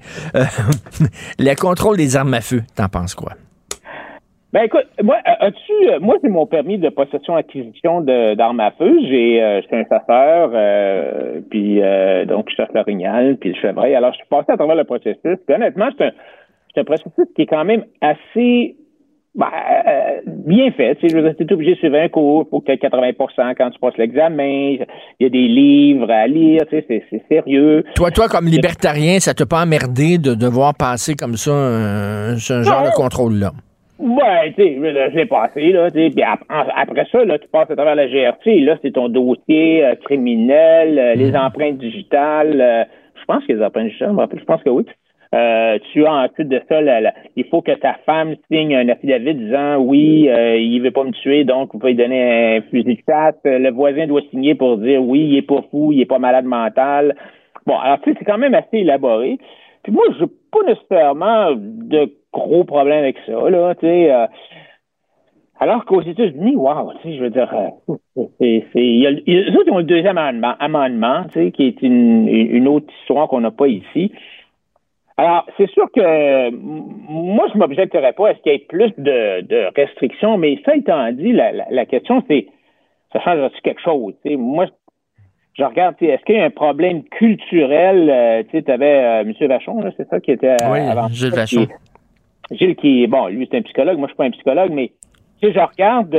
Le contrôle des armes à feu, t'en penses quoi? Ben écoute, moi c'est mon permis de possession-acquisition d'armes à feu. Je suis un chasseur, puis donc je chasse l'orignal, puis le chevreuil. Alors, je suis passé à travers le processus. Puis honnêtement, c'est un processus qui est quand même assez Bien fait. Tu es obligé de suivre un cours, il faut que tu aies 80% quand tu passes l'examen. Il y a des livres à lire, c'est sérieux. Toi, comme libertarien, ça t'a pas emmerdé de devoir passer comme ça ce genre de contrôle-là? Ouais, tu sais, je l'ai passé, là, tu sais, puis après ça, là, tu passes à travers la GRC, là, c'est ton dossier criminel, les empreintes digitales, je pense qu'il y a des empreintes digitales, je pense que oui. Tu as ensuite de ça, il faut que ta femme signe un affidavit disant oui, il veut pas me tuer, donc vous pouvez lui donner un fusil de chasse. Le voisin doit signer pour dire oui, il est pas fou, il est pas malade mental. Bon, alors tu sais, c'est quand même assez élaboré. Puis moi, j'ai pas nécessairement de gros problèmes avec ça, là, tu sais. Alors qu'aux États-Unis, wow, tu sais, je veux dire, les autres ont le deuxième amendement, tu sais, qui est une autre histoire qu'on n'a pas ici. Alors, c'est sûr que moi, je m'objecterais pas à ce qu'il y ait plus de restrictions, mais ça étant dit, la question, c'est, ça change-tu quelque chose? T'sais? Moi, je regarde, est-ce qu'il y a un problème culturel? Tu avais M. Vachon, là, c'est ça qui était avant. Gilles Vachon. Gilles qui, bon, lui, c'est un psychologue, moi, je suis pas un psychologue, mais tu sais, je regarde...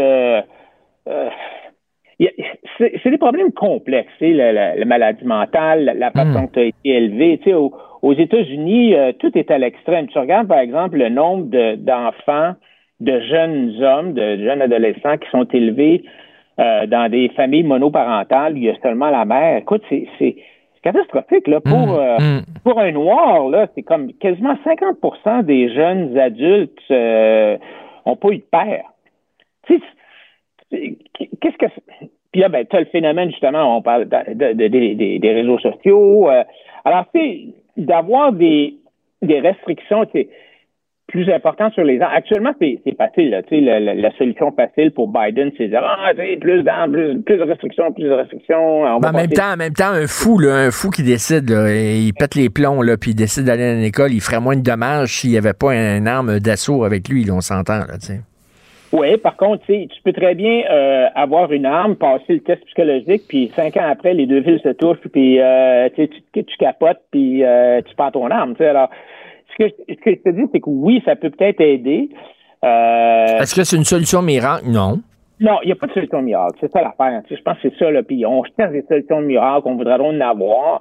c'est des problèmes complexes, la maladie mentale, la façon que tu as été élevé. Tu sais, aux États-Unis, tout est à l'extrême. Tu regardes, par exemple, le nombre d'enfants, de jeunes hommes, de jeunes adolescents qui sont élevés dans des familles monoparentales où il y a seulement la mère. Écoute, c'est catastrophique, là. Pour un Noir, là, c'est comme quasiment 50% des jeunes adultes ont pas eu de père. Tu sais, qu'est-ce que c'est? Puis là, ben, tu as le phénomène, justement, on parle des réseaux sociaux. Alors, c'est d'avoir des restrictions plus importantes sur les gens. Actuellement, c'est facile. Là, la solution facile pour Biden, c'est de dire plus de restrictions, plus de restrictions. En même temps, un fou qui décide, là, il pète les plombs, là, puis il décide d'aller à l'école, il ferait moins de dommages s'il n'y avait pas une arme d'assaut avec lui, là, on s'entend, là, tu sais. Oui, par contre, tu peux très bien avoir une arme, passer le test psychologique, puis 5 ans après, les deux villes se touchent, puis tu capotes, puis tu perds ton arme. T'sais. Alors, ce que je te dis, c'est que oui, ça peut peut-être aider. Est-ce que c'est une solution miracle? Non. Non, il n'y a pas de solution miracle. C'est ça l'affaire. Je pense que c'est ça, là. Puis on cherche des solutions miracles, on voudrait en avoir.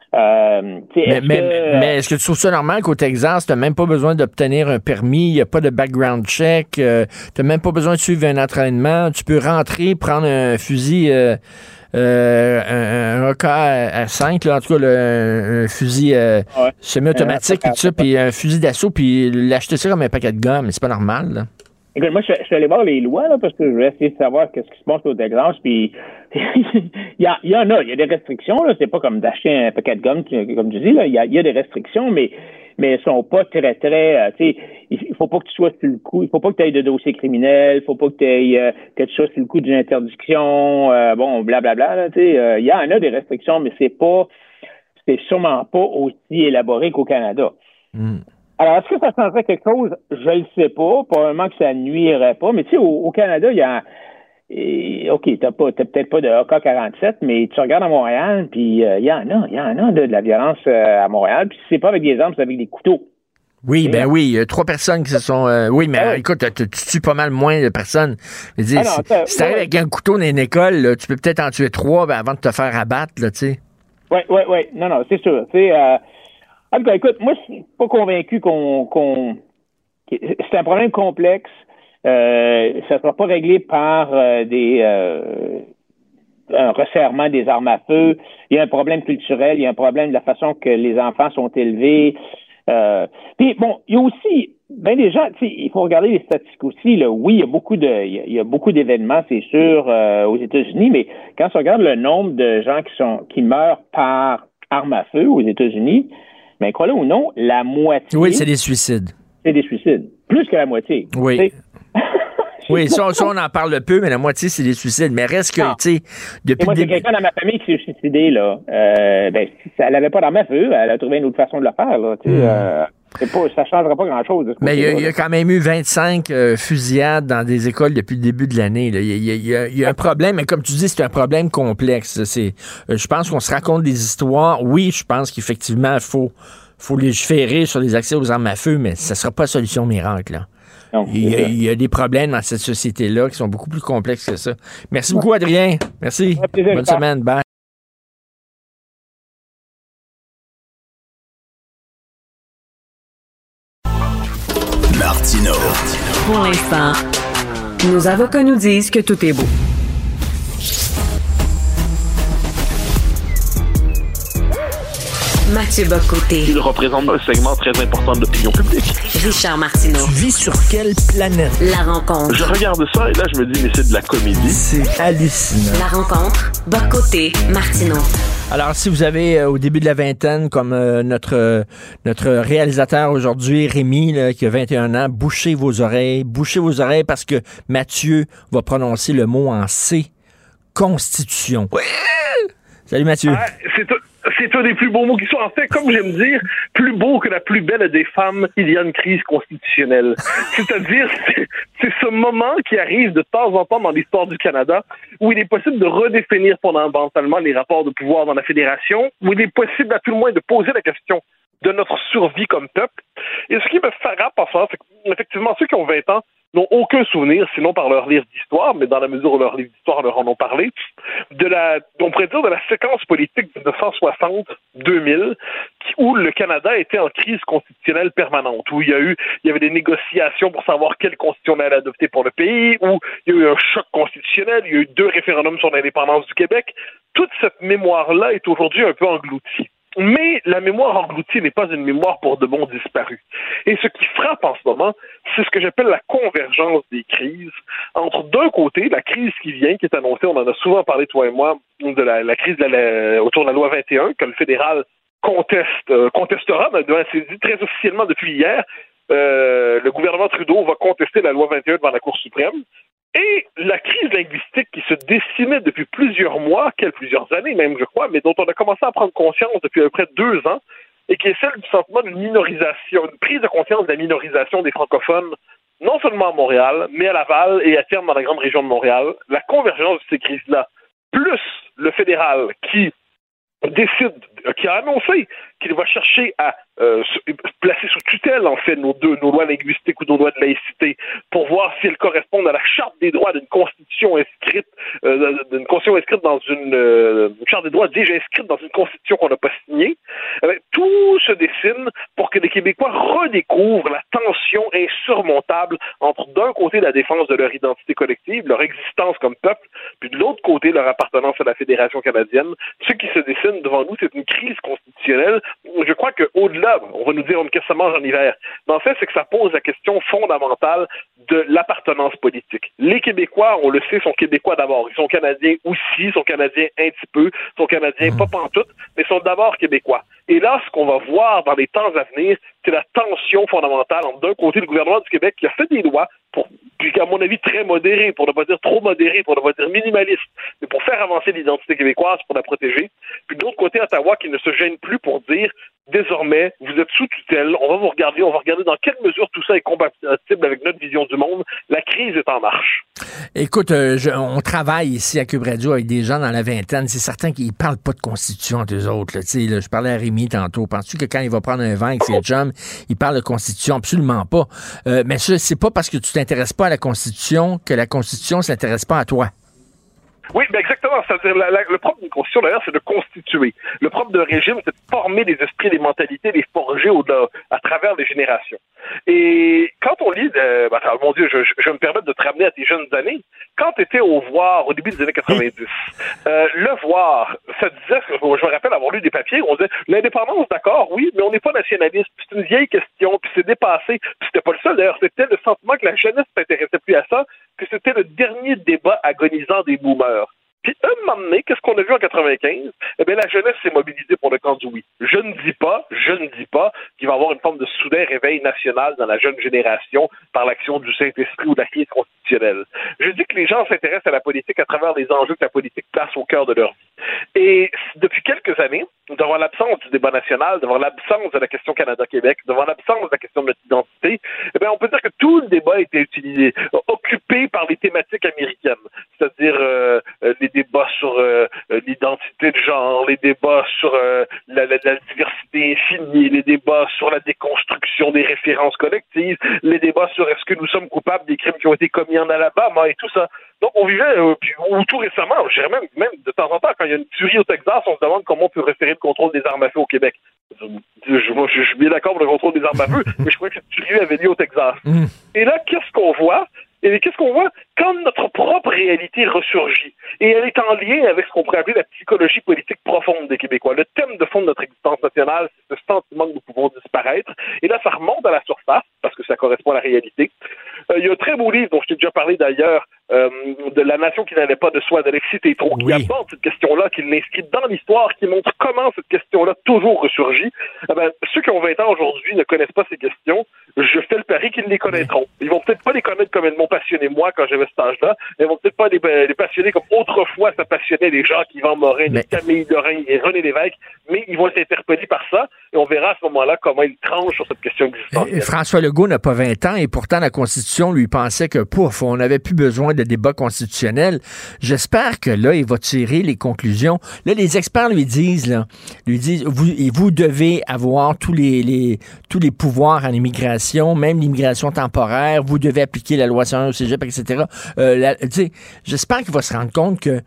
Mais est-ce que tu trouves ça normal qu'au Texas, tu n'as même pas besoin d'obtenir un permis, il n'y a pas de background check, tu n'as même pas besoin de suivre un entraînement, tu peux rentrer, prendre un fusil, un AK-5, là, en tout cas, un fusil semi-automatique, puis un fusil d'assaut, puis l'acheter ça comme un paquet de gomme, mais c'est pas normal, là. Écoute, moi, je suis allé voir les lois, là, parce que je voulais essayer de savoir qu'est-ce qui se passe au Texas, puis il y a des restrictions, là, c'est pas comme d'acheter un paquet de gomme, comme tu dis, là, il y a des restrictions, mais elles sont pas très, tu sais, il faut pas que tu sois sur le coup, il faut pas que tu aies de dossier criminel, il faut pas que tu sois sur le coup d'une interdiction, bon, blablabla, là, tu sais, il y en a des restrictions, mais c'est sûrement pas aussi élaboré qu'au Canada. Alors, est-ce que ça changerait quelque chose? Je le sais pas. Probablement que ça nuirait pas. Mais tu sais, au Canada, il y a... OK, t'as peut-être pas de AK-47, mais tu regardes à Montréal, puis il y en a de la violence à Montréal. Puis c'est pas avec des armes, c'est avec des couteaux. Oui, ben oui, 3 personnes qui se sont... oui, mais écoute, tu tues pas mal moins de personnes. Je veux dire, si t'arrives avec un couteau dans une école, là, tu peux peut-être en tuer 3 avant de te faire abattre, là, tu sais. Oui. Non, c'est sûr. Tu sais... En tout cas, écoute, moi, je suis pas convaincu c'est un problème complexe. Ça sera pas réglé par un resserrement des armes à feu. Il y a un problème culturel, il y a un problème de la façon que les enfants sont élevés. Puis bon, il y a aussi ben des gens, tu sais, il faut regarder les statistiques aussi. Là. Oui, il y a beaucoup d'événements, c'est sûr, aux États-Unis, mais quand on regarde le nombre de gens qui meurent par arme à feu aux États-Unis, mais crois-le ou non, la moitié... Oui, c'est des suicides. C'est des suicides. Plus que la moitié. Oui. Oui, ça, on en parle peu, mais la moitié, c'est des suicides. Mais reste que, tu sais, depuis... Moi, c'est quelqu'un dans ma famille qui s'est suicidé, là. Si elle n'avait pas d'arme à feu, elle a trouvé une autre façon de le faire, là. Ça ne changera pas grand-chose. Mais il y a quand même eu 25 fusillades dans des écoles depuis le début de l'année. Il y a un problème, mais comme tu dis, c'est un problème complexe. Je pense qu'on se raconte des histoires. Oui, je pense qu'effectivement, il faut légiférer sur les accès aux armes à feu, mais ça ne sera pas la solution miracle, là. Donc, il y a des problèmes dans cette société-là qui sont beaucoup plus complexes que ça. Merci beaucoup, Adrien. Merci. Bonne semaine. Bye. Martino. Pour l'instant, nos avocats nous disent que tout est beau. Mathieu Bock-Côté. Il représente un segment très important de l'opinion publique. Richard Martineau. Tu vis sur quelle planète? La rencontre. Je regarde ça et là, je me dis, mais c'est de la comédie. C'est hallucinant. La rencontre. Bock-Côté, Martineau. Alors, si vous avez au début de la vingtaine, comme notre réalisateur aujourd'hui, Rémi, là, qui a 21 ans, bouchez vos oreilles parce que Mathieu va prononcer le mot en C, Constitution. Ouais. Salut Mathieu. C'est un des plus beaux mots qui soit. En fait, comme j'aime dire, plus beau que la plus belle des femmes, il y a une crise constitutionnelle. C'est-à-dire, c'est ce moment qui arrive de temps en temps dans l'histoire du Canada où il est possible de redéfinir fondamentalement les rapports de pouvoir dans la fédération, où il est possible à tout le moins de poser la question de notre survie comme peuple. Et ce qui me frappe en ça, c'est qu'effectivement, ceux qui ont 20 ans n'ont aucun souvenir, sinon par leur livre d'histoire, mais dans la mesure où leurs livres d'histoire leur en ont parlé, on pourrait dire de la séquence politique de 1960-2000, où le Canada était en crise constitutionnelle permanente, où il y avait des négociations pour savoir quelle constitution on allait adopter pour le pays, où il y a eu un choc constitutionnel, il y a eu 2 référendums sur l'indépendance du Québec. Toute cette mémoire-là est aujourd'hui un peu engloutie. Mais la mémoire engloutie n'est pas une mémoire pour de bons disparus. Et ce qui frappe en ce moment, c'est ce que j'appelle la convergence des crises entre, d'un côté, la crise qui vient, qui est annoncée, on en a souvent parlé, toi et moi, de la crise autour de la loi 21, que le fédéral contestera, c'est dit très officiellement depuis hier, le gouvernement Trudeau va contester la loi 21 devant la Cour suprême. Et la crise linguistique qui se dessinait depuis plusieurs mois, plusieurs années même, je crois, mais dont on a commencé à prendre conscience depuis à peu près 2 ans, et qui est celle du sentiment d'une minorisation, une prise de conscience de la minorisation des francophones, non seulement à Montréal, mais à Laval et à terme dans la grande région de Montréal. La convergence de ces crises-là, plus le fédéral qui a annoncé qu'il va chercher à placer sous tutelle, en fait, nos lois linguistiques ou nos lois de laïcité pour voir si elles correspondent à la charte des droits d'une constitution inscrite, dans une charte des droits déjà inscrite dans une constitution qu'on n'a pas signée. Tout se dessine pour que les Québécois redécouvrent la tension insurmontable entre, d'un côté, la défense de leur identité collective, leur existence comme peuple, puis de l'autre côté, leur appartenance à la Fédération canadienne. Ce qui se dessine devant nous, c'est une crise constitutionnelle. Je crois qu'au-delà, on va nous dire qu'est-ce que ça mange en hiver. Mais en fait, c'est que ça pose la question fondamentale de l'appartenance politique. Les Québécois, on le sait, sont Québécois d'abord. Ils sont Canadiens aussi, ils sont Canadiens un petit peu, ils sont Canadiens pas pantoute, mais ils sont d'abord Québécois. Et là, ce qu'on va voir dans les temps à venir, c'est la tension fondamentale entre, d'un côté, le gouvernement du Québec qui a fait des lois, puis à mon avis très modérées, pour ne pas dire trop modérées, pour ne pas dire minimalistes, mais pour faire avancer l'identité québécoise, pour la protéger. Puis de l'autre côté, Ottawa qui ne se gêne plus pour dire, désormais, vous êtes sous tutelle, on va regarder dans quelle mesure tout ça est compatible avec notre vision du monde. La crise est en marche. Écoute, on travaille ici à Cube Radio avec des gens dans la vingtaine. C'est certain qu'ils parlent pas de constitution entre eux autres. Là, je parlais à Rémi tantôt. Penses-tu que quand il va prendre un vin avec ses chums, il parle de constitution? Absolument pas. Mais ça, c'est pas parce que tu t'intéresses pas à la constitution que la constitution s'intéresse pas à toi. Oui, ben exactement. C'est-à-dire, le propre d'une constitution, d'ailleurs, c'est de constituer. Le propre d'un régime, c'est de former les esprits, les mentalités, les forger à travers les générations. Et quand on lit, mon Dieu, je vais me permettre de te ramener à tes jeunes années. Quand tu étais au Voir, au début des années 90, le Voir, ça disait, je me rappelle avoir lu des papiers, on disait, l'indépendance, d'accord, oui, mais on n'est pas nationaliste, puis c'est une vieille question, puis c'est dépassé, puis c'était pas le seul, d'ailleurs, c'était le sentiment que la jeunesse ne s'intéressait plus à ça, que c'était le dernier débat agonisant des boomers. Puis, un moment donné, qu'est-ce qu'on a vu en 95? Eh bien, la jeunesse s'est mobilisée pour le camp du oui. Je ne dis pas qu'il va y avoir une forme de soudain réveil national dans la jeune génération par l'action du Saint-Esprit ou de la crise constitutionnelle. Je dis que les gens s'intéressent à la politique à travers les enjeux que la politique place au cœur de leur vie. Et depuis quelques années, devant l'absence du débat national, devant l'absence de la question Canada-Québec, devant l'absence de la question de notre identité, eh bien, on peut dire que tout le débat a été utilisé, occupé par les thématiques américaines, c'est-à-dire les débats sur l'identité de genre, les débats sur la diversité infinie, les débats sur la déconstruction des références collectives, les débats sur est-ce que nous sommes coupables des crimes qui ont été commis en Alabama et tout ça. Donc, on vivait, ou tout récemment, je dirais même de temps en temps, quand il y a une tuerie au Texas, on se demande comment on peut référer le contrôle des armes à feu au Québec. Je suis bien d'accord pour le contrôle des armes à feu, mais je crois que cette tuerie avait lieu au Texas. Et là, qu'est-ce qu'on voit? Et qu'est-ce qu'on voit? Quand notre propre réalité ressurgit, et elle est en lien avec ce qu'on pourrait appeler la psychologie politique profonde des Québécois. Le thème de fond de notre existence nationale, c'est ce sentiment que nous pouvons disparaître. Et là, ça remonte à la surface, parce que ça correspond à la réalité. Il y a un très beau livre dont je t'ai déjà parlé d'ailleurs, de La nation qui n'allait pas de soi, d'Alexis Tétrault, qui aborde cette question-là, qui l'inscrit dans l'histoire, qui montre comment cette question-là toujours ressurgit. Ceux qui ont 20 ans aujourd'hui ne connaissent pas ces questions. Je fais le pari qu'ils les connaîtront. Ils vont peut-être pas les connaître comme elles m'ont passionné moi quand j'avais cet âge-là, mais ils vont peut-être pas les passionner comme autrefois ça passionnait les Jacques-Yvan Morin, les Camille Lorrain et René Lévesque, mais ils vont être interpellés par ça et on verra à ce moment-là comment ils tranchent sur cette question existentielle. François Legault n'a pas 20 ans et pourtant la Constitution lui pensait que on n'avait plus besoin de débat constitutionnel. J'espère que là, il va tirer les conclusions. Là, les experts lui disent, vous devez avoir tous les pouvoirs en immigration, même l'immigration temporaire, vous devez appliquer la loi 101 au cégep, etc. J'espère qu'il va se rendre compte que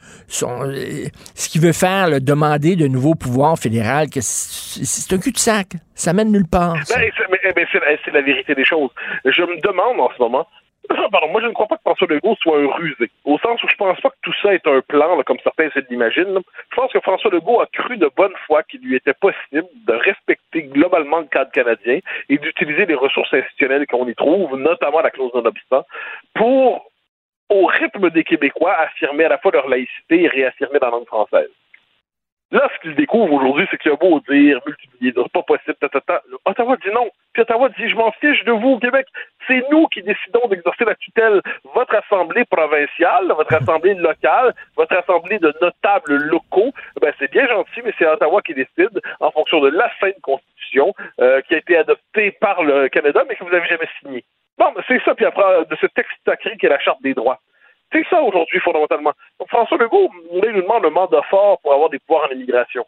ce qu'il veut faire, demander de nouveaux pouvoirs fédéraux, que c'est un cul-de-sac. Ça mène nulle part. C'est la vérité des choses. Je me demande en ce moment, moi je ne crois pas que François Legault soit un rusé, au sens où je pense pas que tout ça est un plan, là, comme certains essaient de l'imaginer. Je pense que François Legault a cru de bonne foi qu'il lui était possible de respecter globalement le cadre canadien et d'utiliser les ressources institutionnelles qu'on y trouve, notamment la clause non-obstant, pour, au rythme des Québécois, affirmer à la fois leur laïcité et réaffirmer la langue française. Là, ce qu'ils découvrent aujourd'hui, c'est qu'il y a beau dire, multiplier, c'est pas possible, Ottawa dit non. Puis Ottawa dit, je m'en fiche de vous au Québec. C'est nous qui décidons d'exercer la tutelle. Votre assemblée provinciale, votre assemblée locale, votre assemblée de notables locaux, c'est bien gentil, mais c'est Ottawa qui décide en fonction de la sainte constitution qui a été adoptée par le Canada, mais que vous n'avez jamais signée. Bon, c'est ça, puis après, de ce texte sacré qui est la Charte des droits. C'est ça aujourd'hui, fondamentalement. Donc, François Legault, il nous demande un mandat fort pour avoir des pouvoirs en immigration.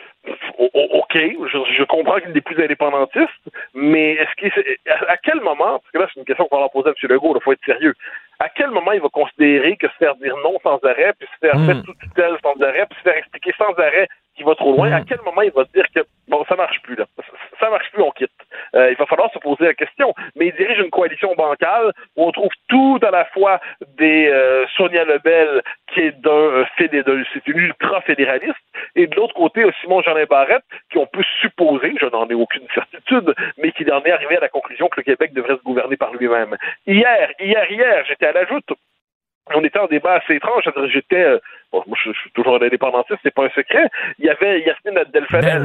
OK, je comprends qu'il est plus indépendantiste, mais à quel moment, parce que là, c'est une question qu'on va leur poser à M. Legault, il faut être sérieux, à quel moment il va considérer que se faire dire non sans arrêt, puis se faire faire toute tutelle sans arrêt, puis se faire expliquer sans arrêt qu'il va trop loin, à quel moment il va se dire que, bon, ça marche plus, là. Ça marche plus, on quitte. Il va falloir se poser la question. Mais il dirige une coalition bancale où on trouve tout à la fois des Sonia Lebel, qui est c'est une ultra-fédéraliste, et de l'autre côté, Simon-Jeanin Barrette, qui on peut supposer, je n'en ai aucune certitude, mais qui en est arrivé à la conclusion que le Québec devrait se gouverner par lui-même. Hier, j'étais à la joute. On était en débat assez étrange. Moi, je suis toujours un indépendantiste, c'est pas un secret. Il y avait Yasmine Abdel-Fattah.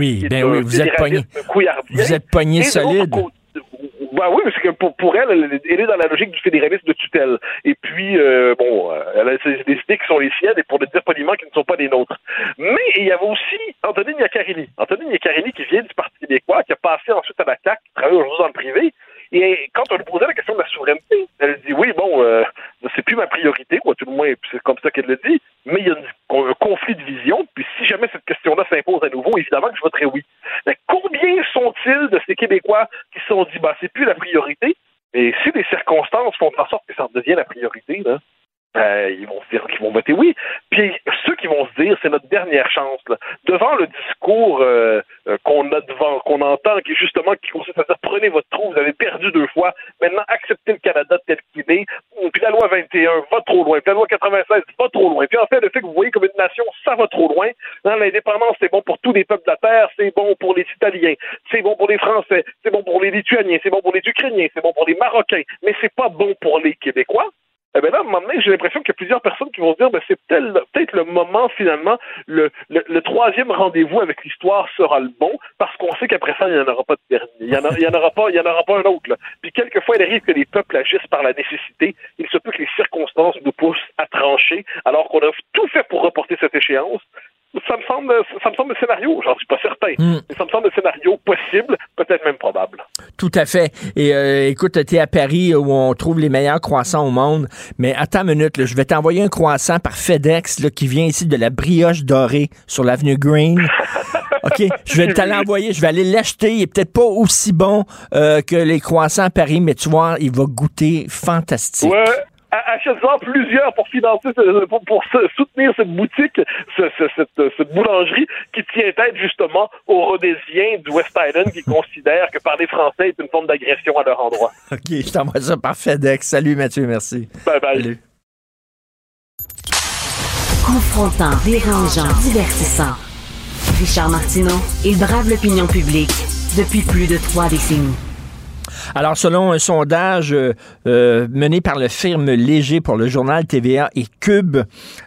Vous êtes pogné solide. Oui, mais c'est que pour elle est dans la logique du fédéralisme de tutelle. Et puis, elle a des idées qui sont les siennes et pour le dire poliment, qui ne sont pas les nôtres. Mais il y avait aussi Antonine Iacarelli. Antonine Iacarelli qui vient du Parti québécois, qui a passé ensuite à la CAQ, qui travaille aujourd'hui dans le privé. Et quand on lui posait la question de la souveraineté, elle dit oui, c'est plus ma priorité, quoi, tout le moins, c'est comme ça qu'elle le dit, mais il y a un conflit de vision, puis si jamais cette question-là s'impose à nouveau, évidemment que je voterai oui. Mais combien sont-ils de ces Québécois qui se sont dit, c'est plus la priorité, mais si les circonstances font en sorte que ça devient la priorité, là, ils vont se dire qu'ils vont voter oui. Puis ceux qui vont se dire c'est notre dernière chance là, devant le discours qu'on entend, qui consiste à dire prenez votre trou, vous avez perdu 2 fois, maintenant acceptez le Canada tel qu'il est, puis la loi 21 va trop loin, puis la loi 96 va trop loin, puis en fait le fait que vous voyez comme une nation, ça va trop loin. L'indépendance c'est bon pour tous les peuples de la terre, c'est bon pour les Italiens, c'est bon pour les Français, c'est bon pour les Lituaniens, c'est bon pour les Ukrainiens, c'est bon pour les Marocains, mais c'est pas bon pour les Québécois. Là, à un moment donné, j'ai l'impression qu'il y a plusieurs personnes qui vont se dire c'est peut-être le moment, finalement, le 3e rendez-vous avec l'histoire sera le bon, parce qu'on sait qu'après ça, il n'y en aura pas de dernier. Il y en aura pas un autre, là. Puis quelquefois, il arrive que les peuples agissent par la nécessité. Il se peut que les circonstances nous poussent à trancher, alors qu'on a tout fait pour reporter cette échéance. Ça me semble un scénario, j'en suis pas certain, mais ça me semble un scénario possible, peut-être même probable. Tout à fait. Et écoute, t'es à Paris où on trouve les meilleurs croissants au monde, mais attends une minute, là, je vais t'envoyer un croissant par FedEx là, qui vient ici de la Brioche Dorée sur l'avenue Green. OK, je vais te l'envoyer, je vais aller l'acheter. Il est peut-être pas aussi bon que les croissants à Paris, mais tu vois, il va goûter fantastique. Ouais. Achète-en plusieurs pour financer, pour soutenir cette boutique, cette boulangerie qui tient tête justement aux Rhodésiens du West Island qui considèrent que parler français est une forme d'agression à leur endroit. OK, je t'envoie ça par FedEx. Salut Mathieu, merci. Bye bye. Salut. Confrontant, dérangeant, divertissant. Richard Martineau, il brave l'opinion publique depuis plus de 3 décennies. Alors, selon un sondage mené par la firme Léger pour le journal TVA et Cube,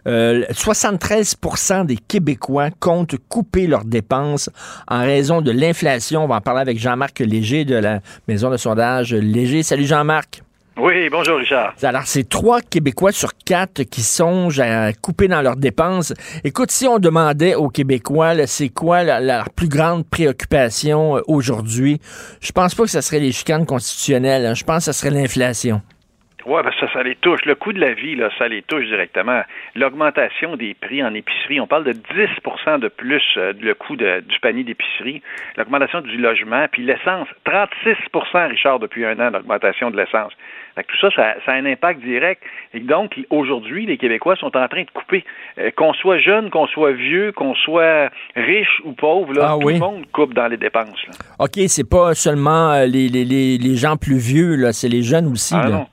73% des Québécois comptent couper leurs dépenses en raison de l'inflation. On va en parler avec Jean-Marc Léger de la maison de sondage Léger. Salut Jean-Marc. Oui, bonjour Richard. Alors, c'est 3 Québécois sur 4 qui songent à couper dans leurs dépenses. Écoute, si on demandait aux Québécois, là, c'est quoi leur plus grande préoccupation aujourd'hui, je pense pas que ça serait les chicanes constitutionnelles. Hein. Je pense que ça serait l'inflation. Oui, ben ça les touche. Le coût de la vie, là, ça les touche directement. L'augmentation des prix en épicerie, on parle de 10% de plus le coût du panier d'épicerie. L'augmentation du logement, puis l'essence, 36%, Richard, depuis un an, l'augmentation de l'essence. Fait que tout ça, ça a un impact direct. Et donc, aujourd'hui, les Québécois sont en train de couper. Qu'on soit jeune, qu'on soit vieux, qu'on soit riche ou pauvre, là, tout le monde coupe dans les dépenses. Là. OK, c'est pas seulement les gens plus vieux, là, c'est les jeunes aussi. Ah là. Non.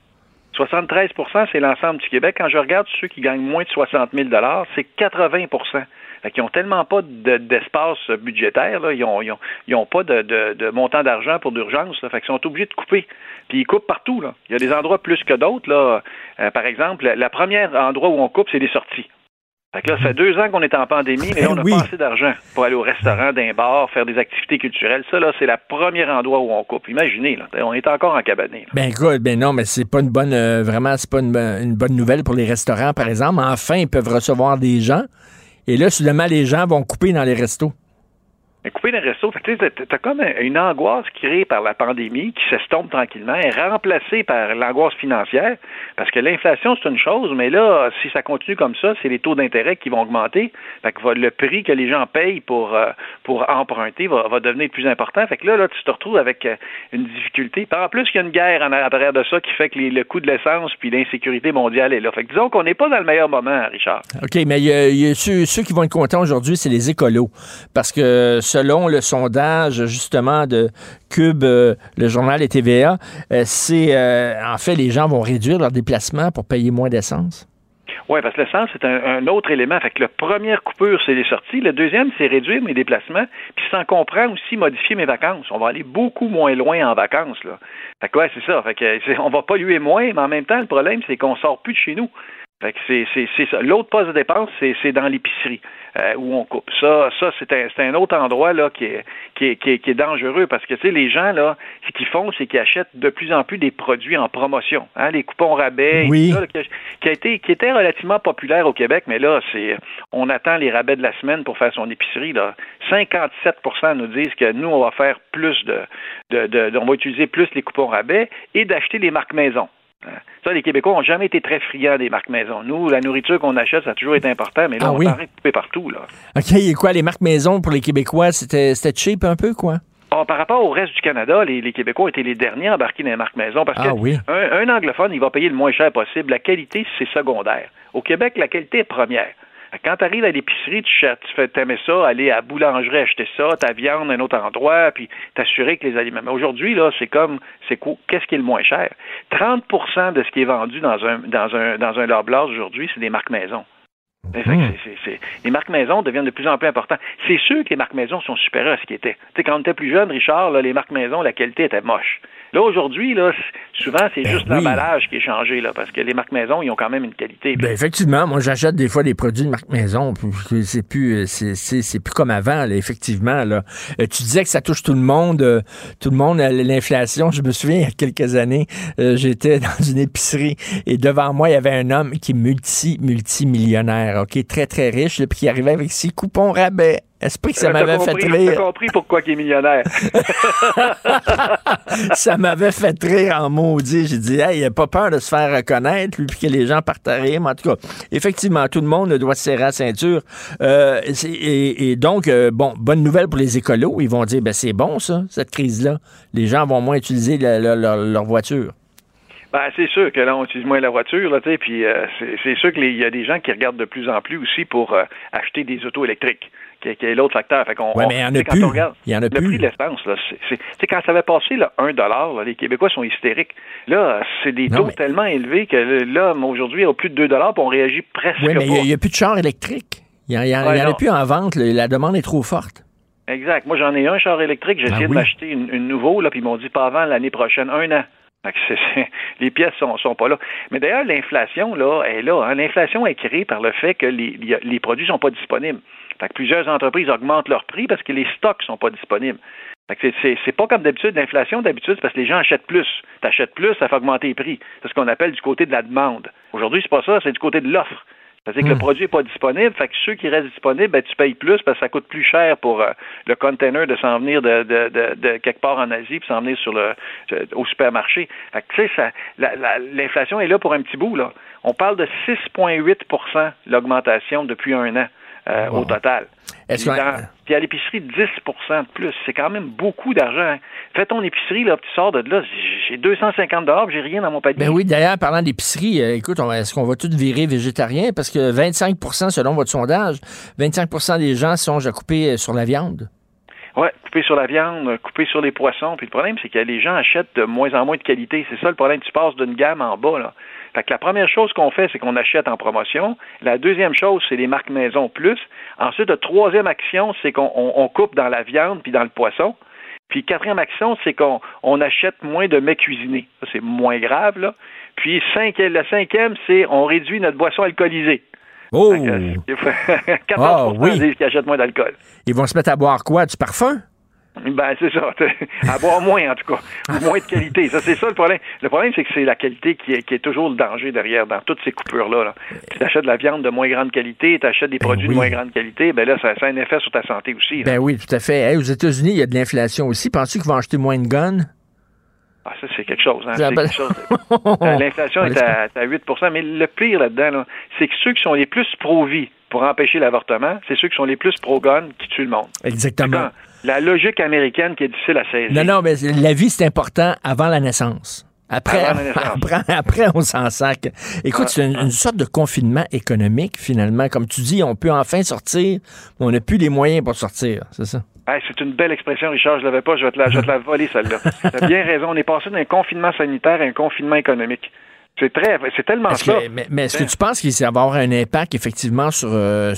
73%, c'est l'ensemble du Québec. Quand je regarde ceux qui gagnent moins de 60 000 $, c'est 80%. Fait qu'ils n'ont tellement pas d'espace budgétaire, là. Ils ont pas de montant d'argent pour d'urgence, là. Fait qu'ils sont obligés de couper. Puis ils coupent partout, là. Il y a des endroits plus que d'autres, là. Par exemple, le premier endroit où on coupe, c'est les sorties. Fait que là, ça fait 2 ans qu'on est en pandémie, mais là, on n'a pas assez d'argent pour aller au restaurant, d'un bar, faire des activités culturelles. Ça, là, c'est le premier endroit où on coupe. Imaginez, là, on est encore en cabané. Ben écoute, ben non, mais c'est pas une bonne, vraiment, c'est pas une bonne nouvelle pour les restaurants, par exemple. Enfin, ils peuvent recevoir des gens. Et là, soudainement, les gens vont couper dans les restos. Couper dans les restos, t'as comme une angoisse créée par la pandémie qui s'estompe tranquillement, est remplacée par l'angoisse financière, parce que l'inflation, c'est une chose, mais là, si ça continue comme ça, c'est les taux d'intérêt qui vont augmenter. Fait que le prix que les gens payent pour emprunter va devenir plus important. Fait que là, tu te retrouves avec une difficulté. Puis en plus, il y a une guerre en arrière de ça qui fait que le coût de l'essence puis l'insécurité mondiale est là. Fait que disons qu'on n'est pas dans le meilleur moment, Richard. OK, mais il y a ceux qui vont être contents aujourd'hui, c'est les écolos. Parce que selon le sondage, justement, de Cube, le journal et TVA, en fait, les gens vont réduire leurs déplacements pour payer moins d'essence. Oui, parce que l'essence, c'est un autre élément. Fait que la première coupure, c'est les sorties. Le deuxième, c'est réduire mes déplacements. Puis ça en comprend aussi modifier mes vacances. On va aller beaucoup moins loin en vacances, là. Fait que ouais, c'est ça. Fait que on va polluer moins, mais en même temps, le problème, c'est qu'on sort plus de chez nous. Fait que c'est ça. L'autre poste de dépense, c'est dans l'épicerie où on coupe. Ça c'est un autre endroit là qui est dangereux parce que tu sais les gens là, ce qu'ils font, c'est qu'ils achètent de plus en plus des produits en promotion, hein, les coupons rabais, oui. Tout ça, qui était relativement populaire au Québec, mais là on attend les rabais de la semaine pour faire son épicerie là. 57% nous disent que nous on va faire plus on va utiliser plus les coupons rabais et d'acheter les marques maison. Ça, les Québécois n'ont jamais été très friands des marques maison. Nous, la nourriture qu'on achète, ça a toujours été important, mais là, on s'arrête de couper partout. Là. OK, et quoi, les marques maison pour les Québécois, c'était cheap un peu, quoi? Par rapport au reste du Canada, les Québécois étaient les derniers à embarquer dans les marques maison parce un anglophone, il va payer le moins cher possible. La qualité, c'est secondaire. Au Québec, la qualité est première. Quand tu arrives à l'épicerie, t'aimais ça, aller à la boulangerie acheter ça, ta viande à un autre endroit, puis t'assurer que les aliments. Mais aujourd'hui, là, qu'est-ce qui est le moins cher? 30% de ce qui est vendu dans un Loblaws aujourd'hui, c'est des marques maison. Les marques maison deviennent de plus en plus importantes. C'est sûr que les marques maison sont supérieures à ce qui était. Tu sais, quand on était plus jeune, Richard, là, les marques maison, la qualité était moche. Là, aujourd'hui, là, souvent, c'est juste l'emballage qui est changé, là, parce que les marques maison, ils ont quand même une qualité. Ben, effectivement, moi, j'achète des fois des produits de marque maison, c'est plus comme avant, là, effectivement, là. Tu disais que ça touche tout le monde, l'inflation. Je me souviens, il y a quelques années, j'étais dans une épicerie et devant moi, il y avait un homme qui est multimillionnaire, hockey très, très riche, puis qui arrivait avec 6 coupons rabais. Esprit que ça m'avait fait rire. T'as compris pourquoi il est millionnaire. Ça m'avait fait rire en maudit. J'ai dit, il n'a pas peur de se faire reconnaître, lui, puis que les gens partent à rire. Mais en tout cas, effectivement, tout le monde doit se serrer la ceinture. Et donc, bonne nouvelle pour les écolos. Ils vont dire, c'est bon, ça, cette crise-là. Les gens vont moins utiliser leur voiture. Ben, c'est sûr que là, on utilise moins la voiture, là, puis c'est sûr qu'il y a des gens qui regardent de plus en plus aussi pour acheter des autos électriques, qui est l'autre facteur. Fait qu'on, mais il y en a plus. Il y en a le plus. prix de l'essence, là, c'est quand ça avait passé là, 1 $, là, les Québécois sont hystériques. Là, c'est des taux tellement élevés que là, aujourd'hui, il y a plus de 2 $, puis on réagit presque pas. Oui, mais il n'y a plus de chars électriques. Il n'y en a plus en vente. La demande est trop forte. Exact. Moi, j'en ai un char électrique. J'ai essayé de m'acheter une nouveau, là, puis ils m'ont dit pas avant l'année prochaine, 1 an. Les pièces sont pas là. Mais d'ailleurs, l'inflation, là, est là. Hein. L'inflation est créée par le fait que les produits sont pas disponibles. Fait que plusieurs entreprises augmentent leur prix parce que les stocks sont pas disponibles. Fait que c'est pas comme d'habitude. L'inflation, d'habitude, c'est parce que les gens achètent plus. T'achètes plus, ça fait augmenter les prix. C'est ce qu'on appelle du côté de la demande. Aujourd'hui, c'est pas ça, c'est du côté de l'offre. C'est-à-dire que le produit n'est pas disponible, fait que ceux qui restent disponibles, tu payes plus parce que ça coûte plus cher pour le container de s'en venir de quelque part en Asie puis s'en venir au supermarché. Fait que, tu sais, l'inflation est là pour un petit bout, là. On parle de 6,8% l'augmentation depuis 1 an au total. Puis à l'épicerie, 10% de plus. C'est quand même beaucoup d'argent. Hein. Fais ton épicerie, là, tu sors de là, j'ai 250 $, j'ai rien dans mon panier. Ben oui, d'ailleurs, parlant d'épicerie, écoute, est-ce qu'on va tous virer végétarien? Parce que 25%, selon votre sondage, 25% des gens songent à couper sur la viande. Oui, couper sur la viande, couper sur les poissons. Puis le problème, c'est que les gens achètent de moins en moins de qualité. C'est ça le problème. Tu passes d'une gamme en bas, là. Fait que la première chose qu'on fait, c'est qu'on achète en promotion. La deuxième chose, c'est les marques maison plus. Ensuite, la troisième action, c'est qu'on coupe dans la viande puis dans le poisson. Puis quatrième action, c'est qu'on achète moins de mets cuisinés. Ça, c'est moins grave, là. Puis la cinquième, c'est on réduit notre boisson alcoolisée. Oh! 14% disent qu'ils achètent moins d'alcool. Ils vont se mettre à boire quoi? Du parfum? Ben, c'est ça. À boire moins, en tout cas. Moins de qualité. Ça, c'est ça le problème. Le problème, c'est que c'est la qualité qui est toujours le danger derrière, dans toutes ces coupures-là. Là. Tu achètes de la viande de moins grande qualité, tu achètes des produits de moins grande qualité, ben là, ça a un effet sur ta santé aussi. Là. Ben oui, tout à fait. Hey, aux États-Unis, il y a de l'inflation aussi. Penses-tu qu'ils vont acheter moins de guns? Ah, ça, c'est quelque chose. Hein? C'est quelque chose. L'inflation est à 8%, mais le pire là-dedans, là, c'est que ceux qui sont les plus pro-vie pour empêcher l'avortement, c'est ceux qui sont les plus pro-gun qui tuent le monde. Exactement. La logique américaine qui est difficile à saisir. Non, mais la vie, c'est important avant la naissance. Après, on s'en sac. Écoute, c'est une sorte de confinement économique, finalement. Comme tu dis, on peut enfin sortir, mais on n'a plus les moyens pour sortir, c'est ça? Hey, c'est une belle expression, Richard. Je l'avais pas, je vais te la voler, celle-là. Tu as bien raison. On est passé d'un confinement sanitaire à un confinement économique. C'est tellement ça. Mais est-ce que tu penses qu'il va avoir un impact, effectivement, sur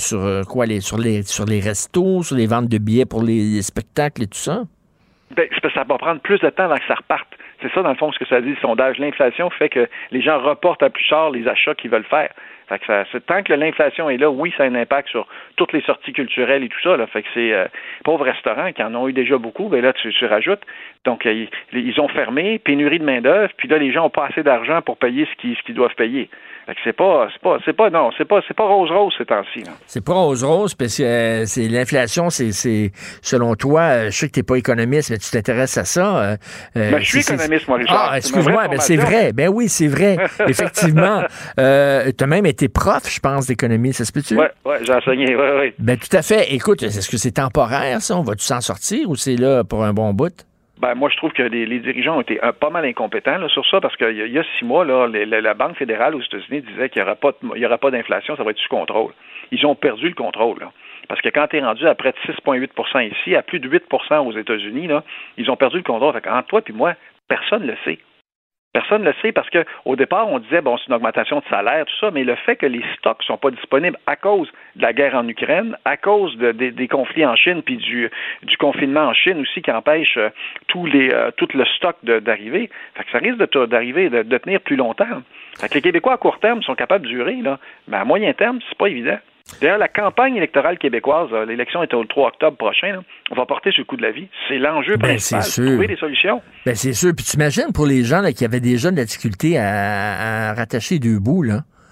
les restos, sur les ventes de billets pour les spectacles et tout ça? Ben, ça va prendre plus de temps avant que ça reparte. C'est ça, dans le fond, ce que ça dit, le sondage. L'inflation fait que les gens reportent à plus tard les achats qu'ils veulent faire. Fait que tant que l'inflation est là, oui, ça a un impact sur toutes les sorties culturelles et tout ça. Là. Fait que c'est pauvres restaurants qui en ont eu déjà beaucoup, ben là, tu rajoutes. Donc, ils ont fermé, pénurie de main-d'œuvre, puis là, les gens n'ont pas assez d'argent pour payer ce qu'ils doivent payer. Fait que c'est pas rose-rose ces temps-ci. Là. C'est pas rose-rose, parce que c'est l'inflation, c'est selon toi, je sais que t'es pas économiste, mais tu t'intéresses à ça. Je suis économiste, moi, Richard. Ah, excuse-moi, ben c'est vrai. Ben oui, c'est vrai. Effectivement. T'as même été prof, je pense, d'économie, ça se peut-tu? Oui, j'ai enseigné, oui. Ben tout à fait. Écoute, est-ce que c'est temporaire, ça? On va-tu s'en sortir ou c'est là pour un bon bout? Ben, moi, je trouve que les dirigeants ont été pas mal incompétents là, sur ça, parce qu'il y a 6 mois, là, la Banque fédérale aux États-Unis disait qu'il n'y aura pas d'inflation, ça va être sous contrôle. Ils ont perdu le contrôle, là. Parce que quand tu es rendu à près de 6,8% ici, à plus de 8% aux États-Unis, là, ils ont perdu le contrôle. Fait qu'entre toi et moi, personne ne le sait. Personne ne le sait parce qu'au départ, on disait, c'est une augmentation de salaire, tout ça, mais le fait que les stocks ne sont pas disponibles à cause de la guerre en Ukraine, à cause des conflits en Chine, puis du confinement en Chine aussi qui empêche tout le stock d'arriver, fait que ça risque d'arriver, de tenir plus longtemps. Fait que les Québécois à court terme sont capables de durer, là, mais à moyen terme, c'est pas évident. D'ailleurs, la campagne électorale québécoise, l'élection est au 3 octobre prochain, là, on va porter sur le coût de la vie. C'est l'enjeu principal, trouver des solutions. Ben c'est sûr. Puis tu imagines pour les gens là, qui avaient déjà de la difficulté à rattacher 2 bouts, là.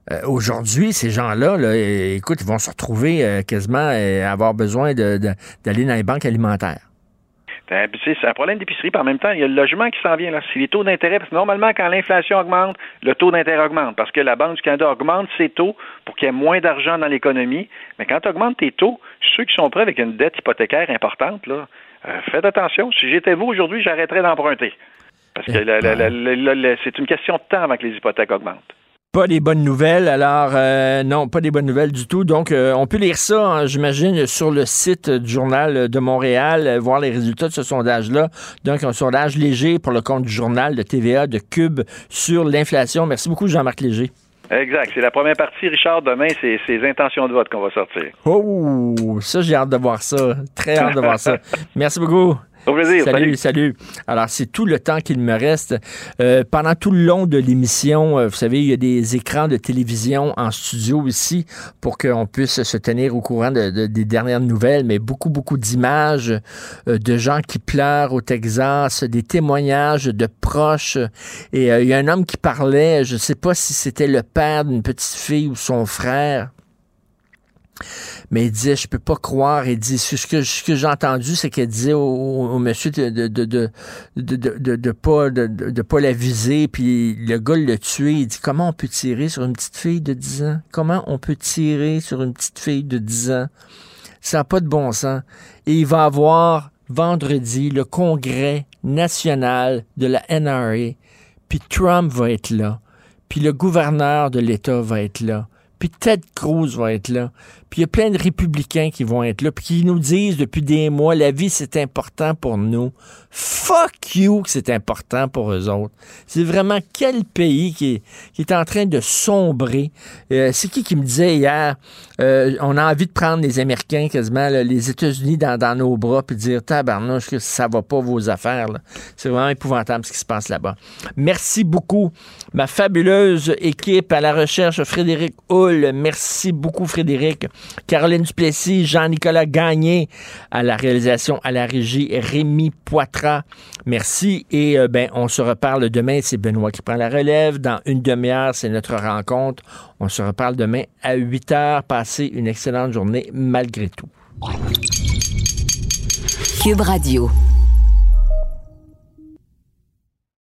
Aujourd'hui, ces gens-là, là, écoute, ils vont se retrouver quasiment à avoir besoin d'aller dans les banques alimentaires. C'est un problème d'épicerie, puis en même temps, il y a le logement qui s'en vient. Là. C'est les taux d'intérêt, parce que normalement, quand l'inflation augmente, le taux d'intérêt augmente, parce que la Banque du Canada augmente ses taux pour qu'il y ait moins d'argent dans l'économie. Mais quand tu augmentes tes taux, ceux qui sont prêts avec une dette hypothécaire importante, là, faites attention. Si j'étais vous aujourd'hui, j'arrêterais d'emprunter. Parce que c'est une question de temps avant que les hypothèques augmentent. Pas des bonnes nouvelles, alors non, pas des bonnes nouvelles du tout. Donc, on peut lire ça, hein, j'imagine, sur le site du Journal de Montréal, voir les résultats de ce sondage-là. Donc, un sondage léger pour le compte du Journal de TVA, de Cube, sur l'inflation. Merci beaucoup, Jean-Marc Léger. Exact. C'est la première partie, Richard. Demain, c'est ses intentions de vote qu'on va sortir. Oh, ça, j'ai hâte de voir ça. Très hâte de voir ça. Merci beaucoup. Au plaisir. Salut. Alors, c'est tout le temps qu'il me reste. Pendant tout le long de l'émission, vous savez, il y a des écrans de télévision en studio ici pour qu'on puisse se tenir au courant des dernières nouvelles, mais beaucoup d'images de gens qui pleurent au Texas, des témoignages de proches. Et il y a un homme qui parlait, je ne sais pas si c'était le père d'une petite fille ou son frère, mais il disait, je peux pas croire. Il dit, ce que j'ai entendu, c'est qu'elle disait au monsieur de pas la viser, puis le gars l'a tué. Il dit, comment on peut tirer sur une petite fille de 10 ans? Comment on peut tirer sur une petite fille de 10 ans? Ça n'a pas de bon sens. Et il va avoir vendredi le congrès national de la NRA, puis Trump va être là, puis le gouverneur de l'État va être là, puis Ted Cruz va être là, puis il y a plein de républicains qui vont être là, puis qui nous disent depuis des mois, la vie, c'est important pour nous. Fuck you que c'est important pour eux autres. C'est vraiment quel pays qui est en train de sombrer. C'est qui me disait hier, on a envie de prendre les Américains, quasiment, là, les États-Unis dans nos bras, puis dire, tabarnouche, que ça va pas vos affaires. Là. C'est vraiment épouvantable ce qui se passe là-bas. Merci beaucoup, ma fabuleuse équipe à la recherche, Frédéric Hull. Merci beaucoup, Frédéric. Caroline Duplessis, Jean-Nicolas Gagné à la réalisation, à la régie, Rémi Poitras. Merci et on se reparle demain. C'est Benoît qui prend la relève. Dans une demi-heure, c'est notre rencontre. On se reparle demain à 8h. Passez une excellente journée malgré tout. Cube Radio.